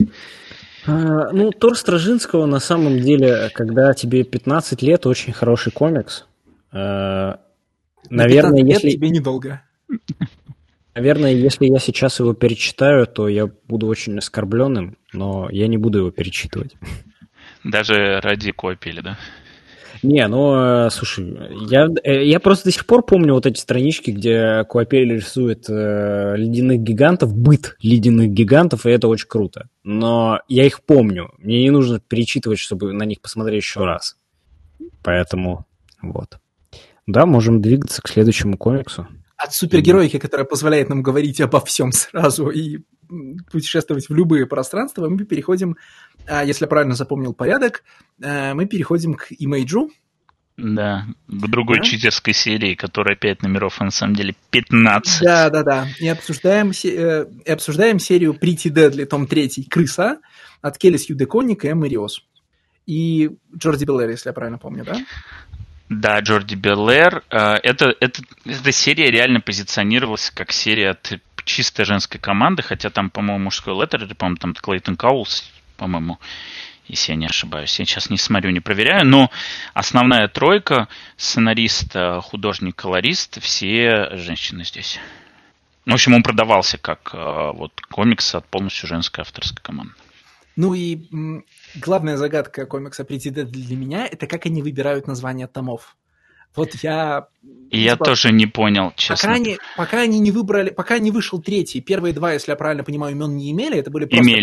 S3: Ну, Тор Стражинского, на самом деле, когда тебе 15 лет, очень хороший комикс. Наверное,
S1: 15 лет тебе недолго.
S3: Наверное, если я сейчас его перечитаю, то я буду очень оскорбленным, но я не буду его перечитывать.
S2: Даже ради Куапели, да?
S3: Не, ну, слушай, я просто до сих пор помню вот эти странички, где Куапели рисует ледяных гигантов, быт ледяных гигантов, и это очень круто. Но я их помню, мне не нужно перечитывать, чтобы на них посмотреть еще раз. Поэтому вот. Да, можем двигаться к следующему комиксу.
S1: От супергероики, которая позволяет нам говорить обо всем сразу и путешествовать в любые пространства, мы переходим, если я правильно запомнил порядок, мы переходим к имейджу.
S2: Да, к другой читерской серии, которая 5 номеров, а на самом деле 15.
S1: Да. И обсуждаем серию Pretty Deadly, том 3, «Крыса» от Келли Сью Деконник и Эммы Риос. И Джорди Беллер, если я правильно помню, да?
S2: Да, Джорди Беллер. Эта серия реально позиционировалась как серия от чисто женской команды, хотя там, по-моему, мужской леттер, по-моему, там Клейтон Каулс, по-моему, если я не ошибаюсь. Я сейчас не смотрю, не проверяю, но основная тройка, сценарист, художник, колорист, все женщины здесь. В общем, он продавался как вот комикс от полностью женской авторской команды.
S1: Ну и главная загадка комикса Pretty Deadly для меня – это как они выбирают названия томов. Вот я...
S2: И я тоже не понял, честно.
S1: Пока они не выбрали, пока не вышел третий, первые два, если я правильно понимаю, имен не имели, это были просто...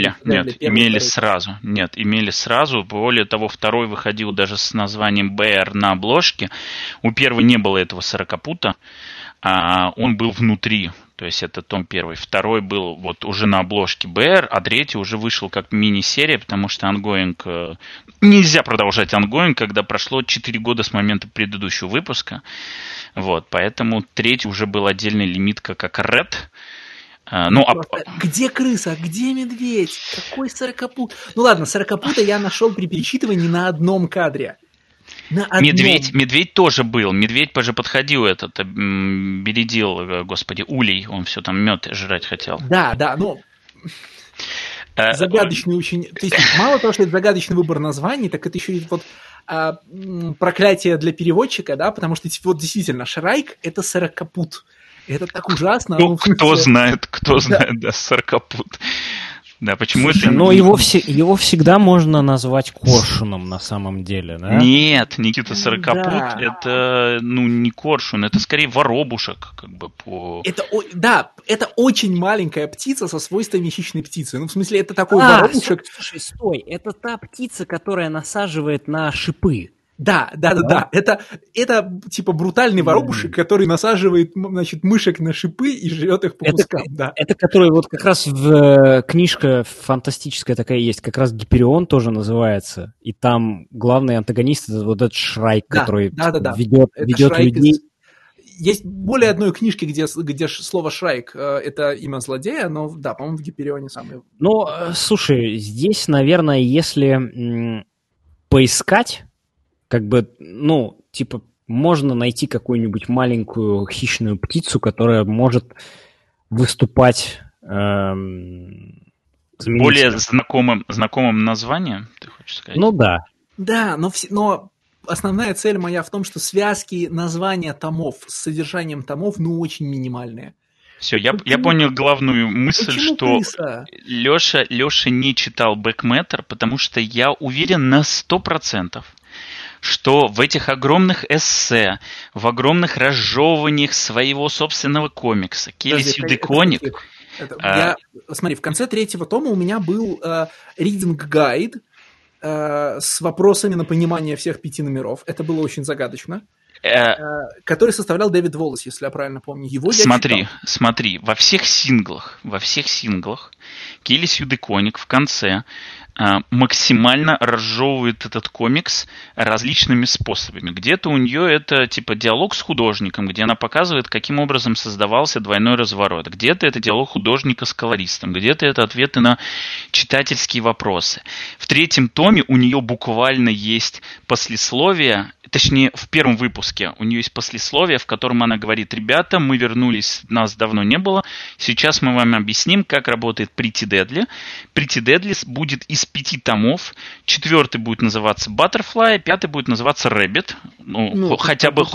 S1: Имели
S2: сразу. Более того, второй выходил даже с названием «БР» на обложке. У первого не было этого сорокопута, он был внутри. То есть это том первый. Второй был вот уже на обложке БР, а третий уже вышел как мини-серия, потому что ангоинг... Нельзя продолжать ангоинг, когда прошло 4 года с момента предыдущего выпуска. Вот, поэтому третий уже был отдельной лимитка как Red.
S1: Где крыса? Где медведь? Какой сорокопут? Ну ладно, сорокопута я нашел при перечитывании на одном кадре.
S2: Медведь тоже был. Медведь же подходил бередил, господи, улей. Он все там мед жрать хотел.
S1: Да, но... Загадочный очень... То есть мало того, что это загадочный выбор названий, так это еще и вот проклятие для переводчика, да, потому что вот действительно Шрайк – это сорокопут. Это так ужасно.
S2: Кто знает, да, сорокопут. Да, почему это...
S3: Но его всегда можно назвать коршуном на самом деле, да?
S2: Нет, Никита, сорокопут это, не коршун, это скорее воробушек, как бы по...
S1: Это очень маленькая птица со свойствами хищной птицы. Ну, в смысле, это такой воробушек...
S3: Слушай, стой, это та птица, которая насаживает на шипы.
S1: Да. Это типа брутальный воробушек, который насаживает, значит, мышек на шипы и жрет их по кускам.
S3: Это который вот как раз книжка фантастическая такая есть, как раз Гиперион тоже называется, и там главный антагонист это вот этот Шрайк, который ведет людей.
S1: Есть более одной книжки, где слово Шрайк это имя злодея, но да, по-моему, в Гиперионе самое.
S3: Ну, слушай, здесь, наверное, если поискать, как бы, можно найти какую-нибудь маленькую хищную птицу, которая может выступать
S2: более знакомым названием, ты хочешь сказать?
S3: Ну да.
S1: Да, но основная цель моя в том, что связки названия томов с содержанием томов, очень минимальные.
S2: Все, я понял главную мысль, что Леша не читал Backmatter, потому что я уверен на 100%, что в этих огромных эссе, в огромных разжевываниях своего собственного комикса Келли Сью Деконник...
S1: Смотри, в конце третьего тома у меня был reading guide с вопросами на понимание всех 5 номеров. Это было очень загадочно. который составлял Дэвид Воллес, если я правильно помню. Его я
S2: смотри, во всех синглах Келли Сью ДеКоник в конце максимально разжевывает этот комикс различными способами. Где-то у нее это типа диалог с художником, где она показывает, каким образом создавался двойной разворот. Где-то это диалог художника с колористом, где-то это ответы на читательские вопросы. В третьем томе у нее буквально есть послесловие, точнее, в первом выпуске у нее есть послесловие, в котором она говорит: ребята, мы вернулись, нас давно не было, сейчас мы вам объясним, как работает Pretty Deadly. Pretty Deadly будет из 5 томов, 4 будет называться Butterfly, 5 будет называться Rabbit. Хотя бы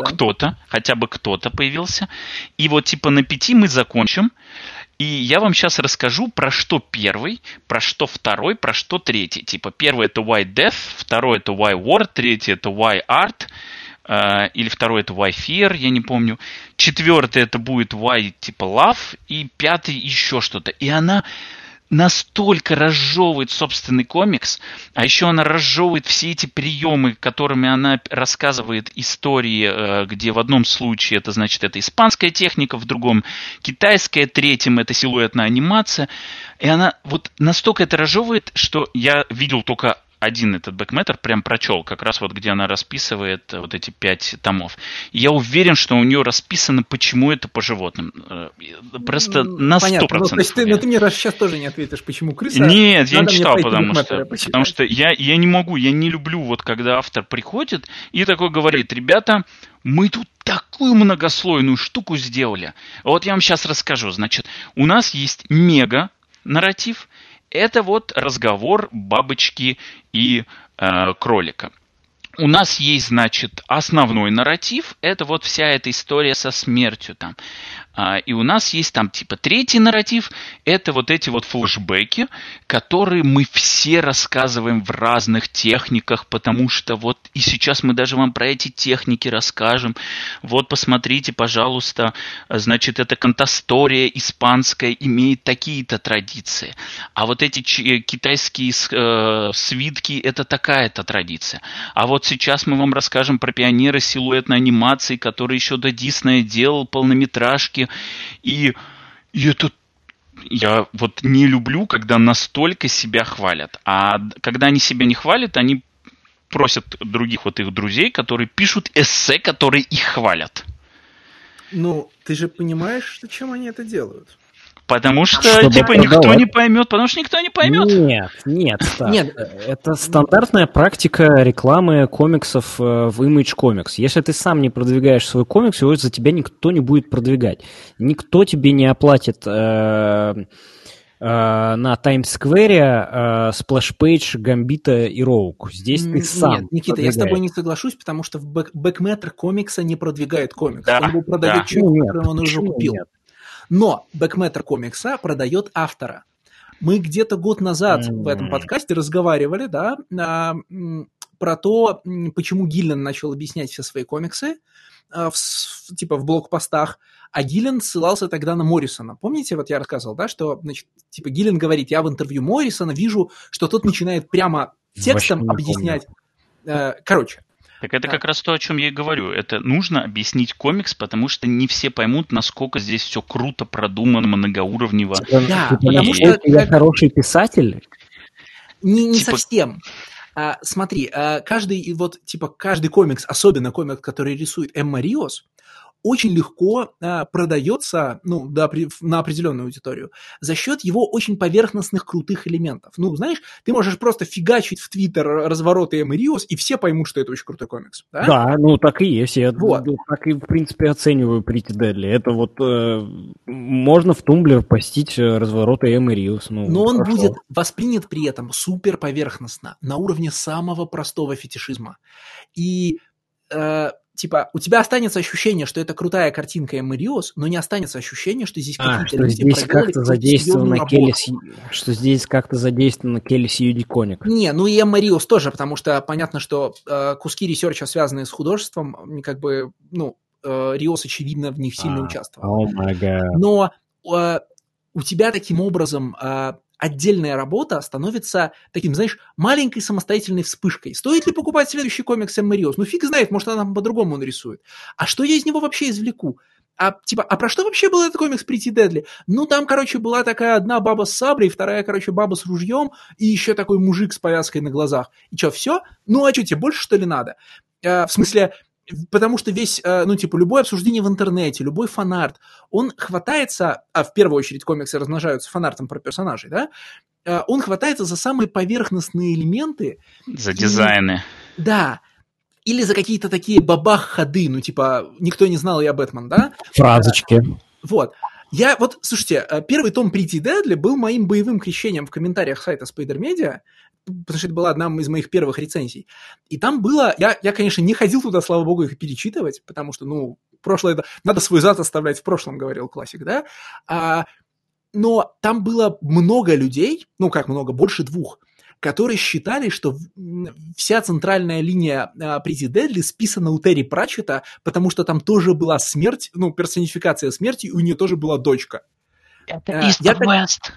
S2: кто-то появился. И вот типа на 5 мы закончим. И я вам сейчас расскажу, про что первый, про что второй, про что третий. Типа первый это Why Death, второй это Why War, третий это Why Art, или второй это Why Fear, я не помню. Четвертый это будет Why типа Love, и пятый еще что-то. И она настолько разжевывает собственный комикс, а еще она разжевывает все эти приемы, которыми она рассказывает истории, где в одном случае это значит это испанская техника, в другом китайская, третьем это силуэтная анимация. И она вот настолько это разжевывает, что я видел только один этот бэкметтер, прям прочел, как раз вот где она расписывает вот эти 5 томов. И я уверен, что у нее расписано, почему это по животным. Просто на 100%.
S1: Понятно. То есть ты мне сейчас тоже не ответишь, почему крыса.
S2: Нет, я не читал, потому что я не могу, я не люблю, вот когда автор приходит и такой говорит: ребята, мы тут такую многослойную штуку сделали. Вот я вам сейчас расскажу. Значит, у нас есть мега-нарратив. Это вот разговор бабочки и кролика. У нас есть, значит, основной нарратив. Это вот вся эта история со смертью там. И у нас есть там типа третий нарратив. Это вот эти вот флешбеки, которые мы все рассказываем в разных техниках, потому что вот и сейчас мы даже вам про эти техники расскажем. Вот посмотрите, пожалуйста, значит, эта кантастория испанская имеет такие-то традиции. А вот эти китайские свитки, это такая-то традиция. А вот сейчас мы вам расскажем про пионеры силуэтной анимации, который еще до Диснея делал полнометражки. И это я вот не люблю, когда настолько себя хвалят. А когда они себя не хвалят, они просят других вот их друзей, которые пишут эссе, которые их хвалят.
S1: Ну, ты же понимаешь, чем они это делают?
S2: Потому что, типа, никто не поймет, потому что никто не поймет.
S3: Нет. Это стандартная практика рекламы комиксов в Image Comics. Если ты сам не продвигаешь свой комикс, его за тебя никто не будет продвигать. Никто тебе не оплатит на Таймс-сквере сплэш-пейдж Гамбита и Роук. Здесь ты сам.
S1: Нет, Никита, продвигаешь. Я с тобой не соглашусь, потому что бэкметтер комикса не продвигает комикс. Да, он его продает человеку, который он уже купил. Нет. Но бэкметтер комикса продает автора. Мы где-то год назад в этом подкасте разговаривали, да, про то, почему Гиллен начал объяснять все свои комиксы, типа в блокпостах, а Гиллен ссылался тогда на Моррисона. Помните, вот я рассказывал, да, что, значит, типа Гиллен говорит: я в интервью Моррисона вижу, что тот начинает прямо текстом объяснять. Короче.
S2: Так это как раз то, о чем я и говорю. Это нужно объяснить комикс, потому что не все поймут, насколько здесь все круто продумано, многоуровнево.
S1: Да, потому что...
S3: Я хороший писатель?
S1: Не совсем. Смотри, каждый комикс, особенно комикс, который рисует Эмма Риос, очень легко продается на определенную аудиторию за счет его очень поверхностных крутых элементов. Ну, знаешь, ты можешь просто фигачить в Твиттер развороты Эммы Риос, и все поймут, что это очень крутой комикс.
S3: Да, ну так и есть. Я так и, в принципе, оцениваю Pretty Deadly. Это вот можно в Тумблер постить развороты Эммы Риос.
S1: Но он будет воспринят при этом супер поверхностно, на уровне самого простого фетишизма. И... Типа, у тебя останется ощущение, что это крутая картинка Эммы Риос, но не останется ощущение, что здесь какие-то люди проделали
S3: что здесь как-то задействована Келли Сью ДеКоник.
S1: Не, ну и Эмма Риос тоже, потому что понятно, что куски ресерча, связанные с художеством, как бы, Риос, очевидно, в них сильно участвовал.
S3: Oh my God.
S1: Но у тебя таким образом отдельная работа становится таким, знаешь, маленькой самостоятельной вспышкой. Стоит ли покупать следующий комикс Эммы Риос? Ну, фиг знает, может, она по-другому нарисует. А что я из него вообще извлеку? А про что вообще был этот комикс Pretty Deadly? Ну, там, короче, была такая одна баба с саблей, вторая, короче, баба с ружьем, и еще такой мужик с повязкой на глазах. И что, все? Ну, а что, тебе больше, что ли, надо? В смысле, потому что весь, любое обсуждение в интернете, любой фанарт, он хватается, а в первую очередь комиксы размножаются фанартом про персонажей, да, он хватается за самые поверхностные элементы.
S2: За дизайны.
S1: Да, или за какие-то такие бабах-ходы, никто не знал, я Бэтмен, да?
S3: Фразочки.
S1: Вот. Слушайте, первый том Pretty Deadly был моим боевым крещением в комментариях сайта Spider Media, потому что это была одна из моих первых рецензий. И там было... Я, конечно, не ходил туда, слава богу, их перечитывать, потому что, прошлое... Надо свой зад оставлять в прошлом, говорил классик, да? Но там было много людей, больше 2, которые считали, что вся центральная линия Pretty Deadly списана у Терри Пратчетта, потому что там тоже была смерть, персонификация смерти, и у нее тоже была дочка.
S2: Это East and West.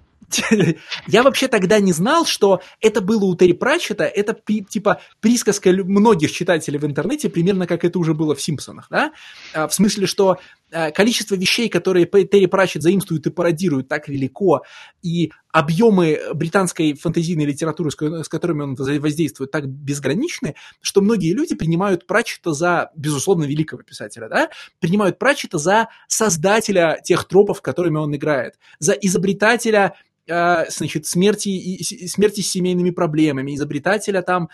S1: Я вообще тогда не знал, что это было у Терри Пратчетта, это присказка многих читателей в интернете, примерно как это уже было в «Симпсонах», да? В смысле, что количество вещей, которые Терри Пратчетт заимствует и пародирует, так велико, и объемы британской фэнтезийной литературы, с которыми он воздействует, так безграничны, что многие люди принимают Пратчетта за, безусловно, великого писателя, да? Принимают Пратчетта за создателя тех тропов, которыми он играет, за изобретателя смерти с семейными проблемами, изобретателя там,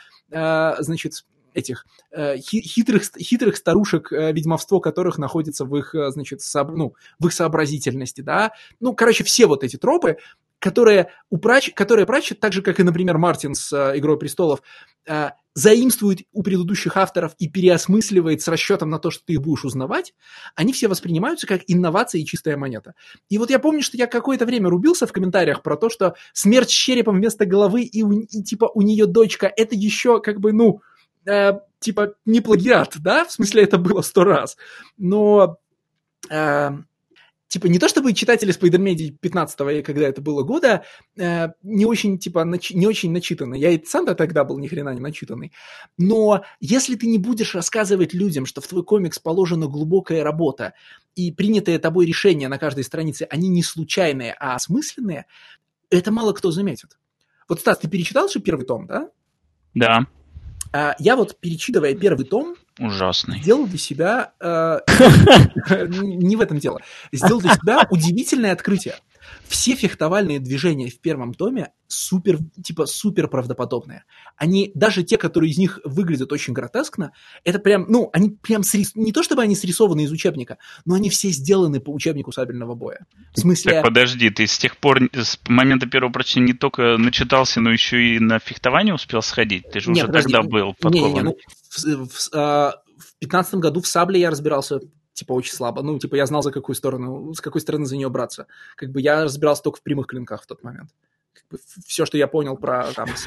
S1: этих хитрых старушек, ведьмовство которых находится в их, в их сообразительности, да. Все вот эти тропы, которые Пратчетт, так же, как и, например, Мартин с «Игрой престолов», заимствует у предыдущих авторов и переосмысливает с расчетом на то, что ты их будешь узнавать, они все воспринимаются как инновация и чистая монета. И вот я помню, что я какое-то время рубился в комментариях про то, что смерть с черепом вместо головы и у нее дочка, это еще не плагиат, да? В смысле, это было 100 раз. Но... не то чтобы читатели Spider-Man 15-го, когда это было года, не очень начитаны. Я и сам-то тогда был ни хрена не начитанный. Но если ты не будешь рассказывать людям, что в твой комикс положена глубокая работа, и принятые тобой решения на каждой странице, они не случайные, а осмысленные, это мало кто заметит. Вот, Стас, ты перечитал же первый том, да?
S2: Да.
S1: Я перечитывая первый том,
S2: ужасный,
S1: сделал для себя... Не в этом дело. Сделал для себя удивительное открытие. Все фехтовальные движения в первом томе супер правдоподобные. Они, даже те, которые из них выглядят очень гротескно, это прям, они прям не то чтобы они срисованы из учебника, но они все сделаны по учебнику сабельного боя. В смысле...
S2: Так, подожди, ты с тех пор, с момента первого прочтения не только начитался, но еще и на фехтование успел сходить? Ты же уже тогда был подкован.
S1: В 15-м году в сабле я разбирался очень слабо. Я знал, с какой стороны за нее браться. Я разбирался только в прямых клинках в тот момент. Все, что я понял про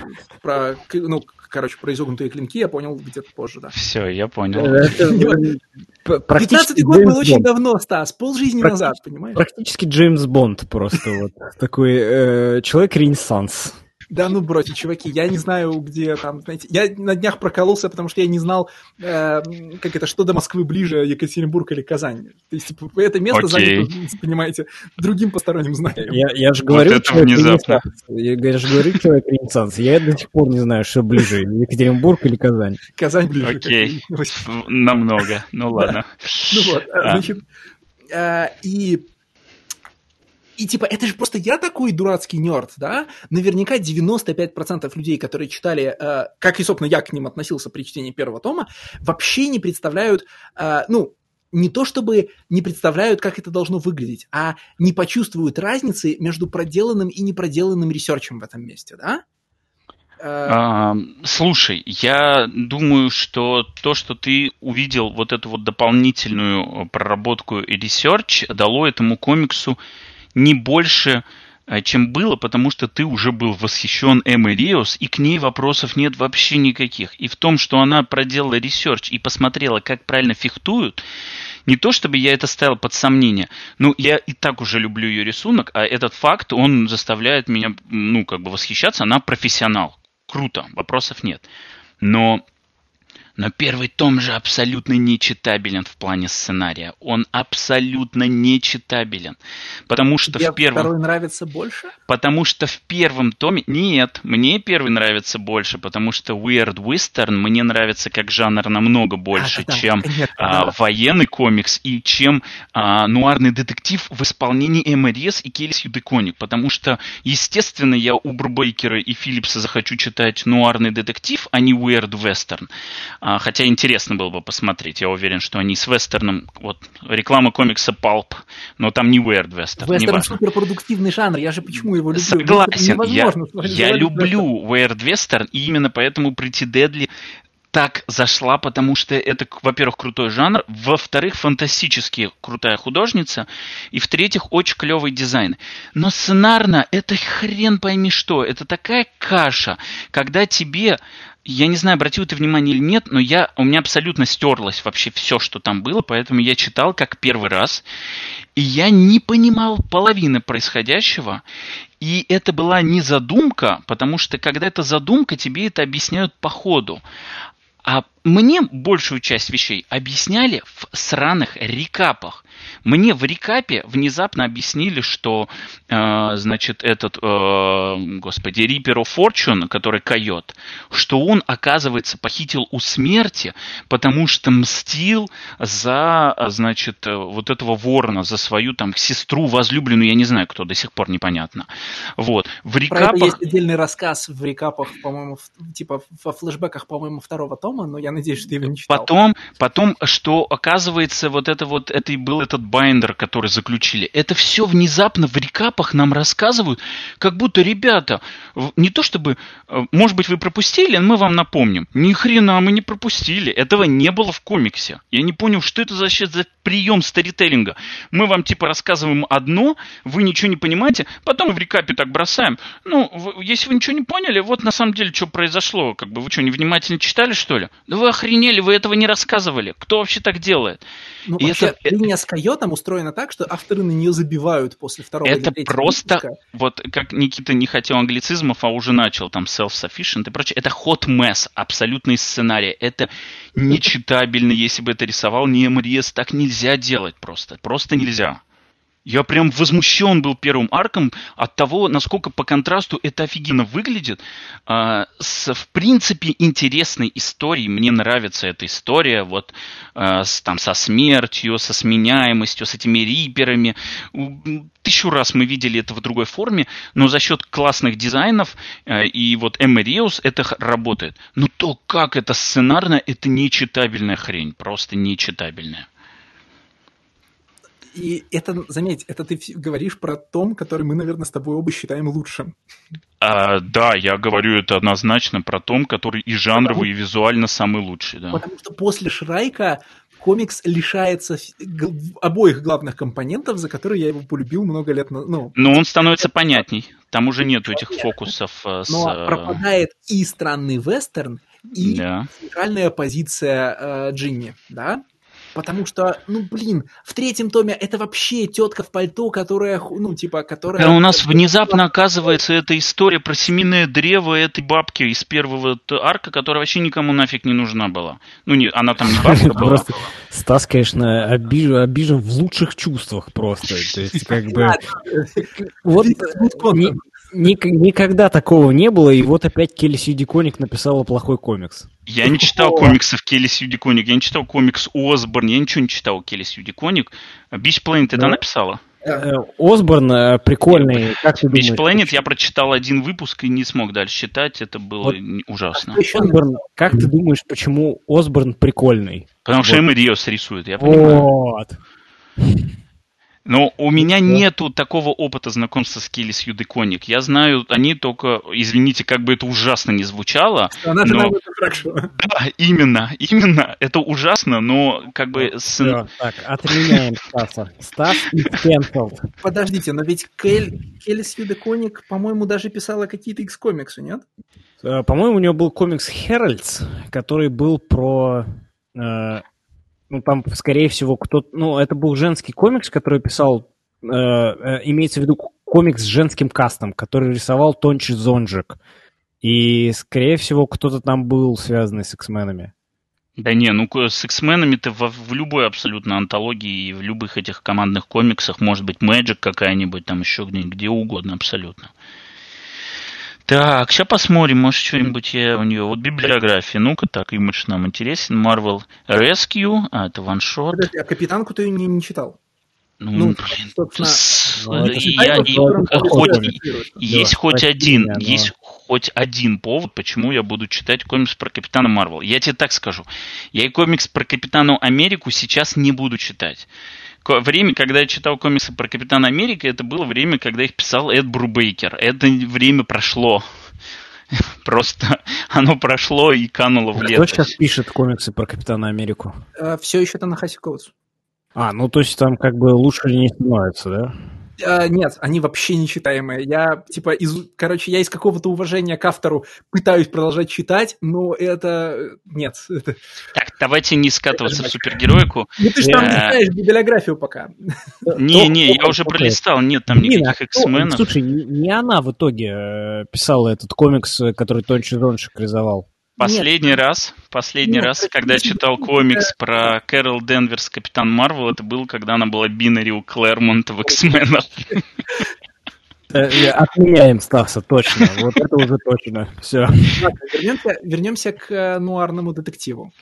S1: изогнутые клинки, я понял где-то позже, да.
S2: Все, я понял.
S1: 15-й год был очень давно, Стас, полжизни назад, понимаешь?
S3: Практически Джеймс Бонд просто такой человек-ренессанс.
S1: Да бросьте, чуваки, я не знаю, где там, знаете, я на днях прокололся, потому что я не знал, что до Москвы ближе, Екатеринбург или Казань. То есть, это место занято, понимаете, другим посторонним знанием.
S3: Я же говорю, человек-ренессанс. Я до сих пор не знаю, что ближе, Екатеринбург или Казань.
S1: Казань ближе.
S2: Окей, намного, ладно.
S1: И это же просто я такой дурацкий нерд, да? Наверняка 95% людей, которые читали, как и, собственно, я к ним относился при чтении первого тома, вообще не представляют, не то чтобы не представляют, как это должно выглядеть, а не почувствуют разницы между проделанным и непроделанным ресерчем в этом месте, да?
S2: Слушай, я думаю, что то, что ты увидел вот эту вот дополнительную проработку и ресерч, дало этому комиксу не больше, чем было, потому что ты уже был восхищен Эммой Риос, и к ней вопросов нет вообще никаких. И в том, что она проделала ресерч и посмотрела, как правильно фехтуют, не то чтобы я это ставил под сомнение, но я и так уже люблю ее рисунок, а этот факт, он заставляет меня, восхищаться. Она профессионал. Круто, вопросов нет. Но первый том же абсолютно нечитабелен в плане сценария. Он абсолютно нечитабелен. Потому что
S1: Тебе
S2: в первом...
S1: второй нравится больше?
S2: Потому что в первом томе... Нет, мне первый нравится больше, потому что Weird Western мне нравится как жанр намного больше, чем военный комикс и чем нуарный детектив в исполнении Эммы Рез и Келли Сью ДеКоник. Потому что, естественно, я у Брубейкера и Филлипса захочу читать нуарный детектив, а не Weird Western. Хотя интересно было бы посмотреть. Я уверен, что они с вестерном... Вот реклама комикса Pulp, но там не Weird Western.
S1: Вестерн суперпродуктивный жанр. Я же почему его люблю?
S2: Согласен. Я люблю Weird Western, и именно поэтому Pretty Deadly так зашла, потому что это, во-первых, крутой жанр, во-вторых, фантастически крутая художница, и в-третьих, очень клевый дизайн. Но сценарно это хрен пойми что. Это такая каша, когда тебе... Я не знаю, обратил ты внимание или нет, но у меня абсолютно стерлось вообще все, что там было, поэтому я читал как первый раз, и я не понимал половины происходящего, и это была не задумка, потому что когда это задумка, тебе это объясняют по ходу. А мне большую часть вещей объясняли в сраных рекапах. Мне в рекапе внезапно объяснили, что, этот, Reaper of Fortune, который Койот, что он, оказывается, похитил у смерти, потому что мстил за, вот этого ворона, за свою там сестру, возлюбленную, я не знаю кто, до сих пор непонятно. Вот. В рекапах...
S1: Про это есть отдельный рассказ в рекапах, по-моему, во флешбеках, по-моему, второго тома, но я надеюсь, что ты его не читал.
S2: Потом, что оказывается, это и был этот байндер, который заключили. Это все внезапно в рекапах нам рассказывают, как будто, ребята, не то чтобы, может быть, вы пропустили, но мы вам напомним. Ни хрена мы не пропустили. Этого не было в комиксе. Я не понял, что это за прием сторителлинга. Мы вам типа рассказываем одно, вы ничего не понимаете, потом в рекапе так бросаем. Если вы ничего не поняли, вот на самом деле, что произошло. Вы что, невнимательно читали, что ли? Да вы охренели, вы этого не рассказывали. Кто вообще так делает?
S1: Вообще, линия с Койотом устроена так, что авторы на нее забивают после второго или третьего
S2: просто,
S1: выпуска.
S2: Вот как Никита не хотел англицизмов, а уже начал там self-sufficient и прочее. Это hot mess, абсолютный сценарий. Это нечитабельно, если бы это рисовал не МРС. Так нельзя делать просто. Просто нельзя. Я прям возмущен был первым арком от того, насколько по контрасту это офигенно выглядит. В принципе, интересной историей. Мне нравится эта история. Вот со смертью, со сменяемостью, с этими риперами. 1000 раз мы видели это в другой форме, но за счет классных дизайнов и вот Эммы Риус это работает. Но то, как это сценарно, это нечитабельная хрень. Просто нечитабельная.
S1: И это, заметь, это ты говоришь про том, который мы, наверное, с тобой оба считаем лучшим.
S2: Да, я говорю это однозначно про том, который и жанрово, и визуально самый лучший. Да.
S1: Потому что после Шрайка комикс лишается обоих главных компонентов, за которые я его полюбил много лет назад.
S2: Но он становится понятней. Там уже нету этих фокусов.
S1: Но пропадает и странный вестерн, и центральная позиция Джинни, да? Потому что, в третьем томе это вообще тетка в пальто, которая...
S2: Да, у нас внезапно оказывается эта история про семейное древо этой бабки из первого арка, которая вообще никому нафиг не нужна была. Она там не бабка была.
S3: Просто Стас, конечно, обижен в лучших чувствах просто. То есть, Вот никогда такого не было, и вот опять Келли Сью ДеКоник написала плохой комикс.
S2: Я не читал комиксов Келли Сью ДеКоник, я не читал комикс Осборн, я ничего не читал Келли Сью ДеКоник. Beach Planet ты написала?
S3: Осборн прикольный, как ты думаешь?
S2: Beach Planet я прочитал один выпуск и не смог дальше читать, это было ужасно.
S3: Осборн, как ты думаешь, почему Осборн прикольный?
S2: Потому что Эммы Риос рисует, я понимаю. Но у меня нету такого опыта знакомства с Келли Сью ДеКоник. Я знаю, они только, извините, как бы это ужасно не звучало.
S1: Она же
S2: да, именно. Это ужасно, но как бы...
S3: Все, так, отменяем Стаса. Стас и cancelled.
S1: Подождите, но ведь Келли Сью ДеКоник, по-моему, даже писала какие-то X-комиксы, нет?
S3: По-моему, у него был комикс Heralds, который был про... Ну, там, скорее всего, кто-то... Ну, это был женский комикс, который писал... имеется в виду комикс с женским кастом, который рисовал Тончи Зонжик. И, скорее всего, кто-то там был связанный с X-менами.
S2: Да не, ну с X-менами-то в любой абсолютно антологии и в любых этих командных комиксах может быть Magic какая-нибудь, там еще где угодно абсолютно. Так, сейчас посмотрим, может, что-нибудь я у нее... Вот библиография, ну-ка так, имидж нам интересен. Marvel Rescue, это ваншот.
S1: Подожди, а Капитанку ты не читал?
S2: Ну, блин, есть хоть один повод, почему я буду читать комикс про Капитана Марвел. Я тебе так скажу. Я и комикс про Капитана Америку сейчас не буду читать. Время, когда я читал комиксы про Капитана Америки, это было время, когда их писал Эд Брубейкер. Это время прошло. Просто оно прошло и кануло в лето.
S3: Кто сейчас пишет комиксы про Капитана Америку?
S1: Все еще Та-Нахаси Коутс.
S3: Ну то есть там как бы лучше не становится, да?
S1: Нет, они вообще нечитаемые. Я, я из какого-то уважения к автору пытаюсь продолжать читать, но это... Нет.
S2: Так, давайте не скатываться в супергероику.
S1: Ну ты же там не знаешь библиографию пока.
S2: Не, я уже пролистал, нет там никаких X-менов.
S3: Слушай, не она в итоге писала этот комикс, который Тончи Зоншик рисовал.
S2: Последний раз, когда я читал комикс про Кэрол Денверс Капитан Марвел, это было, когда она была Бинари у Клэрмонта в X-менах.
S3: Отменяем Стаса, точно. Вот это уже точно. Все.
S1: Вернемся к нуарному детективу.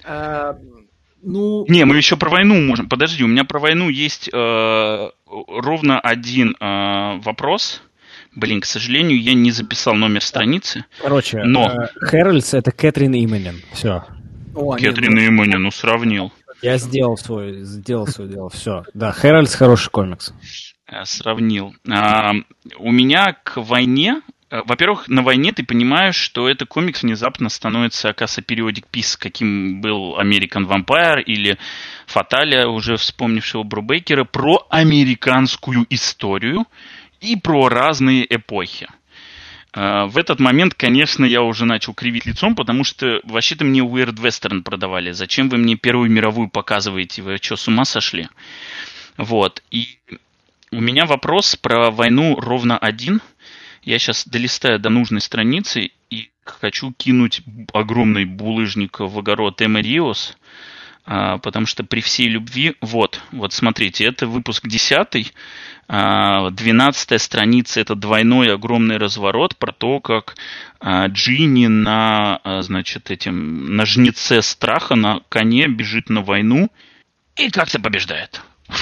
S2: Не, мы еще про войну можем. Подожди, у меня про войну есть ровно один вопрос. Блин, к сожалению, я не записал номер страницы.
S3: Короче,
S2: но
S3: Хэрольдс — это Кэтрин Иманен. Все.
S2: Кэтрин Иманен, сравнил.
S3: Я сделал свое дело. Все. Да, Хэрольдс — хороший комикс.
S2: Сравнил. У меня к войне... Во-первых, на войне ты понимаешь, что этот комикс внезапно становится, оказывается, периодик пис, каким был American Vampire или Фаталия, уже вспомнившего Брубейкера, про американскую историю и про разные эпохи. В этот момент, конечно, я уже начал кривить лицом, потому что вообще-то мне Weird Western продавали. Зачем вы мне Первую мировую показываете? Вы что, с ума сошли? Вот. И у меня вопрос про войну ровно один. Я сейчас долистаю до нужной страницы и хочу кинуть огромный булыжник в огород Эмма Риос, потому что при всей любви... Вот смотрите, это выпуск 10, 12 страница, это двойной огромный разворот про то, как Джинни на жнеце страха, на коне бежит на войну и как-то побеждает.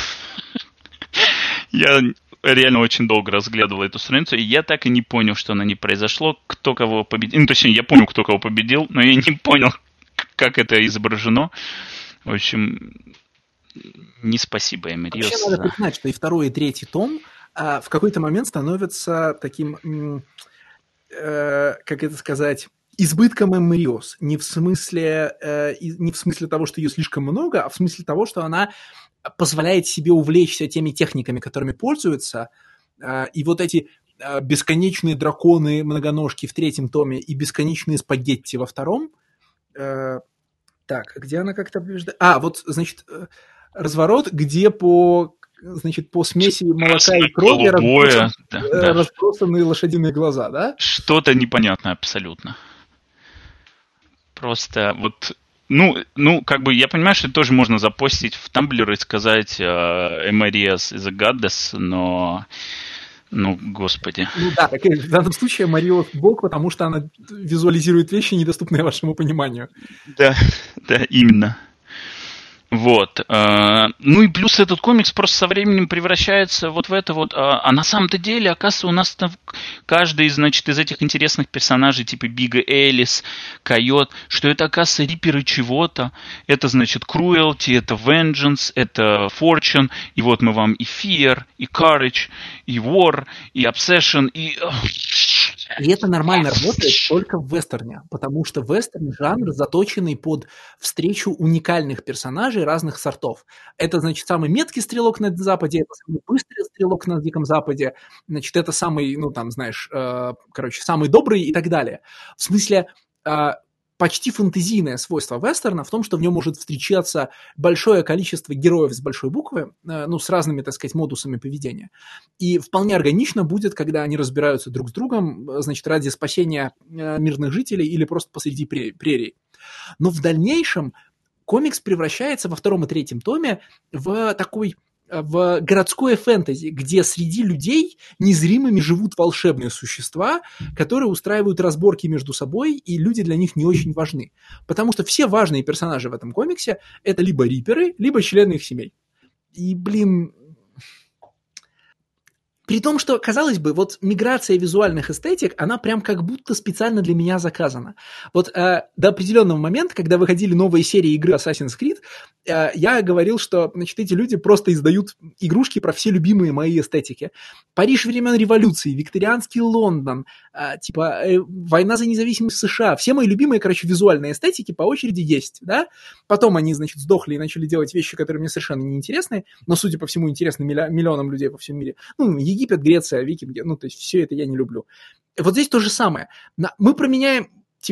S2: Я реально очень долго разглядывал эту страницу, и я так и не понял, что она не произошло, кто кого победил. Ну, точнее, я понял, кто кого победил, но я не понял, как это изображено. В общем, не спасибо, Эмма Риос.
S1: Вообще надо признать, что и второй, и третий том в какой-то момент становятся таким, как это сказать, избытком Эммы Риос. Не в смысле того, что ее слишком много, а в смысле того, что она позволяет себе увлечься теми техниками, которыми пользуется, и вот эти бесконечные драконы-многоножки в третьем томе и бесконечные спагетти во втором. Так, где она как-то побеждает? Разворот, где по смеси молока и крови разбросаны лошадиные глаза, да?
S2: Что-то непонятное абсолютно. Просто вот... Ну, как бы, я понимаю, что это тоже можно запостить в Tumblr и сказать Emma Риос is a goddess, но... Ну, господи.
S1: Ну да, так в данном случае Марио бог, потому что она визуализирует вещи, недоступные вашему пониманию.
S2: Да, именно. Вот. Ну и плюс этот комикс просто со временем превращается вот в это вот. А на самом-то деле, оказывается, у нас там каждый, из этих интересных персонажей, типа Бига Элис, Койот, что это, оказывается, риперы чего-то. Это, Cruelty, это Vengeance, это Fortune. И вот мы вам и Fear, и Courage, и War, и Obsession, и...
S1: И это нормально работает только в вестерне, потому что вестерн – жанр, заточенный под встречу уникальных персонажей разных сортов. Это, самый меткий стрелок на Западе, это самый быстрый стрелок на Диком Западе, это самый, самый добрый и так далее. В смысле, почти фэнтезийное свойство вестерна в том, что в нем может встречаться большое количество героев с большой буквы, ну, с разными, так сказать, модусами поведения. И вполне органично будет, когда они разбираются друг с другом, значит, ради спасения мирных жителей или просто посреди прерий. Но в дальнейшем комикс превращается во втором и третьем томе в городское фэнтези, где среди людей незримыми живут волшебные существа, которые устраивают разборки между собой, и люди для них не очень важны. Потому что все важные персонажи в этом комиксе – это либо риперы, либо члены их семей. И, блин... При том, что, казалось бы, вот миграция визуальных эстетик, она прям как будто специально для меня заказана. Вот до определенного момента, когда выходили новые серии игры Assassin's Creed, я говорил, что, значит, эти люди просто издают игрушки про все любимые мои эстетики. Париж времен революции, викторианский Лондон, война за независимость США. Все мои любимые, короче, визуальные эстетики по очереди есть, да? Потом они, значит, сдохли и начали делать вещи, которые мне совершенно неинтересны, но, судя по всему, интересны миллионам людей по всему мире. Ну, Египет, Греция, викинги, ну, то есть все это я не люблю. Вот здесь то же самое. Мы променяем,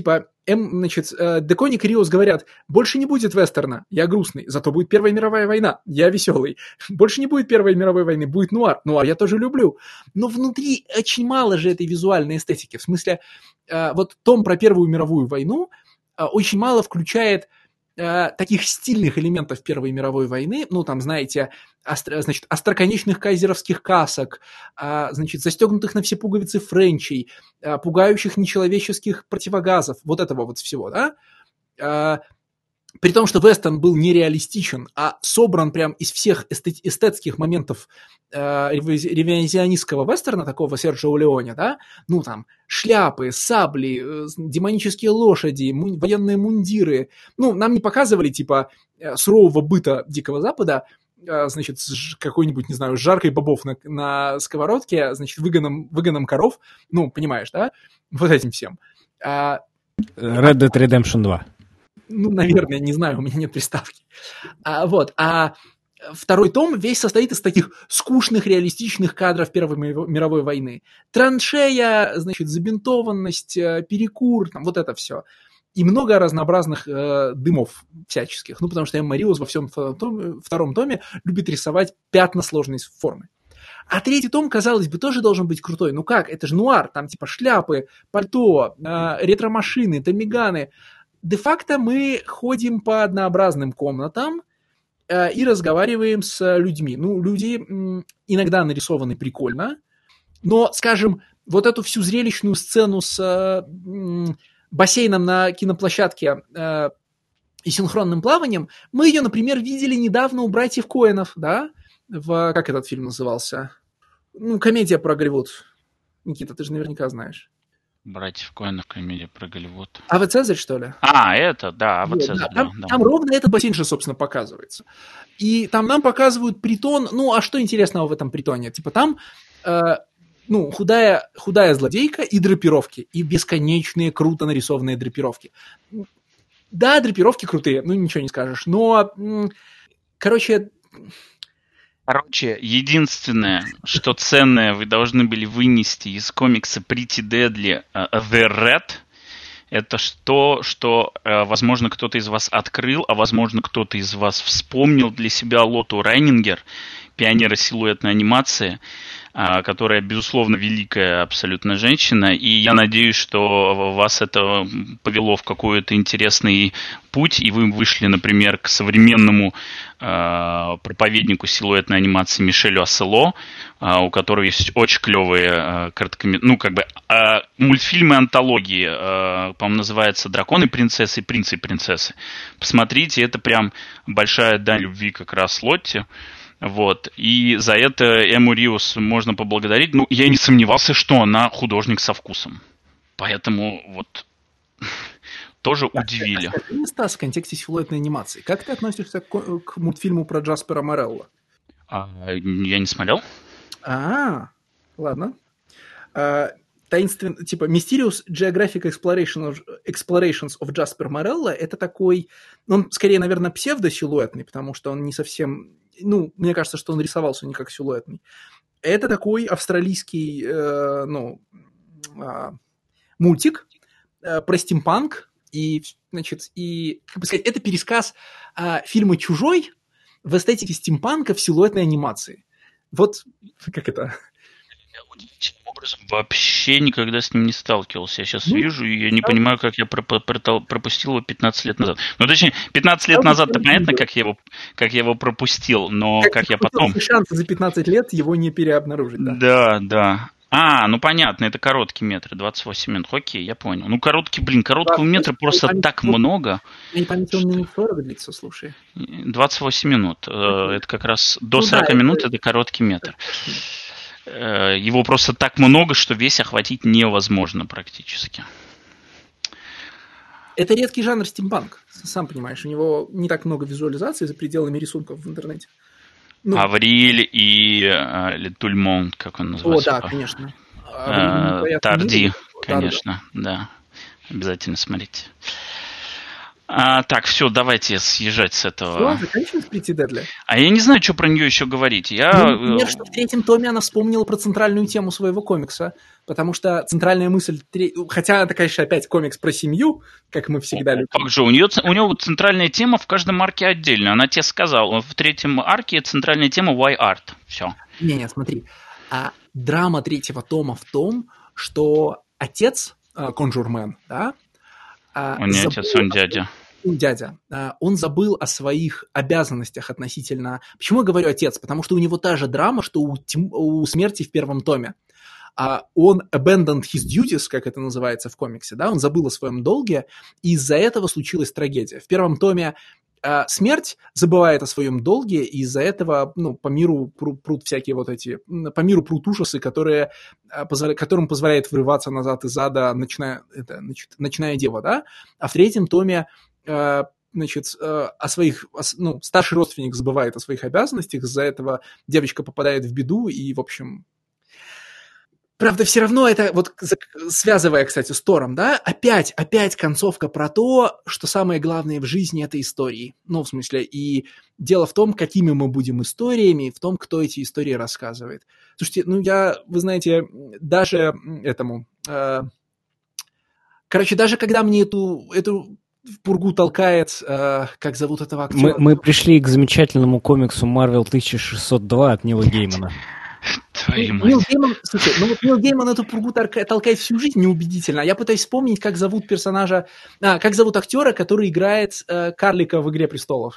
S1: Деконик и Риос говорят, больше не будет вестерна, я грустный, зато будет Первая мировая война, я веселый. Больше не будет Первой мировой войны, будет нуар я тоже люблю. Но внутри очень мало же этой визуальной эстетики. В смысле, вот том про Первую мировую войну очень мало включает таких стильных элементов Первой мировой войны, ну, там, знаете, остроконечных кайзеровских касок, значит, застегнутых на все пуговицы френчей, пугающих нечеловеческих противогазов, вот этого вот всего, да? При том, что вестерн был нереалистичен, а собран прям из всех эстетских моментов ревизионистского вестерна, такого Серджио Леоне, да, ну там шляпы, сабли, демонические лошади, военные мундиры, ну нам не показывали типа сурового быта Дикого Запада, значит, какой-нибудь, не знаю, с жаркой бобов на сковородке, значит, выгоном коров, ну, понимаешь, да, вот этим всем.
S3: Red Dead Redemption 2.
S1: Ну, наверное, не знаю, у меня нет приставки. А второй том весь состоит из таких скучных, реалистичных кадров Первой мировой войны. Траншея, значит, забинтованность, перекур, там, вот это все. И много разнообразных дымов всяческих. Ну, потому что Эмма Риос во всем втором томе любит рисовать пятна сложной формы. А третий том, казалось бы, тоже должен быть крутой. Ну как? Это же нуар. Там типа шляпы, пальто, ретро-машины, томиганы. Де-факто мы ходим по однообразным комнатам и разговариваем с людьми. Ну, люди иногда нарисованы прикольно, но, скажем, вот эту всю зрелищную сцену с бассейном на киноплощадке и синхронным плаванием, мы ее, например, видели недавно у братьев Коэнов, да? Как этот фильм назывался? Ну, комедия про Голливуд. Никита, ты же наверняка знаешь.
S2: Братьев Коэнов, комедия про Голливуд.
S1: Ава Цезарь, что ли?
S2: Это, да, Ава Цезарь.
S1: Да, там ровно этот бассейн же, собственно, показывается. И там нам показывают притон. Ну, а что интересного в этом притоне? Типа там, худая злодейка и драпировки. И бесконечные, круто нарисованные драпировки. Да, драпировки крутые, ну, ничего не скажешь. Но, Короче,
S2: единственное, что ценное вы должны были вынести из комикса Pretty Deadly The Red, это то, что, возможно, кто-то из вас открыл, а возможно, кто-то из вас вспомнил для себя Лоту Райнингер, пионера силуэтной анимации, которая, безусловно, великая абсолютно женщина, и я надеюсь, что вас это повело в какой-то интересный путь, и вы вышли, например, к современному проповеднику силуэтной анимации Мишелю Ассело, у которого есть очень клевые мультфильмы-антологии, по-моему, называется «Драконы и принцессы» и «Принцы и принцессы». Посмотрите, это прям большая дань любви как раз Лотте. Вот. И за это Эмму Риос можно поблагодарить. Ну, я не сомневался, что она художник со вкусом. Поэтому вот тоже удивили.
S1: Стас, в контексте силуэтной анимации, как ты относишься к мультфильму про Джаспера Морелло?
S2: Я не смотрел.
S1: Ладно. Таинственный, типа Mysterious Geographic Explorations of Jasper Morello, это такой, он скорее, наверное, псевдосилуэтный, потому что он не совсем, мне кажется, что он рисовался не как силуэтный. Это такой австралийский мультик про стимпанк И, значит, как бы сказать, это пересказ фильма «Чужой» в эстетике стимпанка в силуэтной анимации. Вот как это...
S2: Я удивительным образом вообще никогда с ним не сталкивался. Я сейчас вижу, и я не понимаю, как я пропустил его 15 лет назад. Ну, точнее, 15 лет назад-то понятно, как я его пропустил, но как я потом...
S1: Шансы за 15 лет его не переобнаружить,
S2: да. Да. Ну понятно, это короткий метр, 28 минут. Окей, я понял. Ну, короткого метра просто так много.
S1: Я память, он минут 40 длится, слушай.
S2: 28 минут. Это как раз до 40 минут это короткий метр. Его просто так много, что весь охватить невозможно практически.
S1: Это редкий жанр стимпанк, сам понимаешь. У него не так много визуализации за пределами рисунков в интернете.
S2: Авриль и Тульмон, как он называется?
S1: О, да, конечно.
S2: Тарди, конечно, да. Обязательно смотрите. Так, все, давайте съезжать с этого.
S1: Все, заканчиваем с Pretty Deadly.
S2: А я не знаю, что про нее еще говорить.
S1: Например, что в третьем томе она вспомнила про центральную тему своего комикса, потому что центральная мысль... Хотя это, конечно, опять комикс про семью, как мы всегда любим.
S2: Как же, у нее центральная тема в каждом арке отдельно. Она тебе сказала, в третьем арке центральная тема Why Art. Все.
S1: Не, смотри. Драма третьего тома в том, что отец, Конжурмен, да,
S2: он не отец, он дядя.
S1: Дядя. Он забыл о своих обязанностях относительно... Почему я говорю отец? Потому что у него та же драма, что у смерти в первом томе. Он abandoned his duties, как это называется в комиксе, да, он забыл о своем долге, и из-за этого случилась трагедия. В первом томе смерть забывает о своем долге, и из-за этого, по миру прут всякие по миру прут ужасы, которым позволяет врываться назад из ада ночная дева, да? А в третьем томе, старший родственник забывает о своих обязанностях, из-за этого девочка попадает в беду, и, в общем... Правда, все равно это, связывая, кстати, с Тором, да, опять концовка про то, что самое главное в жизни – это истории. В смысле, и дело в том, какими мы будем историями, в том, кто эти истории рассказывает. Слушайте, вы знаете, даже даже когда мне эту пургу толкает, как зовут этого актера?
S3: Мы пришли к замечательному комиксу Marvel 1602 от Нила Геймана.
S1: Нил Гейман эту пургу толкает всю жизнь неубедительно. Я пытаюсь вспомнить, как зовут персонажа, как зовут актера, который играет карлика в «Игре престолов».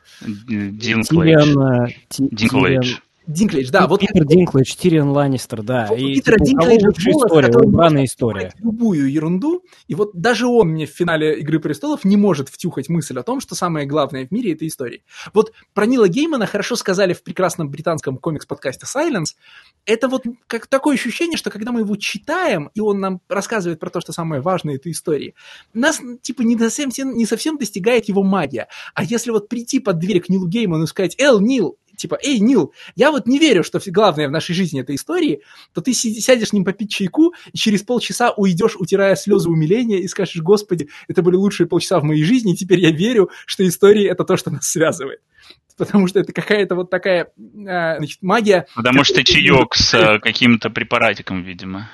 S1: Динклэйдж, да.
S3: Питер Динклэйдж, Тирион Ланнистер, да.
S1: И Питера Динклэйджа
S3: убранная история.
S1: Любую ерунду. И вот даже он мне в финале «Игры престолов» не может втюхать мысль о том, что самое главное в мире – это истории. Вот про Нила Геймана хорошо сказали в прекрасном британском комикс-подкасте «Silence». Это как такое ощущение, что когда мы его читаем, и он нам рассказывает про то, что самое важное – это истории, нас не совсем достигает его магия. А если прийти под дверь к Нилу Гейману и сказать: Нил, эй, Нил, я не верю, что главное в нашей жизни – это истории, то ты сядешь с ним попить чайку, и через полчаса уйдешь, утирая слезы умиления, и скажешь: Господи, это были лучшие полчаса в моей жизни, и теперь я верю, что истории – это то, что нас связывает. Потому что это какая-то такая, магия.
S2: Потому что чаек с каким-то препаратиком, видимо.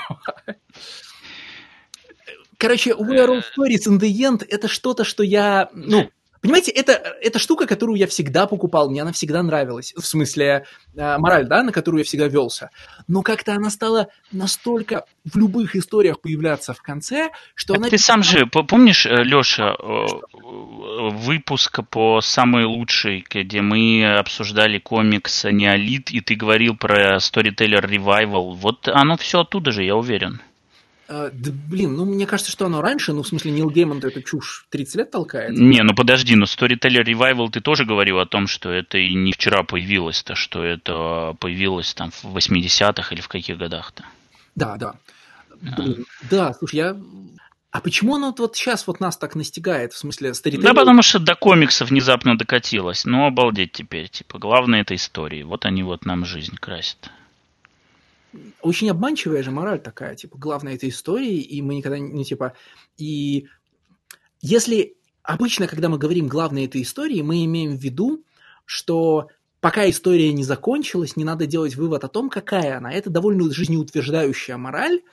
S1: Короче, We Are All Stories in the End – это что-то, что я, понимаете, это штука, которую я всегда покупал, мне она всегда нравилась. В смысле, мораль, да, на которую я всегда велся. Но как-то она стала настолько в любых историях появляться в конце, что она...
S2: Ты сам же, помнишь, Леша, выпуск по «Самый лучший», где мы обсуждали комикс «Неолит», и ты говорил про Storyteller Revival. Вот оно все оттуда же, я уверен.
S1: Мне кажется, что оно раньше, в смысле, Нил Гейман-то эту чушь 30 лет толкает.
S2: Не, подожди, Storyteller Revival ты тоже говорил о том, что это и не вчера появилось-то, что это появилось там в 80-х или в каких годах-то?
S1: Да. Да, слушай, А почему оно сейчас нас так настигает, в смысле, Storyteller?
S2: Да, потому что до комиксов внезапно докатилось. Обалдеть теперь, главное это истории. Вот они нам жизнь красят.
S1: Очень обманчивая же мораль такая, главное это истории, и мы никогда и если обычно, когда мы говорим главное это истории, мы имеем в виду, что пока история не закончилась, не надо делать вывод о том, какая она. Это довольно жизнеутверждающая мораль,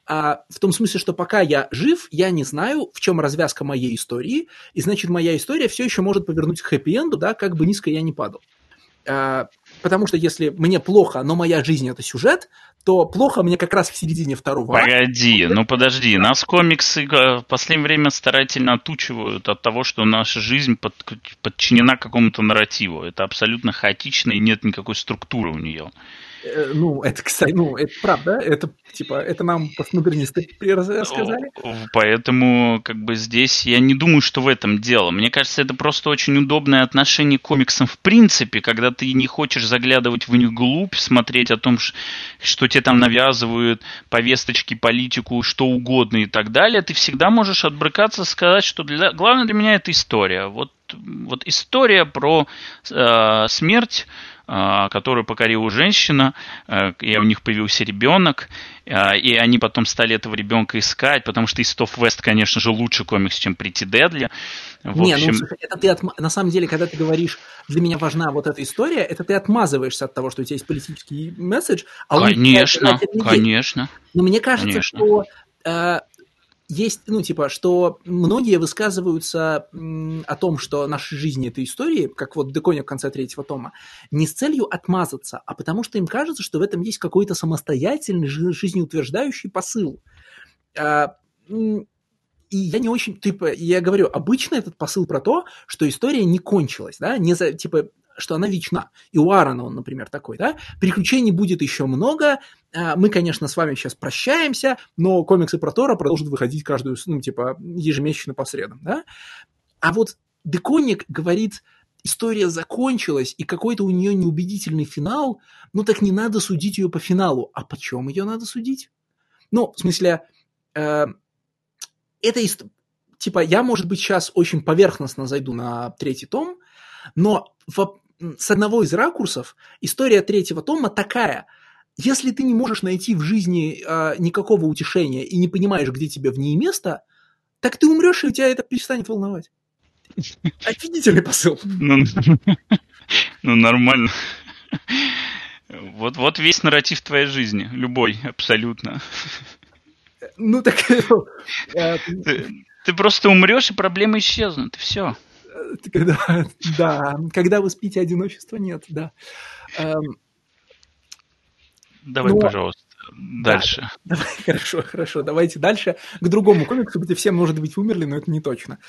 S1: в том смысле, что пока я жив, я не знаю, в чем развязка моей истории, и значит, моя история все еще может повернуть к хэппи-энду, да, как бы низко я ни падал. Потому что если мне плохо, но моя жизнь – это сюжет, то плохо мне как раз в середине второго акта.
S2: Подожди. Нас комиксы в последнее время старательно отучивают от того, что наша жизнь подчинена какому-то нарративу. Это абсолютно хаотично, и нет никакой структуры у нее.
S1: Это, кстати, это правда, это нам постмодернисты рассказали.
S2: Поэтому, здесь я не думаю, что в этом дело. Мне кажется, это просто очень удобное отношение к комиксам в принципе, когда ты не хочешь заглядывать в них глубь, смотреть о том, что тебе там навязывают, повесточки, политику, что угодно и так далее. Ты всегда можешь отбрыкаться, сказать, что главное для меня это история. Вот история про смерть, которую покорила женщина, и у них появился ребенок, и они потом стали этого ребенка искать, потому что East of West, конечно же, лучше комикс, чем Pretty Deadly.
S1: Слушай, это ты на самом деле, когда ты говоришь, для меня важна вот эта история, это ты отмазываешься от того, что у тебя есть политический месседж.
S2: Конечно.
S1: Но мне кажется, что есть, что многие высказываются о том, что наши жизни – это истории, как вот Деконик в конце третьего тома, не с целью отмазаться, а потому что им кажется, что в этом есть какой-то самостоятельный, жизнеутверждающий посыл. И я не очень, я говорю, обычно этот посыл про то, что история не кончилась, да, что она вечна. И у Аарона он, например, такой, да, приключений будет еще много, мы, конечно, с вами сейчас прощаемся, но комиксы про Тора продолжат выходить каждую, ежемесячно по средам, да. А вот Деконик говорит, история закончилась, и какой-то у нее неубедительный финал, так не надо судить ее по финалу. А почем ее надо судить? В смысле, это я, может быть, сейчас очень поверхностно зайду на третий том, но с одного из ракурсов история третьего тома такая. Если ты не можешь найти в жизни никакого утешения и не понимаешь, где тебе в ней место, так ты умрешь, и у тебя это перестанет волновать. Офигительный посыл.
S2: Нормально. Вот весь нарратив твоей жизни. Любой, абсолютно. Ты просто умрешь, и проблемы исчезнут, и все.
S1: Когда вы спите, одиночества нет, да.
S2: Давай, пожалуйста, дальше.
S1: Да, хорошо, давайте дальше к другому комиксу, где все, может быть, умерли, но это не точно.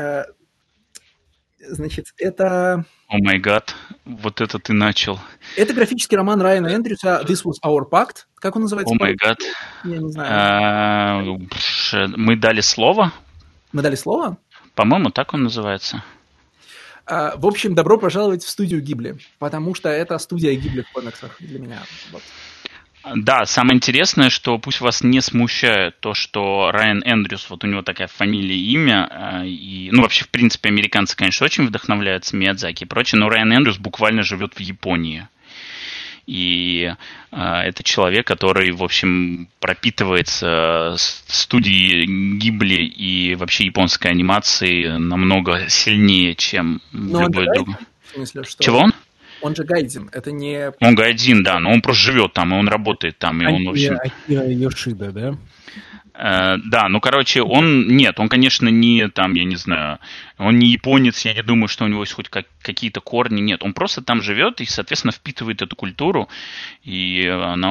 S1: Значит, это...
S2: О май гад, вот это ты начал.
S1: Это графический роман Райана Эндрюса «This was our pact». Как он называется?
S2: О май гад.
S1: Я не знаю.
S2: Мы дали слово?
S1: Мы дали слово?
S2: По-моему, так он называется.
S1: В общем, добро пожаловать в студию Гибли, потому что это студия Гибли в комиксах для меня. Вот.
S2: Да, самое интересное, что пусть вас не смущает то, что Райан Эндрюс, вот у него такая фамилия и имя, и, вообще, в принципе, американцы, конечно, очень вдохновляются Миядзаки и прочее, но Райан Эндрюс буквально живет в Японии. И это человек, который, в общем, пропитывается студией Гибли и вообще японской анимации намного сильнее, чем любой другой.
S1: В смысле, что...
S2: Чего он?
S1: Он же гайдзин, это не...
S2: Он гайдзин, да, но он просто живет там, и он работает там, и он, в общем...
S3: Акира Йошида, да?
S2: Да, он, конечно, не там, я не знаю, он не японец, я не думаю, что у него есть хоть какие-то корни, нет, он просто там живет и, соответственно, впитывает эту культуру, и она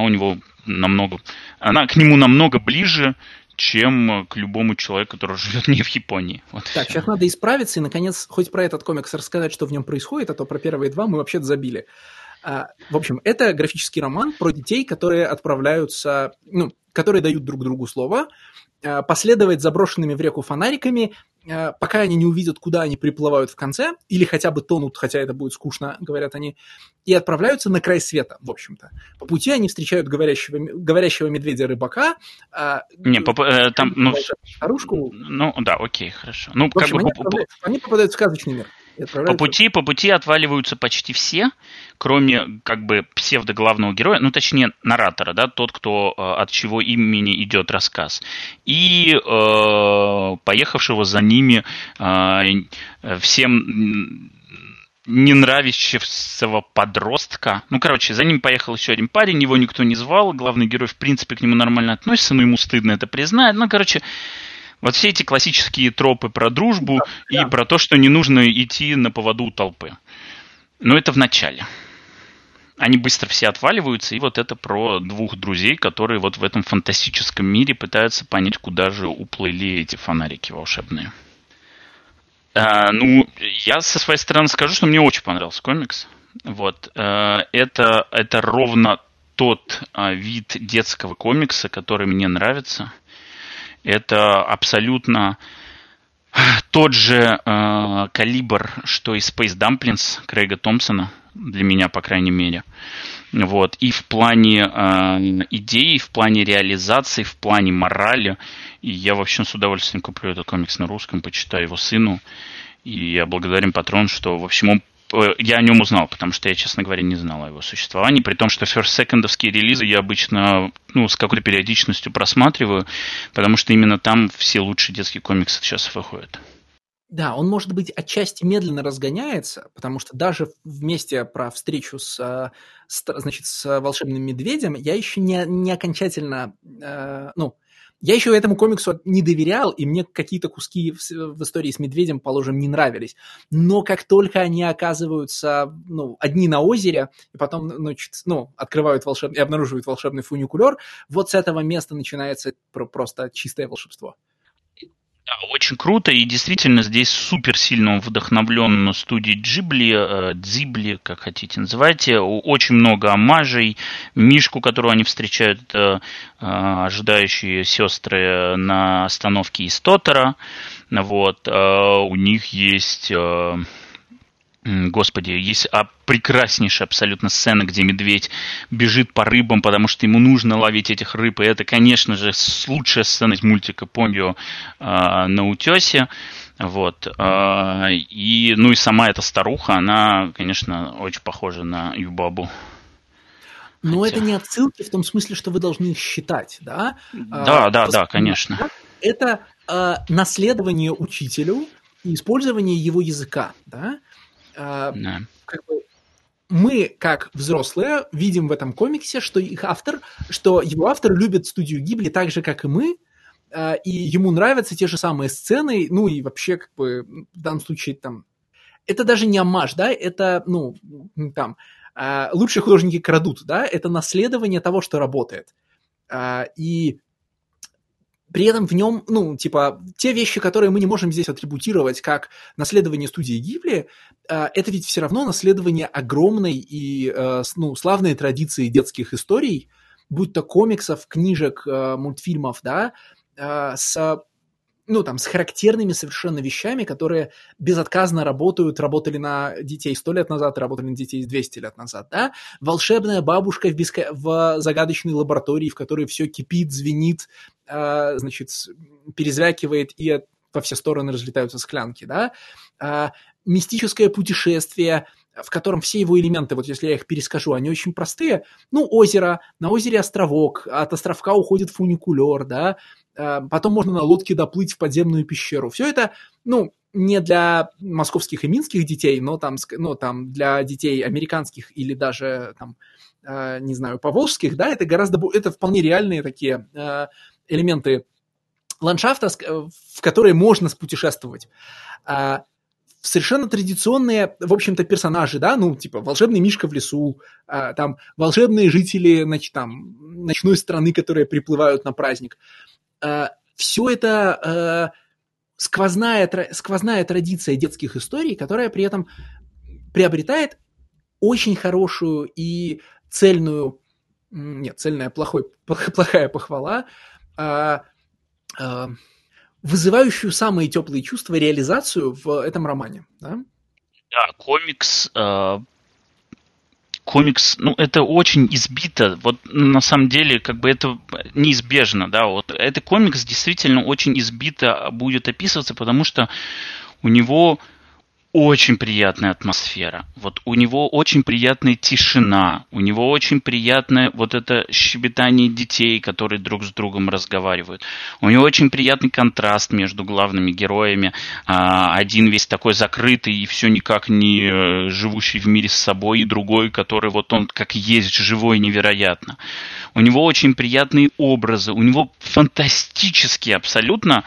S2: к нему намного ближе, чем к любому человеку, который живет не в Японии. Вот
S1: так, сейчас надо исправиться и, наконец, хоть про этот комикс рассказать, что в нем происходит, а то про первые два мы вообще-то забили. В общем, это графический роман про детей, которые отправляются, которые дают друг другу слово, последовать заброшенными в реку фонариками, пока они не увидят, куда они приплывают в конце, или хотя бы тонут, хотя это будет скучно, говорят они, и отправляются на край света, в общем-то. По пути они встречают говорящего медведя-рыбака. Старушку.
S2: Окей, хорошо.
S1: В общем, они попадают в сказочный мир.
S2: По пути отваливаются почти все, кроме псевдоглавного героя, точнее наратора, да, тот, кто от чего имени идет рассказ, и поехавшего за ними всем не нравящегося подростка. Ну, короче, за ним поехал еще один парень, его никто не звал, главный герой, в принципе, к нему нормально относится, но ему стыдно это признать. Ну, короче, вот все эти классические тропы про дружбу и про то, что не нужно идти на поводу у толпы. Но это в начале. Они быстро все отваливаются, и вот это про двух друзей, которые вот в этом фантастическом мире пытаются понять, куда же уплыли эти фонарики волшебные. Ну, я со своей стороны скажу, что мне очень понравился комикс. Вот. Это ровно тот вид детского комикса, который мне нравится. Это абсолютно тот же калибр, что и Space Dumplings Крейга Томпсона, для меня, по крайней мере. Вот. И в плане идей, в плане реализации, в плане морали. И я, в общем, с удовольствием куплю этот комикс на русском, почитаю его сыну. И я благодарен Патрон, что, в общем, я о нем узнал, потому что я, честно говоря, не знал о его существовании. При том, что first-secondовские релизы я обычно с какой-то периодичностью просматриваю, потому что именно там все лучшие детские комиксы сейчас выходят.
S1: Да, он, может быть, отчасти медленно разгоняется, потому что даже вместе про встречу с волшебным медведем я еще не окончательно, я еще этому комиксу не доверял, и мне какие-то куски в истории с медведем, положим, не нравились. Но как только они оказываются, одни на озере, и потом, открывают волшебный, и обнаруживают волшебный фуникулер, вот с этого места начинается просто чистое волшебство.
S2: Да, очень круто, и действительно здесь супер сильно вдохновлен студией Дзибли, как хотите называйте. Очень много омажей. Мишку, которую они встречают, это ожидающие сестры на остановке из Тотора. Вот. У них есть... Господи, есть прекраснейшая абсолютно сцена, где медведь бежит по рыбам, потому что ему нужно ловить этих рыб. И это, конечно же, лучшая сцена из мультика «Поньо на утесе». Вот. И сама эта старуха, она, конечно, очень похожа на Юбабу.
S1: Но это не отсылки в том смысле, что вы должны их считать, да?
S2: Да, конечно.
S1: Это наследование учителю и использование его языка, да? Мы, как взрослые, видим в этом комиксе, что его автор любит студию Гибли так же, как и мы, и ему нравятся те же самые сцены, и вообще, в данном случае, это даже не омаж, да, это, лучшие художники крадут, да, это наследование того, что работает. И при этом в нем, те вещи, которые мы не можем здесь атрибутировать как наследование студии Гибли, это ведь все равно наследование огромной и славной традиции детских историй, будь то комиксов, книжек, мультфильмов, да, с характерными совершенно вещами, которые безотказно работали на детей 100 лет назад, работали на детей 200 лет назад, да? Волшебная бабушка в загадочной лаборатории, в которой все кипит, звенит, перезвякивает и во все стороны разлетаются склянки, да? Мистическое путешествие, в котором все его элементы, вот если я их перескажу, они очень простые. Озеро, на озере островок, от островка уходит фуникулер, да, потом можно на лодке доплыть в подземную пещеру. Все это, не для московских и минских детей, но там для детей американских или даже, поволжских, да, это вполне реальные такие элементы ландшафта, в которые можно спутешествовать. Совершенно традиционные, в общем-то, персонажи, да, волшебный мишка в лесу, волшебные жители, ночной страны, которые приплывают на праздник. Все это сквозная традиция детских историй, которая при этом приобретает очень хорошую и цельную, цельная плохая похвала, вызывающую самые теплые чувства реализацию в этом романе. Да,
S2: да, комикс, это очень избито. Вот на самом деле, это неизбежно, да. Вот этот комикс действительно очень избито будет описываться, потому что у него очень приятная атмосфера. Вот у него очень приятная тишина, у него очень приятное вот это щебетание детей, которые друг с другом разговаривают. У него очень приятный контраст между главными героями. Один весь такой закрытый и все никак не живущий в мире с собой, и другой, который вот он как есть, живой невероятно. У него очень приятные образы, у него фантастический абсолютно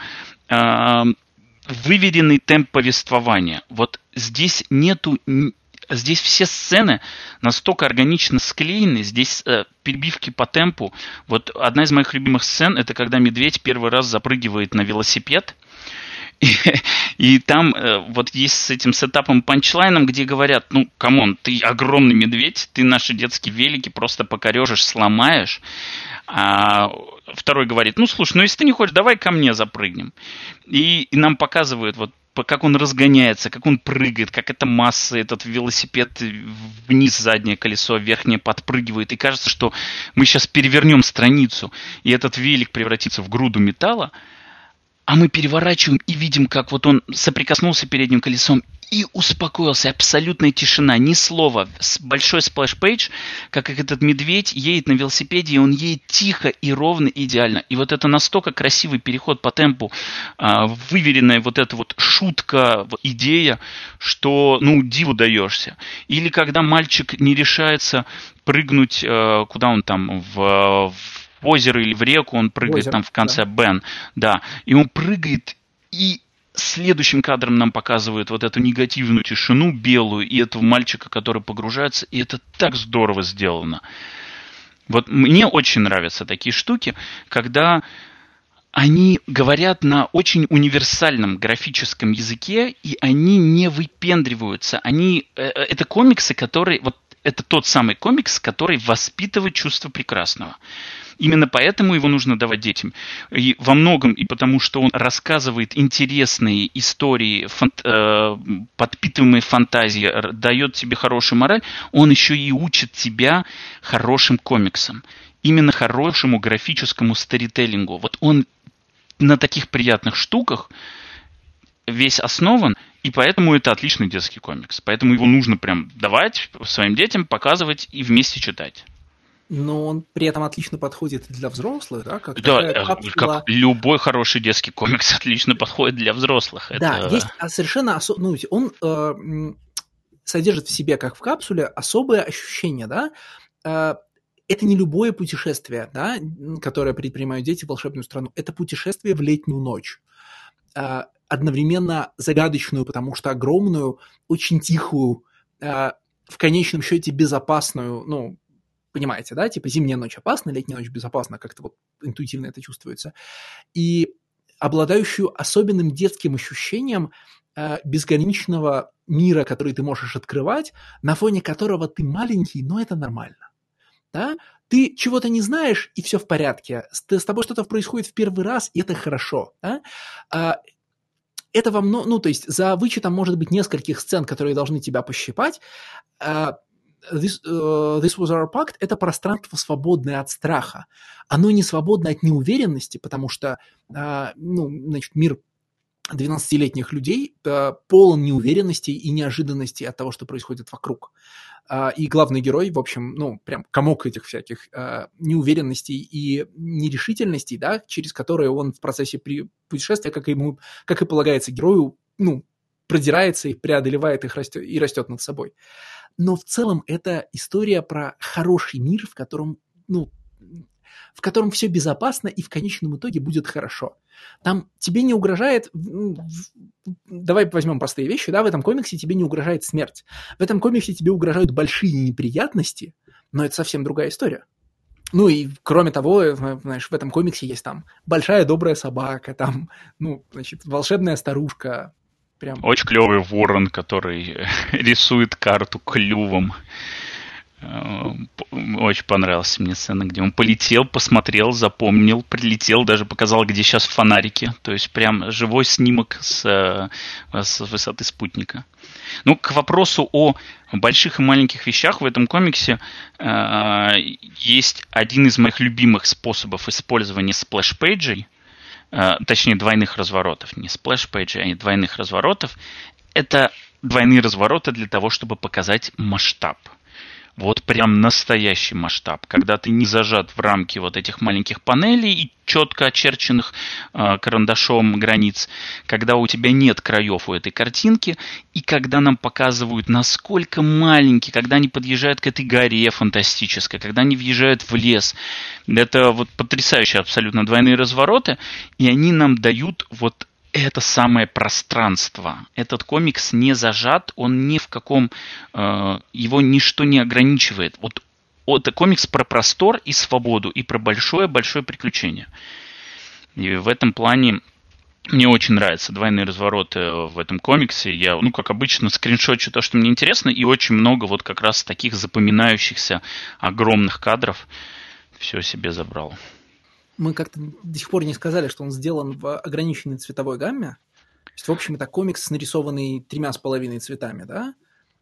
S2: выверенный темп повествования. Вот здесь нету... Здесь все сцены настолько органично склеены, здесь перебивки по темпу. Вот одна из моих любимых сцен — это когда медведь первый раз запрыгивает на велосипед, и там вот есть с этим сетапом панчлайном, где говорят, ну, камон, ты огромный медведь, ты наши детские велики просто покорежешь, сломаешь. А второй говорит, ну, слушай, ну, если ты не хочешь, давай ко мне запрыгнем. И нам показывают, вот, как он разгоняется, как он прыгает, как эта масса, этот велосипед вниз заднее колесо, верхнее подпрыгивает. И кажется, что мы сейчас перевернем страницу, и этот велик превратится в груду металла. А мы переворачиваем и видим, как вот он соприкоснулся передним колесом и успокоился. Абсолютная тишина, ни слова. Большой сплэш-пейдж, как этот медведь едет на велосипеде, и он едет тихо и ровно, идеально. И вот это настолько красивый переход по темпу, выверенная вот эта вот шутка, идея, что, ну, диву даешься. Или когда мальчик не решается прыгнуть, куда он там, в озеро или в реку, он прыгает там в конце, да. Бен, да, и он прыгает, и следующим кадром нам показывают вот эту негативную тишину белую и этого мальчика, который погружается, и это так здорово сделано. Вот мне очень нравятся такие штуки, когда они говорят на очень универсальном графическом языке, и они не выпендриваются. Это комиксы, которые... Вот это тот самый комикс, который воспитывает чувство прекрасного. Именно поэтому его нужно давать детям. И во многом и потому, что он рассказывает интересные истории, подпитываемые фантазией, дает тебе хорошую мораль, он еще и учит тебя хорошим комиксам. Именно хорошему графическому сторителлингу. Вот он на таких приятных штуках весь основан, и поэтому это отличный детский комикс. Поэтому его нужно прям давать своим детям, показывать и вместе читать.
S1: Но он при этом отлично подходит для взрослых, да? Как
S2: любой хороший детский комикс отлично подходит для взрослых.
S1: Да, есть совершенно он содержит в себе, как в капсуле, особое ощущение, да? Это не любое путешествие, да, которое предпринимают дети в волшебную страну. Это путешествие в летнюю ночь. Одновременно загадочную, потому что огромную, очень тихую, в конечном счете безопасную, ну, понимаете, да, типа зимняя ночь опасна, летняя ночь безопасна, как-то вот интуитивно это чувствуется, и обладающую особенным детским ощущением безграничного мира, который ты можешь открывать, на фоне которого ты маленький, но это нормально, да, ты чего-то не знаешь, и все в порядке, с тобой что-то происходит в первый раз, и это хорошо, да? Это вам, ну, то есть за вычетом, может быть, нескольких сцен, которые должны тебя пощипать, This was our pact – это пространство, свободное от страха. Оно не свободно от неуверенности, потому что мир 12-летних людей полон неуверенности и неожиданностей от того, что происходит вокруг. И главный герой, в общем, прям комок этих всяких неуверенностей и нерешительностей, да, через которые он в процессе путешествия, как и полагается герою, продирается их, преодолевает их и растет над собой. Но в целом это история про хороший мир, в котором все безопасно и в конечном итоге будет хорошо. Там тебе не угрожает... Давай возьмем простые вещи, да, в этом комиксе тебе не угрожает смерть. В этом комиксе тебе угрожают большие неприятности, но это совсем другая история. Ну и кроме того, знаешь, в этом комиксе есть там большая добрая собака, там, волшебная старушка. Прям.
S2: Очень клевый ворон, который рисует карту клювом. Очень понравилась мне сцена, где он полетел, посмотрел, запомнил, прилетел, даже показал, где сейчас фонарики. То есть прям живой снимок с высоты спутника. Ну, к вопросу о больших и маленьких вещах в этом комиксе есть один из моих любимых способов использования сплэш-пейджей, точнее двойных разворотов, не сплэш-пейджей, а двойных разворотов. Это двойные развороты для того, чтобы показать масштаб. Вот прям настоящий масштаб, когда ты не зажат в рамки вот этих маленьких панелей и четко очерченных карандашом границ, когда у тебя нет краев у этой картинки, и когда нам показывают, насколько маленький, когда они подъезжают к этой горе фантастической, когда они въезжают в лес. Это вот потрясающие абсолютно двойные развороты, и они нам дают вот это самое пространство. Этот комикс не зажат, он ни в каком... его ничто не ограничивает. Вот это комикс про простор и свободу, и про большое-большое приключение. И в этом плане мне очень нравятся двойные развороты в этом комиксе. Я, как обычно, скриншотчу то, что мне интересно, и очень много вот как раз таких запоминающихся огромных кадров все себе забрал.
S1: Мы как-то до сих пор не сказали, что он сделан в ограниченной цветовой гамме. То есть, в общем, это комикс, нарисованный 3,5 цветами, да?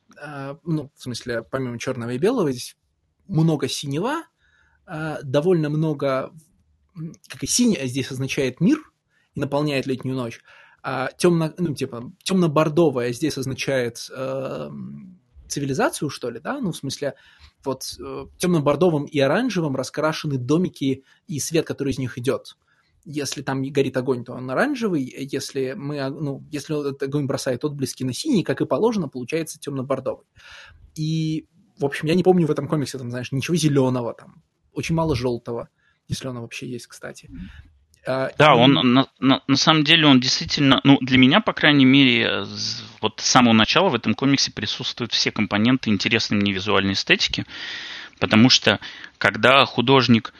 S1: В смысле, помимо черного и белого, здесь много синего, довольно много... Как и синий здесь означает мир и наполняет летнюю ночь, а темно-бордовое здесь означает цивилизацию, что ли, да? В смысле... Вот темно-бордовым и оранжевым раскрашены домики и свет, который из них идет. Если там горит огонь, то он оранжевый. Если этот огонь бросает отблески на синий, как и положено, получается темно-бордовый. И, в общем, я не помню в этом комиксе, ничего зеленого, очень мало желтого, если оно вообще есть, кстати.
S2: Да, он на самом деле он действительно, для меня, по крайней мере, вот с самого начала в этом комиксе присутствуют все компоненты интересной мне визуальной эстетики, потому что когда художник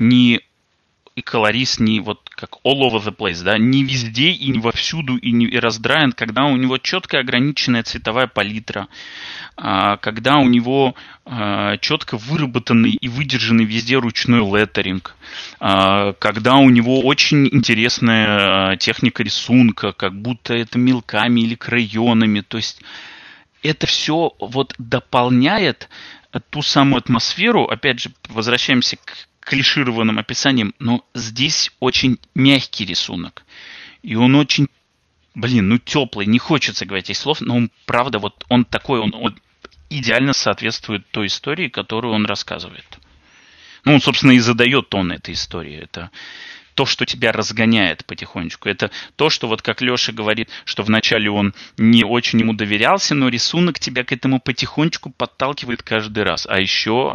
S2: и колорист не вот как all over the place, да, не везде и не вовсюду и раздраен, когда у него четко ограниченная цветовая палитра, когда у него четко выработанный и выдержанный везде ручной леттеринг, когда у него очень интересная техника рисунка, как будто это мелками или крайонами, то есть это все вот дополняет ту самую атмосферу, опять же, возвращаемся к клишированным описанием, но здесь очень мягкий рисунок. И он очень, теплый. Не хочется говорить этих слов, но он, правда, вот он такой, он идеально соответствует той истории, которую он рассказывает. Он, собственно, и задает тон этой истории. Это то, что тебя разгоняет потихонечку. Это то, что, вот как Леша говорит, что вначале он не очень ему доверялся, но рисунок тебя к этому потихонечку подталкивает каждый раз. А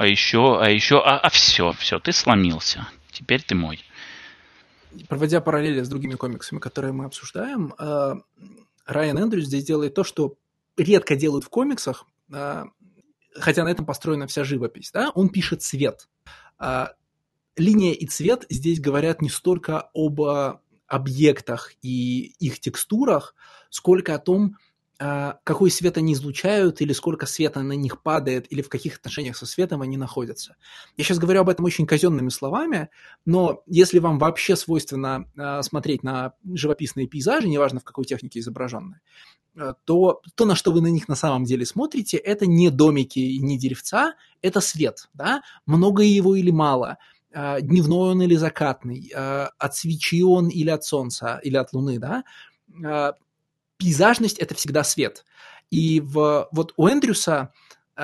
S2: все, ты сломился. Теперь ты мой.
S1: Проводя параллели с другими комиксами, которые мы обсуждаем, Райан Эндрюс здесь делает то, что редко делают в комиксах, хотя на этом построена вся живопись. Да? Он пишет цвет. Линия и цвет здесь говорят не столько об объектах и их текстурах, сколько о том, какой свет они излучают, или сколько света на них падает, или в каких отношениях со светом они находятся. Я сейчас говорю об этом очень казенными словами, но если вам вообще свойственно смотреть на живописные пейзажи, неважно в какой технике изображенные, то, на что вы на них на самом деле смотрите, это не домики и не деревца, это свет. Да? Много его или мало, дневной он или закатный, от свечи он или от солнца, или от луны. Да? Пейзажность – это всегда свет. И вот у Эндрюса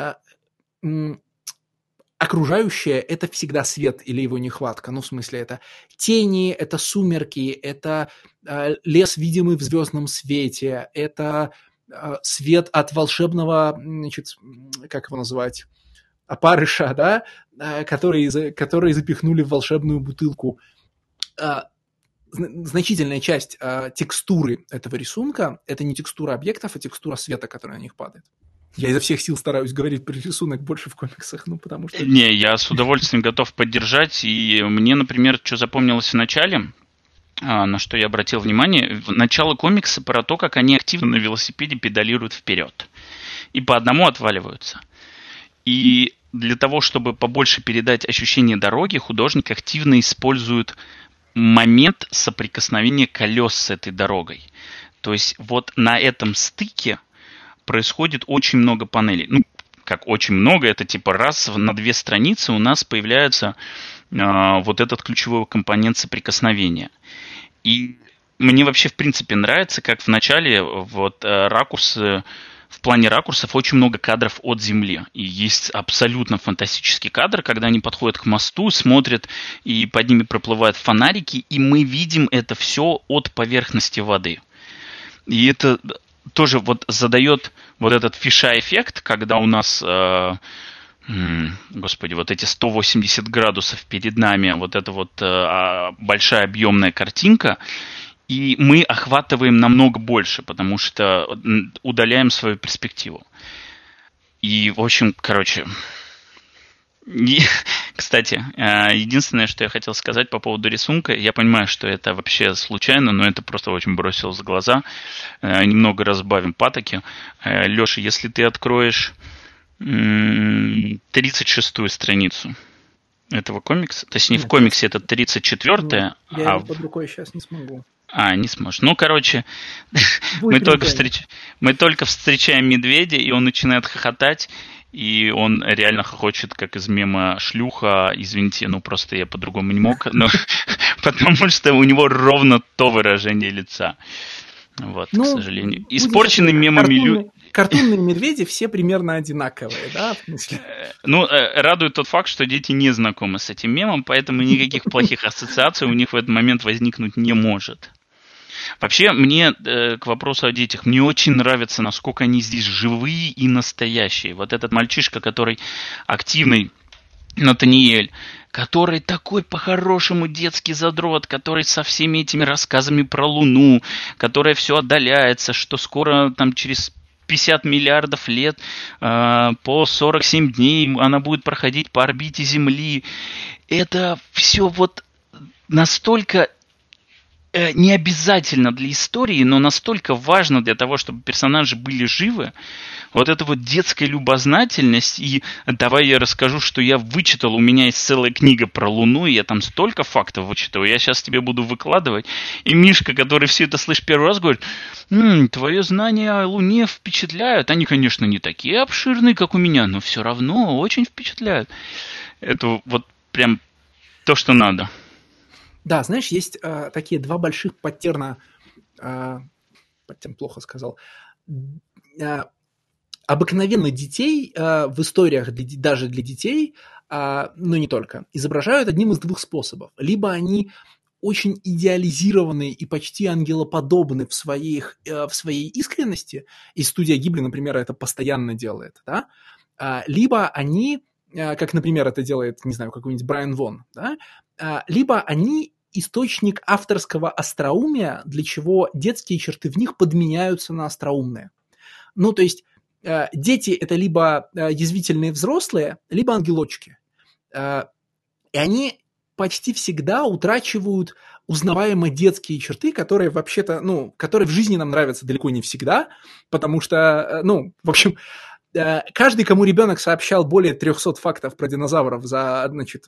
S1: окружающее – это всегда свет или его нехватка. В смысле, это тени, это сумерки, это лес, видимый в звездном свете, это свет от волшебного, как его называть, опарыша, да, который запихнули в волшебную бутылку. Значительная часть текстуры этого рисунка – это не текстура объектов, а текстура света, который на них падает. Я изо всех сил стараюсь говорить про рисунок больше в комиксах, потому что...
S2: Не, я с удовольствием готов поддержать. И мне, например, что запомнилось в начале, на что я обратил внимание, начало комикса про то, как они активно на велосипеде педалируют вперед. И по одному отваливаются. И для того, чтобы побольше передать ощущение дороги, художник активно использует момент соприкосновения колес с этой дорогой. То есть вот на этом стыке происходит очень много панелей. Как очень много, это типа раз на 2 страницы у нас появляется вот этот ключевой компонент соприкосновения. И мне вообще в принципе нравится, как в начале вот ракурсы в плане ракурсов очень много кадров от Земли. И есть абсолютно фантастический кадр, когда они подходят к мосту, смотрят, и под ними проплывают фонарики, и мы видим это все от поверхности воды. И это тоже вот задает вот этот фишай-эффект, когда у нас, господи, вот эти 180 градусов перед нами, вот эта вот большая объемная картинка, и мы охватываем намного больше, потому что удаляем свою перспективу. И, в общем, короче... Кстати, единственное, что я хотел сказать по поводу рисунка, я понимаю, что это вообще случайно, но это просто очень бросилось в глаза. Немного разбавим патоки. Леша, если ты откроешь 36-ю страницу этого комикса, точнее, в комиксе это 34-я.
S1: Я его под рукой сейчас не смогу.
S2: Не сможешь. Ну, короче, мы только встречаем медведя, и он начинает хохотать, и он реально хохочет, как из мема «Шлюха». Извините, просто я по-другому не мог, но потому что у него ровно то выражение лица. Вот, к сожалению. Испорченный мемами...
S1: Картунные медведи все примерно одинаковые, да, в смысле?
S2: Радует тот факт, что дети не знакомы с этим мемом, поэтому никаких плохих ассоциаций у них в этот момент возникнуть не может. Вообще, мне к вопросу о детях, мне очень нравится, насколько они здесь живые и настоящие. Вот этот мальчишка, который активный, Натаниэль, который такой по-хорошему детский задрот, который со всеми этими рассказами про Луну, которая все отдаляется, что скоро там через 50 миллиардов лет по 47 дней она будет проходить по орбите Земли. Это все вот настолько не обязательно для истории, но настолько важно для того, чтобы персонажи были живы. Вот эта вот детская любознательность. И давай я расскажу, что я вычитал. У меня есть целая книга про Луну, и я там столько фактов вычитал. Я сейчас тебе буду выкладывать. И Мишка, который все это слышит первый раз, говорит: твое знание о Луне впечатляют. Они, конечно, не такие обширные, как у меня, но все равно очень впечатляют. Это вот прям то, что надо.
S1: Да, знаешь, есть такие два больших паттерна, паттерн плохо сказал, обыкновенно детей в историях, даже для детей, но не только, изображают одним из двух способов. Либо они очень идеализированы и почти ангелоподобны в своей искренности, и студия Гибли, например, это постоянно делает, да? Либо они, как, например, это делает, не знаю, какой-нибудь Брайан Вон, да? Либо они источник авторского остроумия, для чего детские черты в них подменяются на остроумные. Ну, то есть дети – это либо язвительные взрослые, либо ангелочки. И они почти всегда утрачивают узнаваемо детские черты, которые вообще-то, которые в жизни нам нравятся далеко не всегда, потому что, в общем, каждый, кому ребенок сообщал более 300 фактов про динозавров за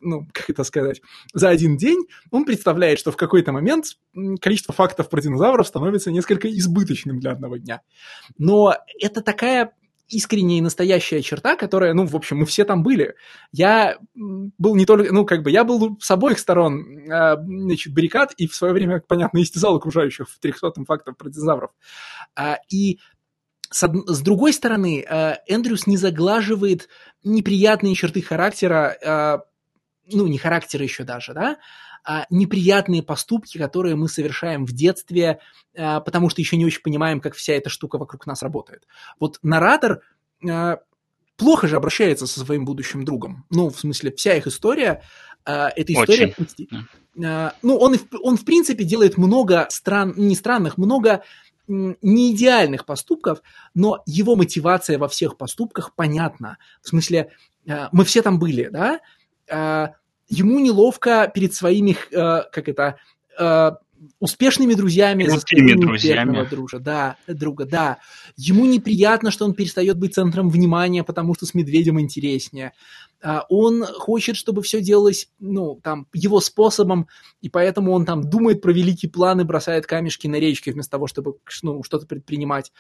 S1: один день, он представляет, что в какой-то момент количество фактов про динозавров становится несколько избыточным для одного дня. Но это такая искренняя и настоящая черта, которая, в общем, мы все там были. Я был не только, я был с обоих сторон, баррикад, и в свое время, понятно, истязал окружающих в 300-м фактов про динозавров. И с другой стороны, Эндрюс не заглаживает неприятные черты характера, не характера еще даже, да, а неприятные поступки, которые мы совершаем в детстве, потому что еще не очень понимаем, как вся эта штука вокруг нас работает. Вот наратор плохо же обращается со своим будущим другом. В смысле, вся их история, это история... Он в принципе делает много много неидеальных поступков, но его мотивация во всех поступках понятна. В смысле, мы все там были, да? Ему неловко перед своими, успешными друзьями за своего успешного друга, да. Ему неприятно, что он перестает быть центром внимания, потому что с медведем интереснее. Он хочет, чтобы все делалось, его способом, и поэтому он там думает про великие планы, бросает камешки на речке вместо того, чтобы, что-то предпринимать.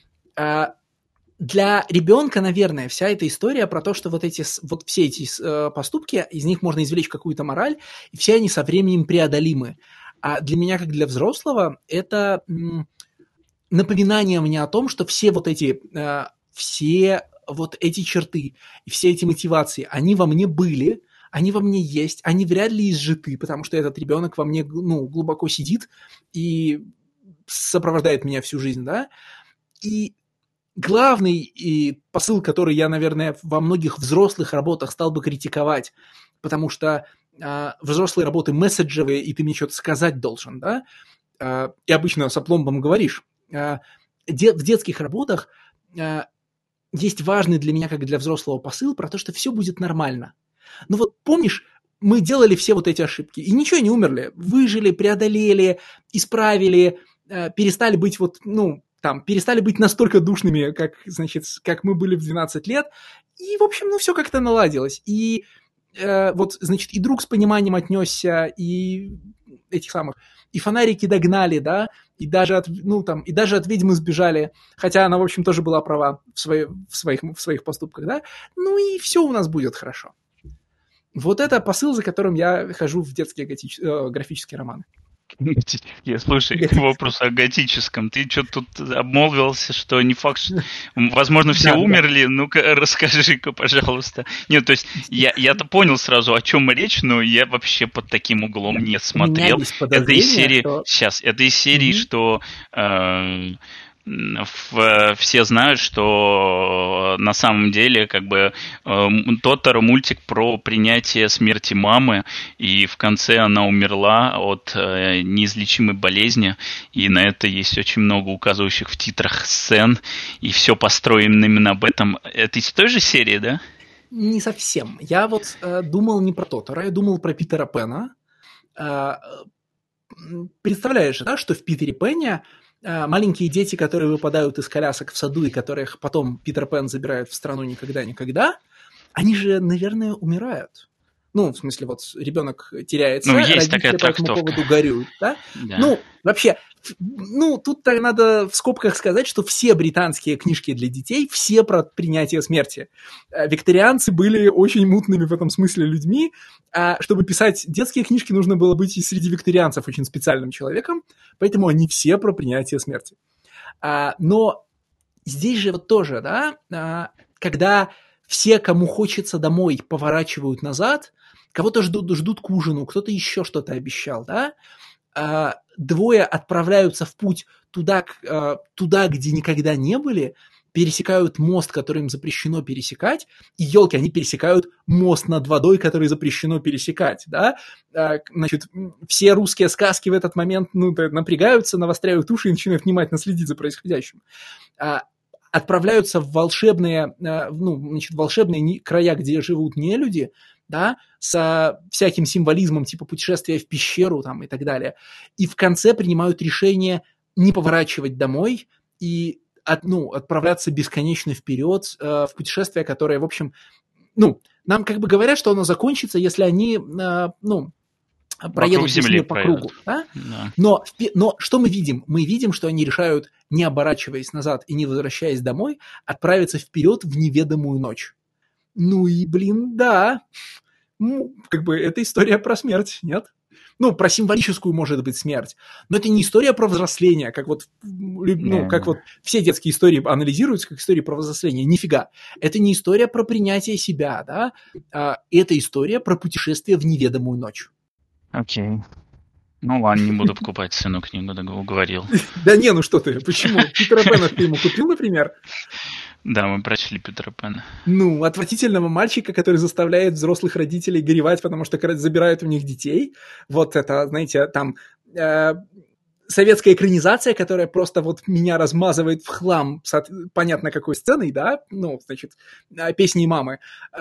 S1: Для ребенка, наверное, вся эта история про то, что все эти поступки, из них можно извлечь какую-то мораль, и все они со временем преодолимы. А для меня, как для взрослого, это напоминание мне о том, что все вот эти все вот эти черты и все эти мотивации, они во мне были, они во мне есть, они вряд ли изжиты, потому что этот ребенок во мне, ну, глубоко сидит и сопровождает меня всю жизнь, да. И главный и посыл, который я, наверное, во многих взрослых работах стал бы критиковать, потому что взрослые работы месседжевые, и ты мне что-то сказать должен, да, и обычно с опломбом говоришь. В детских работах есть важный для меня, как для взрослого, посыл про то, что все будет нормально. Ну вот помнишь, мы делали все вот эти ошибки, и ничего не умерли, выжили, преодолели, исправили, перестали быть вот, ну, там, перестали быть настолько душными, как, значит, как мы были в 12 лет, и, в общем, ну, все как-то наладилось. И вот, значит, и друг с пониманием отнесся, и этих самых, и фонарики догнали, да, и даже от, ну, там, и даже от ведьмы сбежали, хотя она, в общем, тоже была права в своих поступках, да, ну и все у нас будет хорошо. Вот это посыл, за которым я хожу в детские графические романы.
S2: Слушай, к вопросу о готическом. Ты что-то тут обмолвился, что не факт, что... Возможно, все умерли. Ну-ка, расскажи-ка, пожалуйста. Нет, то есть я-то понял сразу, о чем речь, но я вообще под таким углом не смотрел. Это из серии... Что... Сейчас, это из серии, что... все знают, что на самом деле как бы Тоторо мультик про принятие смерти мамы, и в конце она умерла от неизлечимой болезни, и на это есть очень много указывающих в титрах сцен, и все построено именно об этом. Это из той же серии, да?
S1: Не совсем. Я вот думал не про Тоторо, я думал про Питера Пэна. Представляешь, да, что в Питере Пэне маленькие дети, которые выпадают из колясок в саду и которых потом Питер Пэн забирает в страну никогда-никогда, они же, наверное, умирают. Ну, в смысле, вот ребенок теряется,
S2: ну, есть такая
S1: по этому поводу горюют, да? Да. Ну, вообще, ну, тут надо в скобках сказать, что все британские книжки для детей, все про принятие смерти. Викторианцы были очень мутными в этом смысле людьми, а чтобы писать детские книжки, нужно было быть и среди викторианцев очень специальным человеком, поэтому они все про принятие смерти. Но здесь же вот тоже, да, когда все, кому хочется домой, поворачивают назад, кого-то ждут к ужину, кто-то еще что-то обещал, да? Двое отправляются в путь туда, где никогда не были, пересекают мост, который им запрещено пересекать, и, елки, они пересекают мост над водой, который запрещено пересекать, да? Значит, все русские сказки в этот момент, ну, напрягаются, навостряют уши и начинают внимательно следить за происходящим. Отправляются в волшебные, волшебные края, где живут нелюди, да, с всяким символизмом, типа путешествия в пещеру там, и так далее. И в конце принимают решение не поворачивать домой и отправляться бесконечно вперед в путешествие, которое, в общем, ну, нам как бы говорят, что оно закончится, если они, проедут весь мир по кругу. Да? Да. Но что мы видим? Мы видим, что они решают, не оборачиваясь назад и не возвращаясь домой, отправиться вперед в неведомую ночь. Ну и, блин, да, как бы это история про смерть, нет? Ну, про символическую, может быть, смерть. Но это не история про взросление, как вот, как вот все детские истории анализируются, как истории про взросление. Нифига. Это не история про принятие себя, да? Это история про путешествие в неведомую ночь.
S2: Окей. Ну ладно, не буду покупать сыну книгу, уговорил.
S1: Да не, ну что ты, почему? Питера Пэна ты ему купил, например?
S2: Да, мы прочли Питера Пэна.
S1: Ну, отвратительного мальчика, который заставляет взрослых родителей горевать, потому что забирают у них детей. Вот это, знаете, там советская экранизация, которая просто вот меня размазывает в хлам, понятно какой сценой, да, ну, значит, песни мамы.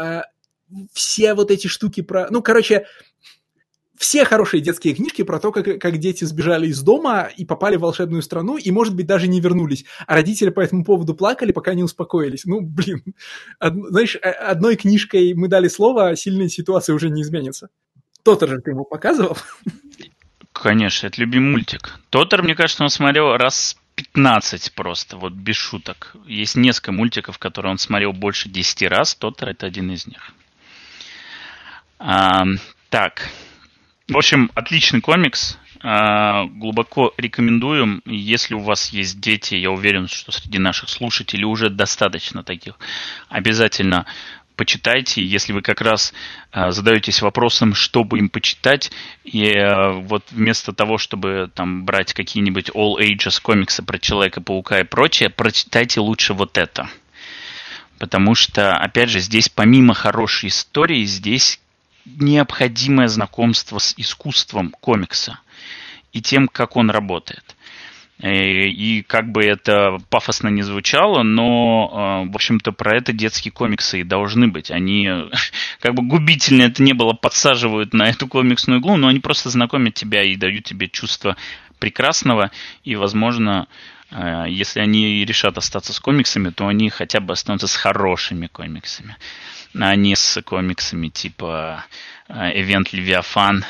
S1: Все вот эти штуки про... Ну, короче... Все хорошие детские книжки про то, как дети сбежали из дома и попали в волшебную страну, и, может быть, даже не вернулись. А родители по этому поводу плакали, пока не успокоились. Ну, блин. Знаешь, одной книжкой мы дали слово, а сильная ситуация уже не изменится. Тотор же ты ему показывал?
S2: Конечно, это любимый мультик. Тотор, мне кажется, он смотрел раз 15 просто, вот без шуток. Есть несколько мультиков, которые он смотрел больше 10 раз. Тотор — это один из них. Так... В общем, отличный комикс. глубоко рекомендуем, если у вас есть дети, я уверен, что среди наших слушателей уже достаточно таких, обязательно почитайте, если вы как раз задаетесь вопросом, что бы им почитать, и вот вместо того, чтобы там брать какие-нибудь all ages комиксы про Человека-паука и прочее, прочитайте лучше вот это. Потому что, опять же, здесь помимо хорошей истории, здесь необходимое знакомство с искусством комикса и тем, как он работает. И как бы это пафосно не звучало, но, в общем-то, про это детские комиксы и должны быть. Они, как бы губительно это не было, подсаживают на эту комиксную иглу, но они просто знакомят тебя и дают тебе чувство прекрасного. И, возможно, если они решат остаться с комиксами, то они хотя бы останутся с хорошими комиксами, а не с комиксами типа «Эвент Левиафан».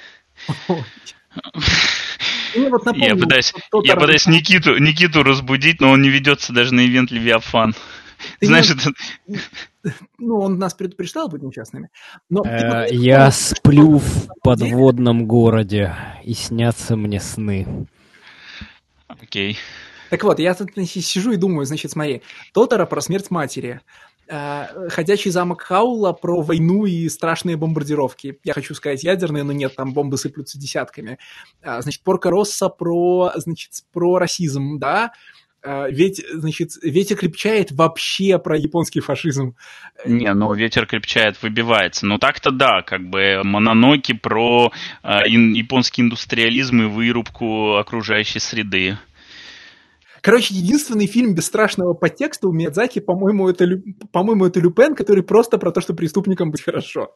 S2: Я пытаюсь Никиту разбудить, но он не ведется даже на ивент Левиафан. Знаешь, это...
S1: Ну, он нас предупреждал быть несчастными.
S3: Я сплю в подводном городе, и снятся мне сны.
S2: Окей.
S1: Так вот, я тут сижу и думаю, значит, смотри, Тоторо про смерть матери, «Ходячий замок Хаула» про войну и страшные бомбардировки. Я хочу сказать ядерные, но нет, там бомбы сыплются десятками. Значит, Порко Россо про расизм, да? Ведь, значит, «Ветер крепчает» вообще про японский фашизм.
S2: Не, ну «Ветер крепчает» выбивается. Ну так-то да, как бы Мононоке про японский индустриализм и вырубку окружающей среды.
S1: Короче, единственный фильм без страшного подтекста у Миядзаки, по-моему, это «Люпен», который просто про то, что преступникам быть хорошо.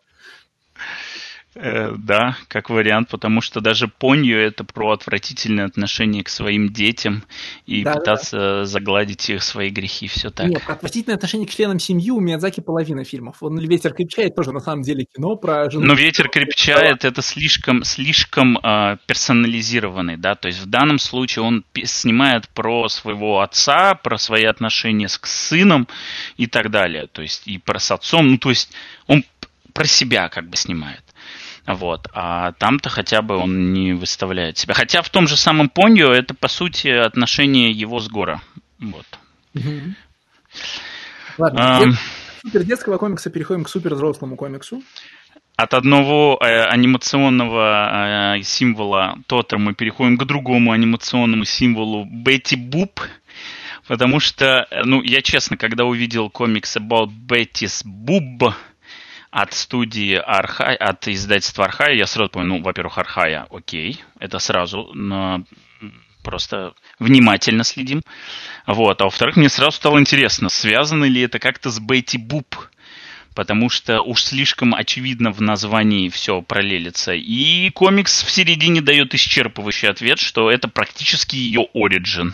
S2: Да, как вариант, потому что даже Поньо — это про отвратительное отношение к своим детям и пытаться загладить их свои грехи, все так.
S1: Нет, отвратительное отношение к членам семьи у Миядзаки половина фильмов. Он «Ветер крепчает» тоже на самом деле кино про жену.
S2: Но «Ветер крепчает» — это слишком персонализированный, да, то есть в данном случае он снимает про своего отца, про свои отношения с сыном и так далее, то есть и про с отцом, ну то есть он про себя как бы снимает. Вот. А там-то хотя бы он не выставляет себя. Хотя в том же самом Поньо это, по сути, отношение его с Гора. Вот.
S1: Ладно, от супер детского комикса переходим к супер взрослому комиксу.
S2: От одного анимационного символа Тоторо мы переходим к другому анимационному символу Бетти Буб. Потому что, ну, я честно, когда увидел комикс About Betty's Boob от студии Архай, от издательства Архая, я сразу понял, ну, во-первых, Архая, окей, это сразу, но просто внимательно следим. Вот, а во-вторых, мне сразу стало интересно, связано ли это как-то с Бетти Буб, потому что уж слишком очевидно в названии все пролелится. И комикс в середине дает исчерпывающий ответ, что это практически ее оригин.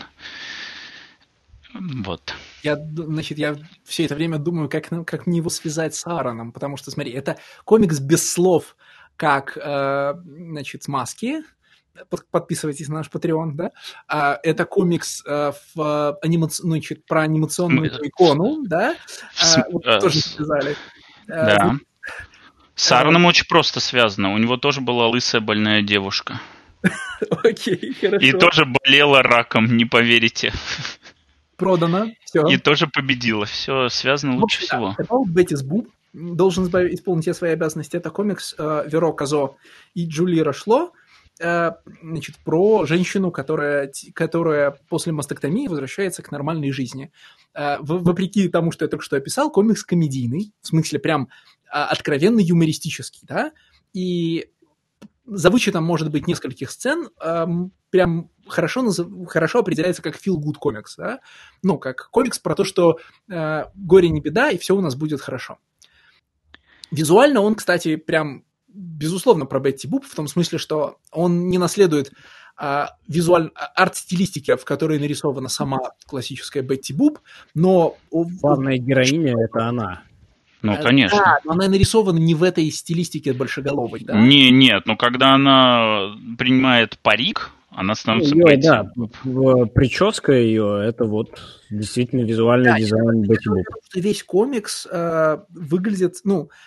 S2: Вот.
S1: Я все это время думаю, как мне его связать с Аароном, потому что, смотри, это комикс без слов, как, маски. Подписывайтесь на наш Patreon, да? Это комикс про анимационную икону, да? Тоже связали.
S2: Да. С Аароном очень просто связано. У него тоже была лысая больная девушка.
S1: Окей, хорошо.
S2: И тоже болела раком, не поверите.
S1: Продано, все.
S2: И тоже победила. Все связано лучше всего.
S1: Betty's Boob должен исполнить все свои обязанности. Это комикс Веро Казо и Джули Рошло, про женщину, которая после мастектомии возвращается к нормальной жизни. Вопреки тому, что я только что описал, комикс комедийный, в смысле прям откровенно юмористический, да, и за вычетом, может быть, нескольких сцен, прям хорошо определяется как feel-good комикс, да? Ну, как комикс про то, что горе не беда, и все у нас будет хорошо. Визуально он, кстати, прям безусловно про Бетти Буб, в том смысле, что он не наследует арт-стилистики, в которой нарисована сама классическая Бетти Буб, но...
S3: Главная героиня — это она.
S2: Ну, конечно.
S1: Да, но она нарисована не в этой стилистике большеголовой, да?
S2: Нет, но когда она принимает парик, она становится Бетти.
S3: Да, прическа ее, это вот действительно визуальный дизайн Бетти Буб.
S1: Весь комикс выглядит,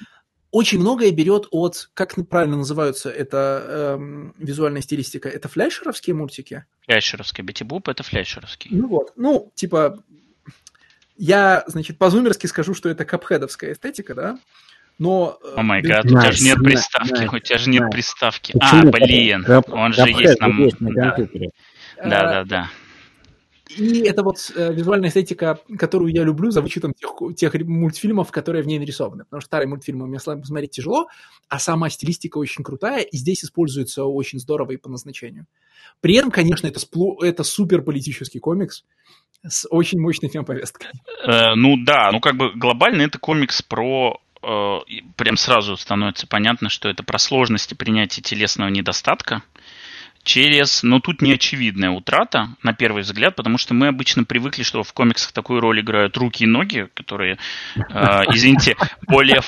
S1: очень многое берет от, как правильно называются, это визуальная стилистика, это флешеровские мультики?
S2: Флешеровский Бетти Буп — это флешеровский.
S1: Ну вот, ну, типа, я, значит, по-зумерски скажу, что это капхедовская эстетика, да? Но...
S2: О май гад, у тебя же нет приставки, у тебя же нет приставки. Блин, он же есть на компьютере. Да.
S1: И это вот визуальная эстетика, которую я люблю, за вычетом тех мультфильмов, которые в ней нарисованы. Потому что старые мультфильмы мне посмотреть тяжело, а сама стилистика очень крутая, и здесь используется очень здорово и по назначению. При этом, конечно, это супер политический комикс с очень мощной темповесткой.
S2: Как бы глобально это комикс про... Прям сразу становится понятно, что это про сложности принятия телесного недостатка но тут неочевидная утрата, на первый взгляд, потому что мы обычно привыкли, что в комиксах такую роль играют руки и ноги, которые, извините, более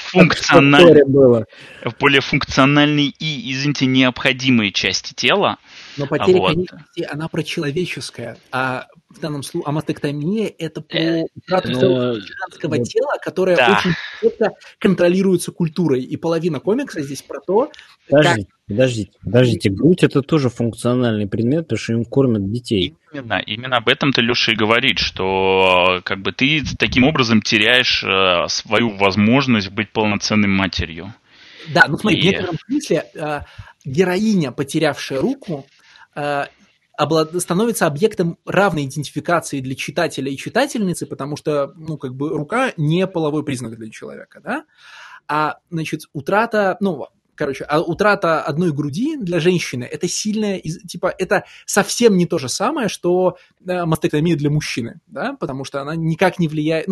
S2: функциональные и, извините, необходимые части тела.
S1: Но потеря конечности, она про человеческое, а в данном случае мастектомия – это про утрату женского тела, которое очень четко контролируется культурой. И половина комикса здесь про то,
S3: Подождите, грудь – это тоже функциональный предмет, потому что им кормят детей.
S2: Именно об этом-то Леша и говорит, что как бы ты таким образом теряешь свою возможность быть полноценной матерью.
S1: Да, ну смотри, в некотором смысле героиня, потерявшая руку, становится объектом равной идентификации для читателя и читательницы, потому что, рука не половой признак для человека, да? Утрата одной груди для женщины – это сильная, это совсем не то же самое, что мастектомия для мужчины, да? Потому что она никак не влияет,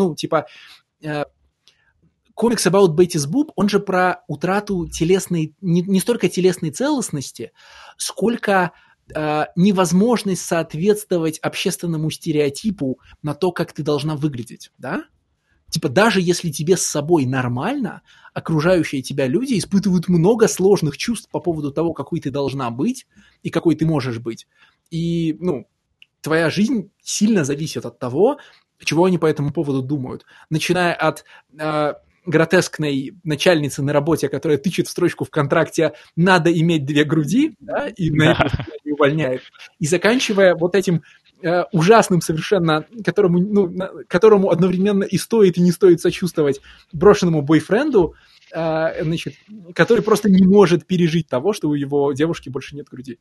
S1: комикс About Betty's Boop, он же про утрату телесной, не столько телесной целостности, сколько невозможность соответствовать общественному стереотипу на то, как ты должна выглядеть, да? Даже если тебе с собой нормально, окружающие тебя люди испытывают много сложных чувств по поводу того, какой ты должна быть и какой ты можешь быть. И, твоя жизнь сильно зависит от того, чего они по этому поводу думают. Начиная от гротескной начальницы на работе, которая тычет в строчку в контракте «надо иметь 2 груди», да, и на это не увольняет, и заканчивая вот этим ужасным совершенно, которому одновременно и стоит, и не стоит сочувствовать, брошенному бойфренду, который просто не может пережить того, что у его девушки больше нет груди.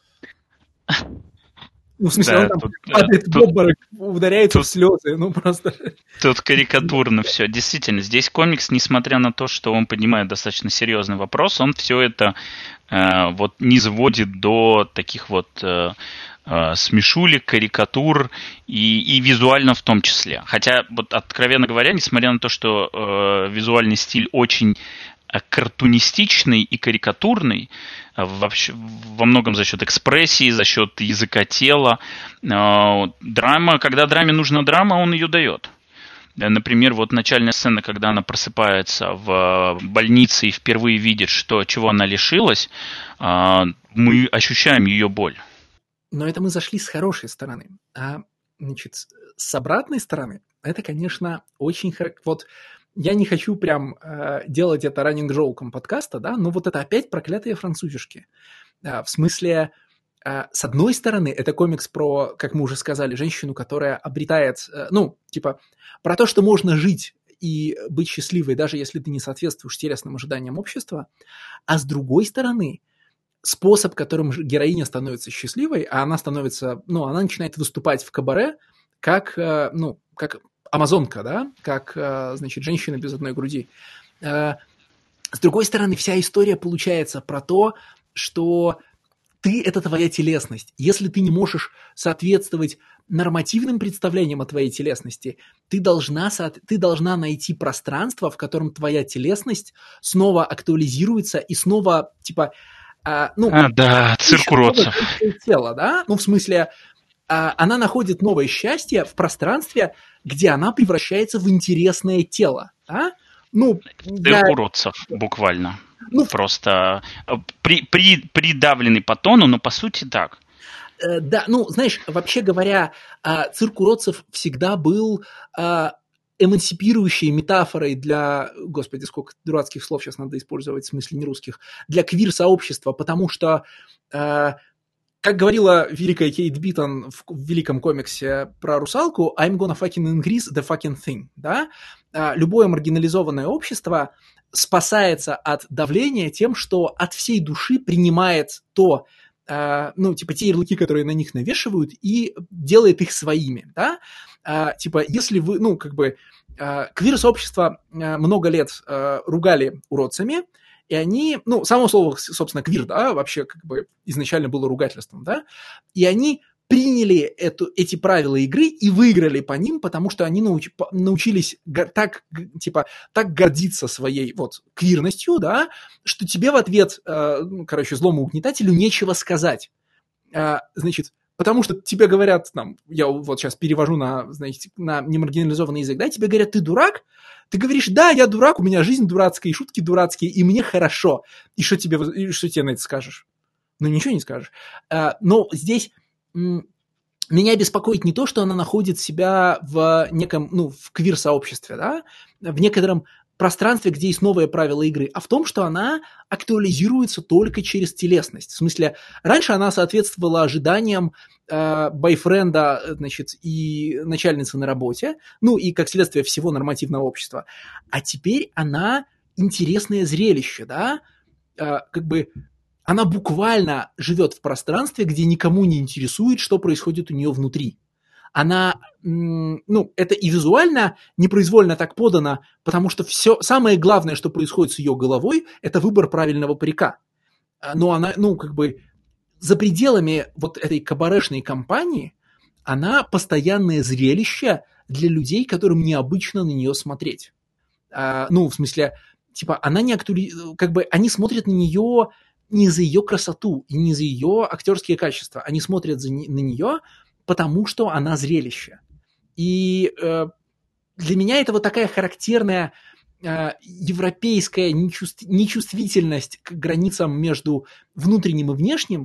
S1: В смысле, он там падает в обморок, ударяется в слезы, просто...
S2: Тут карикатурно все. Действительно, здесь комикс, несмотря на то, что он поднимает достаточно серьезный вопрос, он все это не сводит до таких смешулек, карикатур и визуально в том числе. Хотя, откровенно говоря, несмотря на то, что визуальный стиль очень картунистичный и карикатурный, вообще, во многом за счет экспрессии, за счет языка тела. Когда драме нужна драма, он ее дает. Например, начальная сцена, когда она просыпается в больнице и впервые видит, чего она лишилась, мы ощущаем ее боль.
S1: Но это мы зашли с хорошей стороны. С обратной стороны, это, конечно, очень... Я не хочу прям делать это раннинг-жоуком подкаста, да, но это опять проклятые французишки. В смысле, с одной стороны, это комикс про, как мы уже сказали, женщину, которая обретает, про то, что можно жить и быть счастливой, даже если ты не соответствуешь телесным ожиданиям общества, а с другой стороны, способ, которым героиня становится счастливой, а она становится, она начинает выступать в кабаре как амазонка, да, как, женщина без одной груди. С другой стороны, вся история получается про то, что ты – это твоя телесность. Если ты не можешь соответствовать нормативным представлениям о твоей телесности, ты должна найти пространство, в котором твоя телесность снова актуализируется и снова,
S2: цирк уродцев.
S1: Тело, да? В смысле, она находит новое счастье в пространстве, где она превращается в интересное тело. Да?
S2: Цирк уродцев, буквально. Просто придавленный по тону, но по сути так.
S1: Да, вообще говоря, цирк уродцев всегда был эмансипирующей метафорой для, господи, сколько дурацких слов сейчас надо использовать, в смысле не русских, для квир-сообщества, потому что, как говорила великая Кейт Биттон в великом комиксе про русалку, I'm gonna fucking increase the fucking thing, да? Любое маргинализованное общество спасается от давления тем, что от всей души принимает то, те ярлыки, которые на них навешивают, и делает их своими, да? Если вы, квир-сообщество много лет ругали уродцами, и они, само слово, собственно, квир, да, вообще изначально было ругательством, да, и они приняли эти правила игры и выиграли по ним, потому что они научились так гордиться своей квирностью, да, что тебе в ответ, злому угнетателю нечего сказать. Потому что тебе говорят, я сейчас перевожу на немаргинализованный язык, да, тебе говорят, ты дурак, ты говоришь, да, я дурак, у меня жизнь дурацкая, и шутки дурацкие, и мне хорошо. И что тебе на это скажешь? Ничего не скажешь. Но здесь меня беспокоит не то, что она находит себя в неком, в квир-сообществе, да, в некотором пространстве, где есть новые правила игры, а в том, что она актуализируется только через телесность. В смысле, раньше она соответствовала ожиданиям бойфренда, и начальницы на работе, и, как следствие, всего нормативного общества. А теперь она интересное зрелище, да, она буквально живет в пространстве, где никому не интересует, что происходит у нее внутри. Она, это и визуально непроизвольно так подано, потому что самое главное, что происходит с ее головой, это выбор правильного парика. Но она, за пределами этой кабарешной кампании, она постоянное зрелище для людей, которым необычно на нее смотреть. Она не они смотрят на нее не за ее красоту и не за ее актерские качества. Они смотрят на нее, потому что она зрелище. И для меня это такая характерная европейская нечувствительность к границам между внутренним и внешним.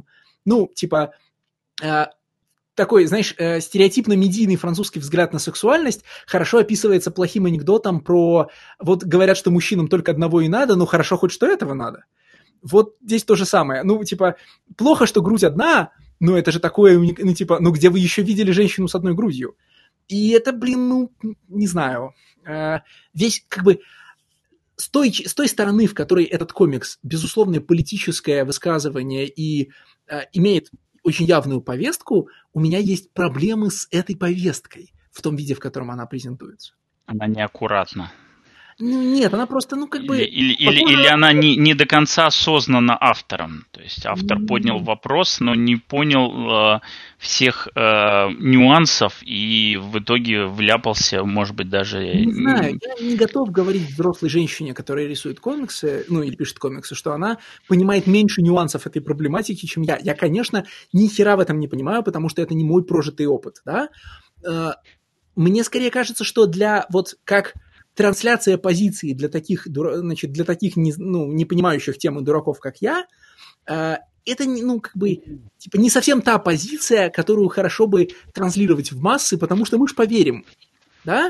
S1: Такой, стереотипно-медийный французский взгляд на сексуальность хорошо описывается плохим анекдотом про... говорят, что мужчинам только одного и надо, но хорошо хоть что этого надо. Здесь то же самое. Плохо, что грудь одна, но это же такое, где вы еще видели женщину с одной грудью? И это, не знаю. Весь, с той стороны, в которой этот комикс, безусловно, политическое высказывание и имеет очень явную повестку, у меня есть проблемы с этой повесткой в том виде, в котором она презентуется.
S2: Она неаккуратна.
S1: Нет, она просто,
S2: Или она не до конца осознана автором. То есть автор поднял вопрос, но не понял всех нюансов и в итоге вляпался, может быть, даже...
S1: Не знаю, я не готов говорить взрослой женщине, которая рисует комиксы, или пишет комиксы, что она понимает меньше нюансов этой проблематики, чем я. Я, конечно, ни хера в этом не понимаю, потому что это не мой прожитый опыт, да. Мне скорее кажется, что для как... трансляция позиции для таких не понимающих темы дураков, как я, это, не совсем та позиция, которую хорошо бы транслировать в массы, потому что мы ж поверим, да?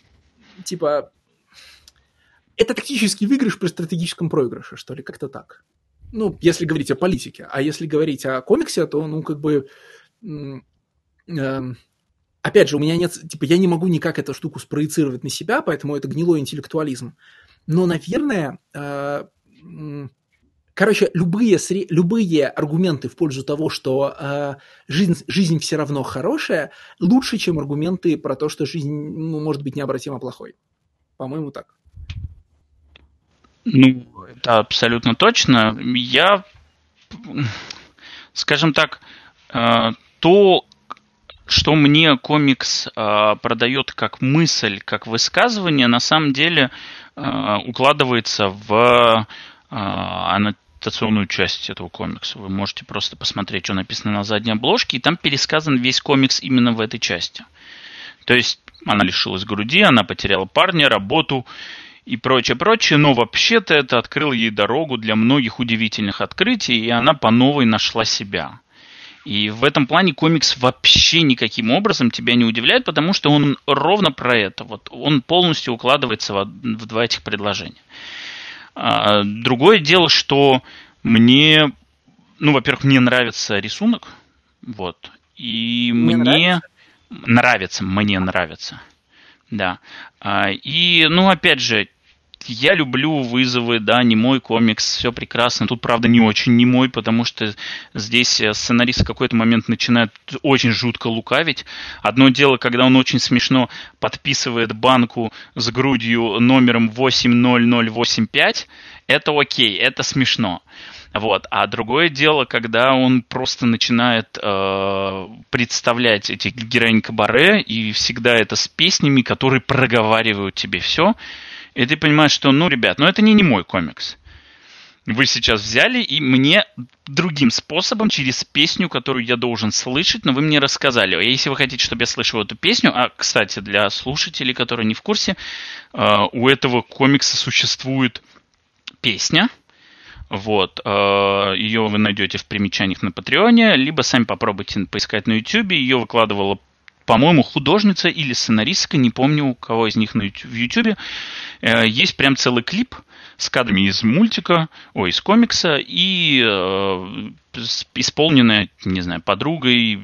S1: Это тактический выигрыш при стратегическом проигрыше, что ли, как-то так. Если говорить о политике. А если говорить о комиксе, то, опять же, у меня нет, я не могу никак эту штуку спроецировать на себя, поэтому это гнилой интеллектуализм. Но, наверное, любые аргументы в пользу того, что жизнь все равно хорошая, лучше, чем аргументы про то, что жизнь, может быть необратимо плохой. По-моему, так.
S2: Это абсолютно точно. Я, скажем так, то, что мне комикс продает как мысль, как высказывание, на самом деле укладывается в аннотационную часть этого комикса. Вы можете просто посмотреть, что написано на задней обложке, и там пересказан весь комикс именно в этой части. То есть она лишилась груди, она потеряла парня, работу и прочее, но вообще-то это открыло ей дорогу для многих удивительных открытий, и она по новой нашла себя. И в этом плане комикс вообще никаким образом тебя не удивляет, потому что он ровно про это. Вот он полностью укладывается в два этих предложения. Другое дело, что мне, во-первых, мне нравится рисунок, вот, и мне нравится, да. И, опять же, я люблю вызовы, да, немой комикс, все прекрасно. Тут, правда, не очень немой, потому что здесь сценарист в какой-то момент начинает очень жутко лукавить. Одно дело, когда он очень смешно подписывает банку с грудью номером 80085, это окей, это смешно. Вот. А другое дело, когда он просто начинает представлять этих героинь кабаре, и всегда это с песнями, которые проговаривают тебе все. И ты понимаешь, что, ребят, это не мой комикс. Вы сейчас взяли и мне другим способом, через песню, которую я должен слышать, но вы мне рассказали. А если вы хотите, чтобы я слышал эту песню, кстати, для слушателей, которые не в курсе, у этого комикса существует песня. Вот. Ее вы найдете в примечаниях на Патреоне, либо сами попробуйте поискать на Ютубе. Ее выкладывала, по-моему, художница или сценаристка, не помню, у кого из них в Ютубе. Есть прям целый клип с кадрами из мультика, из комикса, и исполненная, не знаю, подругой,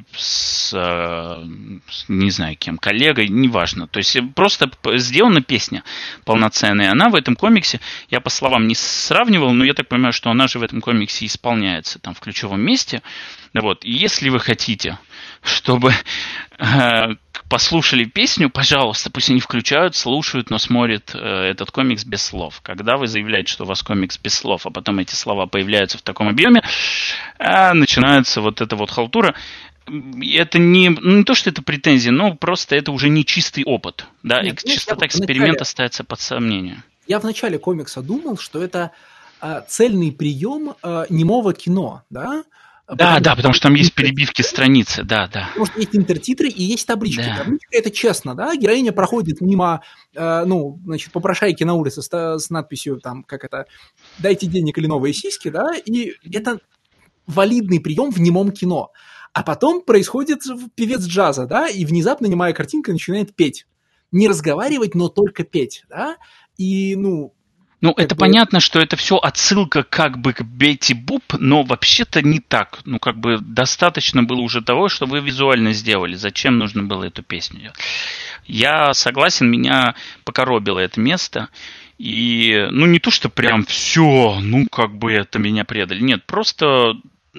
S2: не знаю кем, коллегой, неважно. То есть просто сделана песня полноценная. Она в этом комиксе, я по словам не сравнивал, но я так понимаю, что она же в этом комиксе исполняется там в ключевом месте. Вот. И если вы хотите, чтобы послушали песню, пожалуйста, пусть они включают, слушают, но смотрят этот комикс без слов. Когда вы заявляете, что у вас комикс без слов, а потом эти слова появляются в таком объеме, начинается вот эта вот халтура. Это не то, что это претензия, но просто это уже не чистый опыт. Да?
S1: Нет,
S2: чистота эксперимента ставится под сомнение.
S1: Я в начале комикса думал, что это цельный прием немого кино, да?
S2: Потому что там есть перебивки страницы, да.
S1: Потому что есть интертитры и есть таблички. Да. Табличка – это честно, да? Героиня проходит мимо, попрошайки на улице с надписью, «Дайте денег или новые сиськи», да? И это валидный прием в немом кино. А потом происходит певец джаза, да? И внезапно немая картинка начинает петь. Не разговаривать, но только петь, да? И,
S2: это понятно, что это все отсылка как бы к Бетти Буп, но вообще-то не так. Достаточно было уже того, что вы визуально сделали. Зачем нужно было эту песню делать? Я согласен, меня покоробило это место. И, не то, что прям все, это меня предали. Нет, просто,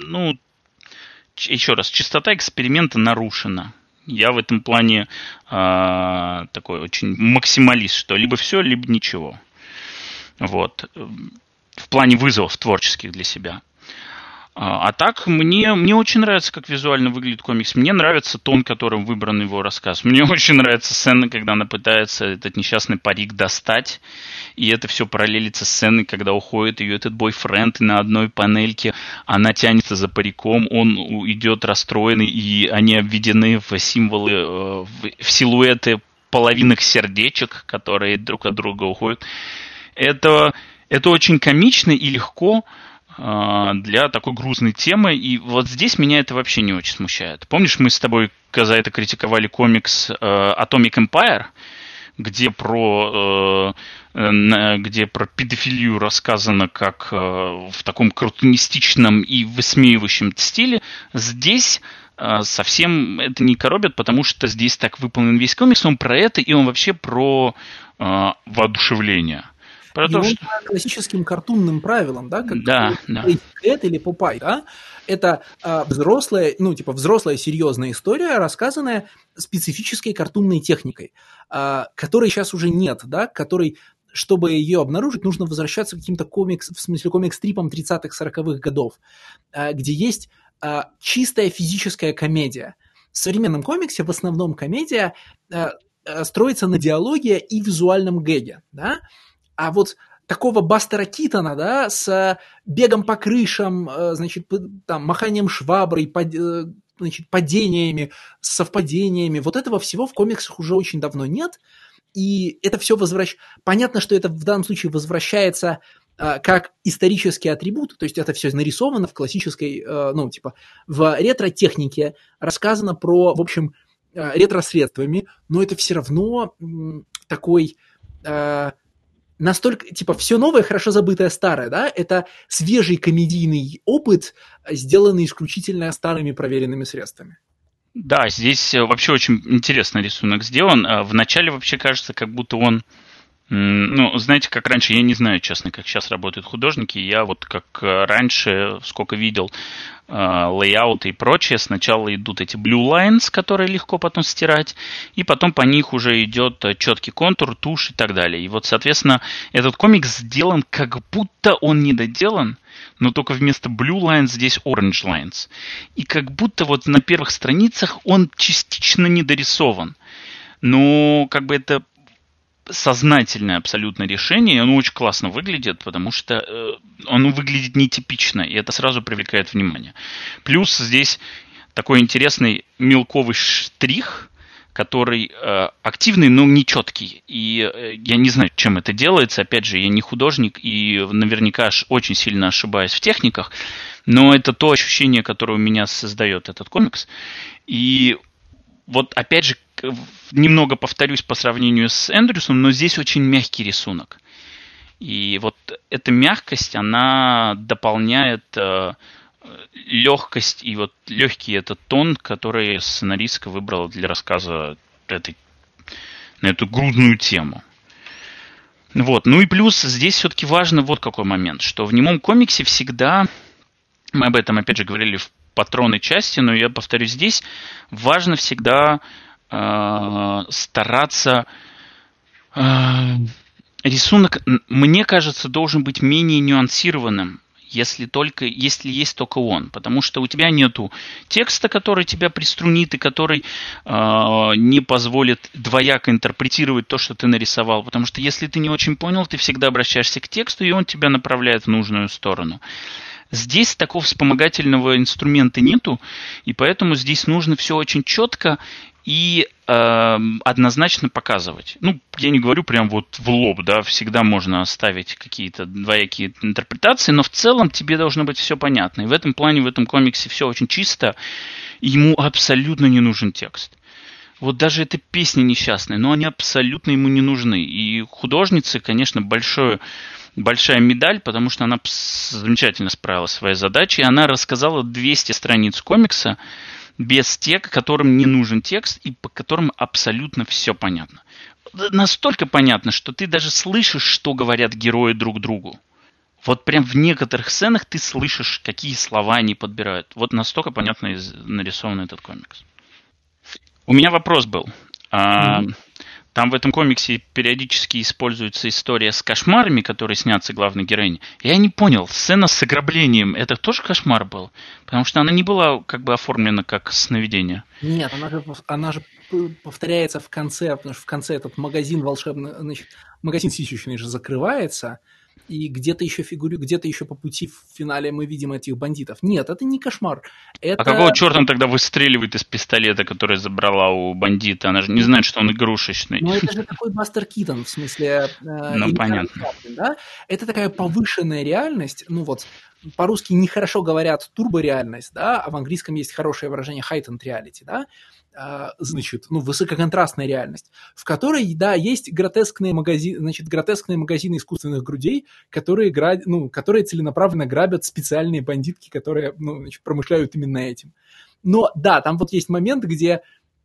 S2: еще раз, чистота эксперимента нарушена. Я в этом плане такой очень максималист, что либо все, либо ничего. Вот. В плане вызовов творческих для себя. А так, мне очень нравится, как визуально выглядит комикс. Мне нравится тон, которым выбран его рассказ. Мне очень нравится сцена, когда она пытается этот несчастный парик достать. И это все параллелится с сценой, когда уходит ее этот бойфренд, и на одной панельке она тянется за париком, он идет расстроенный, и они обведены в символы, в силуэты половинок сердечек, которые друг от друга уходят. Это очень комично и легко для такой грустной темы, и вот здесь меня это вообще не очень смущает. Помнишь, мы с тобой за это критиковали комикс Atomic Empire, где про педофилию рассказано как в таком картунистичном и высмеивающем стиле. Здесь совсем это не коробит, потому что здесь так выполнен весь комикс, он про это, и он вообще про воодушевление.
S1: По классическим картунным правилам, да, как Кэт или Попай, да, это взрослая серьезная история, рассказанная специфической картунной техникой, которой сейчас уже нет, да, которой, чтобы ее обнаружить, нужно возвращаться к каким-то комикс-стрипам 30-х, 40-х годов, где есть чистая физическая комедия. В современном комиксе в основном комедия строится на диалоге и визуальном гэге, да. А вот такого Бастера Китона, да, с бегом по крышам, маханием шваброй, падениями, совпадениями, вот этого всего в комиксах уже очень давно нет. И это все понятно, что это в данном случае возвращается как исторический атрибут, то есть это все нарисовано в классической, в ретро-технике, рассказано про, в общем, ретро-средствами, но это все равно такой настолько, все новое, хорошо забытое старое, да, это свежий комедийный опыт, сделанный исключительно старыми проверенными средствами.
S2: Да, здесь вообще очень интересный рисунок сделан. Вначале вообще кажется, как будто он... знаете, как раньше, я не знаю, честно, как сейчас работают художники. Я вот как раньше, сколько видел лейауты и прочее, сначала идут эти blue lines, которые легко потом стирать, и потом по них уже идет четкий контур, тушь и так далее. И вот, соответственно, этот комикс сделан как будто он недоделан, но только вместо blue lines здесь orange lines. И как будто вот на первых страницах он частично недорисован. Но как бы это сознательное абсолютно решение, и оно очень классно выглядит, потому что оно выглядит нетипично, и это сразу привлекает внимание. Плюс здесь такой интересный мелковый штрих, который активный, но не четкий. И я не знаю, чем это делается. Опять же, я не художник и наверняка очень сильно ошибаюсь в техниках, но это то ощущение, которое у меня создает этот комикс. И вот опять же, немного повторюсь по сравнению с Эндрюсом, но здесь очень мягкий рисунок. И вот эта мягкость, она дополняет легкость и вот легкий этот тон, который сценаристка выбрала для рассказа на эту грудную тему. Вот. Ну и плюс здесь все-таки важно вот какой момент, что в немом комиксе всегда, мы об этом опять же говорили в патронной части, но я повторюсь здесь, важно всегда стараться... рисунок, мне кажется, должен быть менее нюансированным, если есть только он. Потому что у тебя нету текста, который тебя приструнит и который не позволит двояко интерпретировать то, что ты нарисовал. Потому что если ты не очень понял, ты всегда обращаешься к тексту, и он тебя направляет в нужную сторону. Здесь такого вспомогательного инструмента нету, и поэтому здесь нужно все очень четко и однозначно показывать. Ну, я не говорю прям вот в лоб, да, всегда можно оставить какие-то двоякие интерпретации, но в целом тебе должно быть все понятно. И в этом плане, в этом комиксе все очень чисто, и ему абсолютно не нужен текст. Вот даже эта песня несчастная, но они абсолютно ему не нужны. И художнице, конечно, большая медаль, потому что она замечательно справилась со своей задачей. Она рассказала 200 страниц комикса без текста, которым не нужен текст и по которым абсолютно все понятно. Настолько понятно, что ты даже слышишь, что говорят герои друг другу. Вот прям в некоторых сценах ты слышишь, какие слова они подбирают. Вот настолько понятно нарисован этот комикс. У меня вопрос был. Там в этом комиксе периодически используется история с кошмарами, которые снятся главной героине. Я не понял, сцена с ограблением, это тоже кошмар был? Потому что она не была как бы оформлена как сновидение.
S1: Нет, она же повторяется в конце, потому что в конце этот магазин волшебный, значит, магазин сисечный же закрывается, и где-то еще по пути в финале мы видим этих бандитов. Нет, это не кошмар. Это...
S2: А какого черта он тогда выстреливает из пистолета, который забрала у бандита? Она же не знает, что он игрушечный.
S1: Ну, это же такой Бастер Китон, в смысле...
S2: Ну, понятно.
S1: Да? Это такая повышенная реальность. Ну, вот, по-русски нехорошо говорят турбореальность, да, а в английском есть хорошее выражение heightened reality, да? Значит, высококонтрастная реальность, в которой, да, есть гротескные магазины искусственных грудей, которые целенаправленно грабят специальные бандитки, которые, промышляют именно этим. Но, да, там вот есть момент, где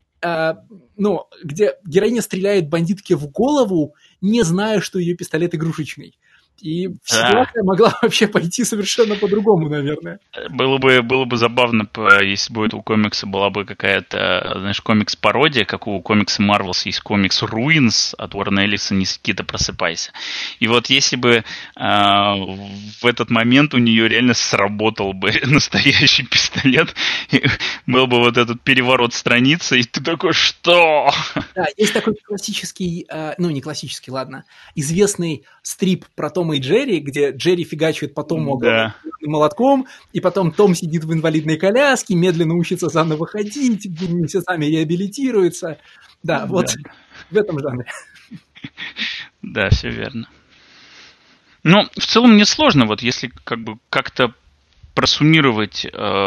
S1: героиня стреляет бандитке в голову, не зная, что ее пистолет игрушечный. И ситуация могла вообще пойти совершенно по-другому, наверное.
S2: Было бы забавно, если бы у этого комикса была бы какая-то, знаешь, комикс-пародия, как у комикса Marvels есть комикс Ruins от Уоррена Эллиса «Никита, просыпайся». И вот если бы в этот момент у нее реально сработал бы настоящий пистолет, был бы вот этот переворот страницы, и ты такой, что?
S1: Да, есть такой классический, не классический, ладно, известный стрип про Тома и Джерри, где Джерри фигачивает по Тому молотком, и потом Том сидит в инвалидной коляске, медленно учится заново ходить, месяцами реабилитируется. Да, вот в этом жанре.
S2: Да, все верно. Ну, в целом мне сложно, вот если как бы как-то просуммировать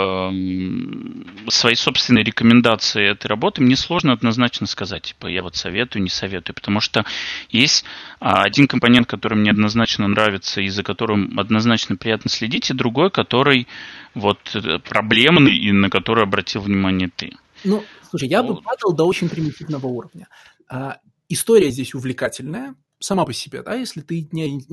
S2: свои собственные рекомендации этой работы, мне сложно однозначно сказать, типа, я вот советую, не советую, потому что есть один компонент, который мне однозначно нравится и за которым однозначно приятно следить, и другой, который вот проблемный и на который обратил внимание ты.
S1: Ну, слушай, я бы падал до очень примитивного уровня. История здесь увлекательная, сама по себе, да, если ты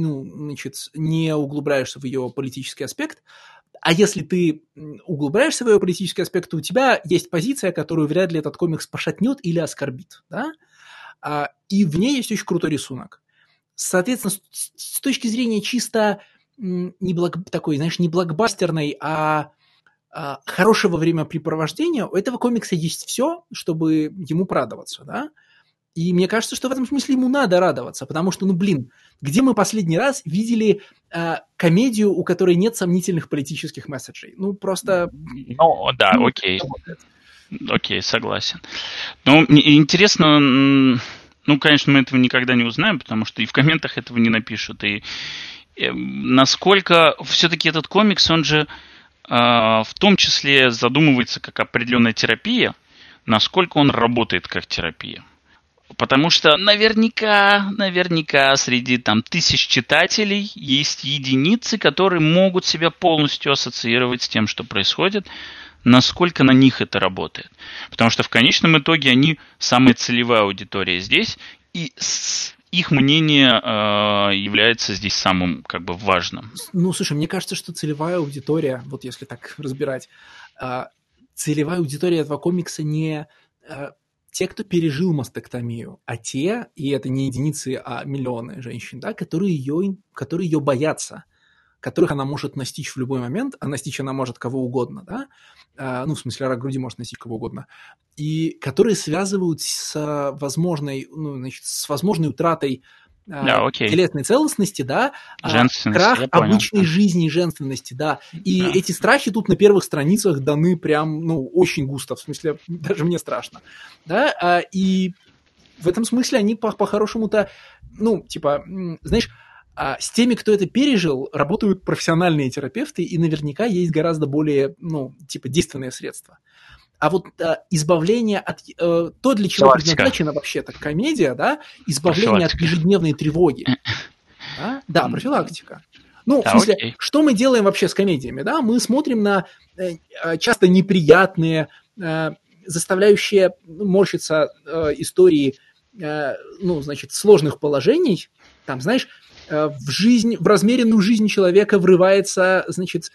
S1: не углубляешься в ее политический аспект. А если ты углубляешься в ее политический аспект, то у тебя есть позиция, которую вряд ли этот комикс пошатнет или оскорбит, да? И в ней есть очень крутой рисунок. Соответственно, с точки зрения чисто такой, знаешь, не блокбастерной, а хорошего времяпрепровождения, у этого комикса есть все, чтобы ему порадоваться, да? И мне кажется, что в этом смысле ему надо радоваться, потому что, где мы последний раз видели комедию, у которой нет сомнительных политических месседжей? Ну, просто...
S2: Ну, да, окей. Окей, согласен. Ну, интересно, конечно, мы этого никогда не узнаем, потому что и в комментах этого не напишут. И насколько все-таки этот комикс, он же в том числе задумывается как определенная терапия, насколько он работает как терапия. Потому что наверняка среди тысяч читателей есть единицы, которые могут себя полностью ассоциировать с тем, что происходит, насколько на них это работает. Потому что в конечном итоге они самая целевая аудитория здесь, и их мнение является здесь самым важным.
S1: Ну, слушай, мне кажется, что целевая аудитория, вот если так разбирать, целевая аудитория этого комикса не... те, кто пережил мастектомию, а те, и это не единицы, а миллионы женщин, да, которые ее боятся, которых она может настичь в любой момент, а настичь она может кого угодно, да, в смысле рак груди может настичь кого угодно, и которые связывают с возможной утратой телесной целостности, да, крах обычной жизни и женственности, да. И эти страхи тут на первых страницах даны прям, очень густо, в смысле, даже мне страшно, да, и в этом смысле они по-хорошему-то, знаешь, с теми, кто это пережил, работают профессиональные терапевты, и наверняка есть гораздо более, действенные средства. А вот избавление от... то, для чего предназначена вообще-то комедия, да, избавление от ежедневной тревоги. Да, профилактика. В смысле, что мы делаем вообще с комедиями, да? Мы смотрим на часто неприятные, заставляющие морщиться истории, сложных положений. Там, знаешь, в размеренную жизнь человека врывается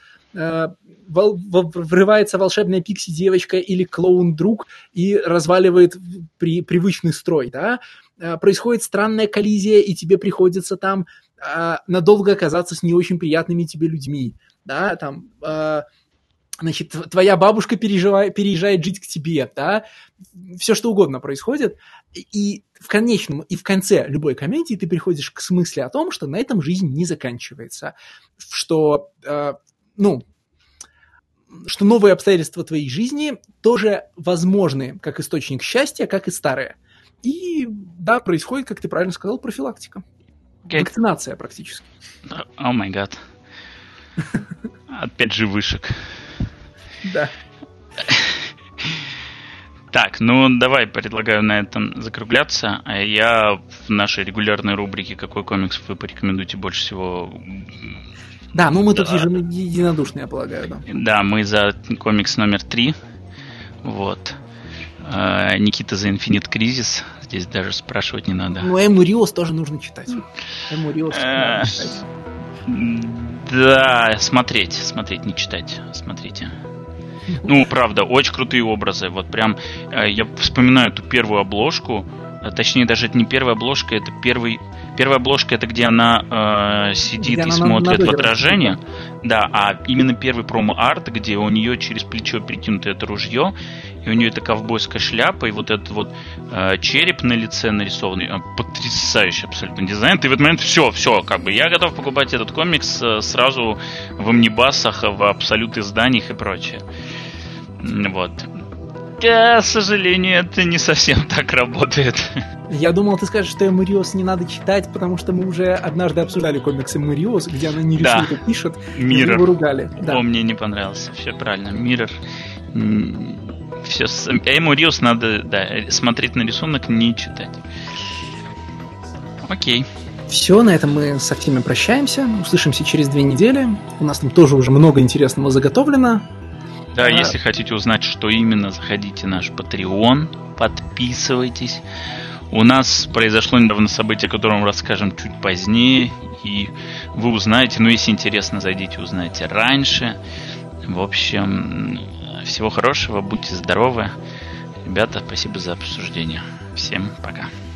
S1: волшебная пикси-девочка или клоун-друг и разваливает привычный строй, да? Происходит странная коллизия, и тебе приходится там надолго оказаться с не очень приятными тебе людьми, да? Там, твоя бабушка переезжает жить к тебе, да? Все что угодно происходит, и в конце любой комедии ты приходишь к смыслу о том, что на этом жизнь не заканчивается, что новые обстоятельства твоей жизни тоже возможны как источник счастья, как и старые. И да, происходит, как ты правильно сказал, профилактика. Вакцинация практически.
S2: О май гад. Опять же вышек.
S1: Да.
S2: Так, давай, предлагаю на этом закругляться. А я в нашей регулярной рубрике «Какой комикс вы порекомендуете больше всего?»
S1: Да, мы тут единодушны, я полагаю, да.
S2: Да, мы за комикс номер 3. Вот. Никита за Infinite Crisis. Здесь даже спрашивать не надо.
S1: Эмму Риос тоже нужно читать. Эмму Риос надо читать.
S2: Да, смотреть, не читать. Смотрите. Правда, очень крутые образы. Вот прям я вспоминаю эту первую обложку. Точнее, даже это не первая обложка, это первая обложка, это где она сидит и смотрит в отражение. Да, а именно первый промо-арт, где у нее через плечо перекинуто это ружье, и у нее это ковбойская шляпа, и вот этот вот череп на лице нарисованный. Потрясающий абсолютно дизайн. И в этот момент все, я готов покупать этот комикс сразу в омнибасах, в абсолют изданиях и прочее. Вот. К сожалению, это не совсем так работает.
S1: Я думал, ты скажешь, что Эмуриос не надо читать, потому что мы уже однажды обсуждали комикс Эмуриос, где она не рисует, а пишет, и мы его ругали.
S2: Да. О, мне не понравился. Все правильно. Mirror. Все. Эмуриос надо, смотреть на рисунок, не читать. Окей.
S1: Все, на этом мы со всеми прощаемся. Услышимся через 2 недели. У нас там тоже уже много интересного заготовлено.
S2: Да, если хотите узнать, что именно, заходите в наш Patreon, подписывайтесь. У нас произошло недавно событие, о котором расскажем чуть позднее, и вы узнаете, если интересно, зайдите, узнаете раньше. В общем, всего хорошего, будьте здоровы. Ребята, спасибо за обсуждение. Всем пока.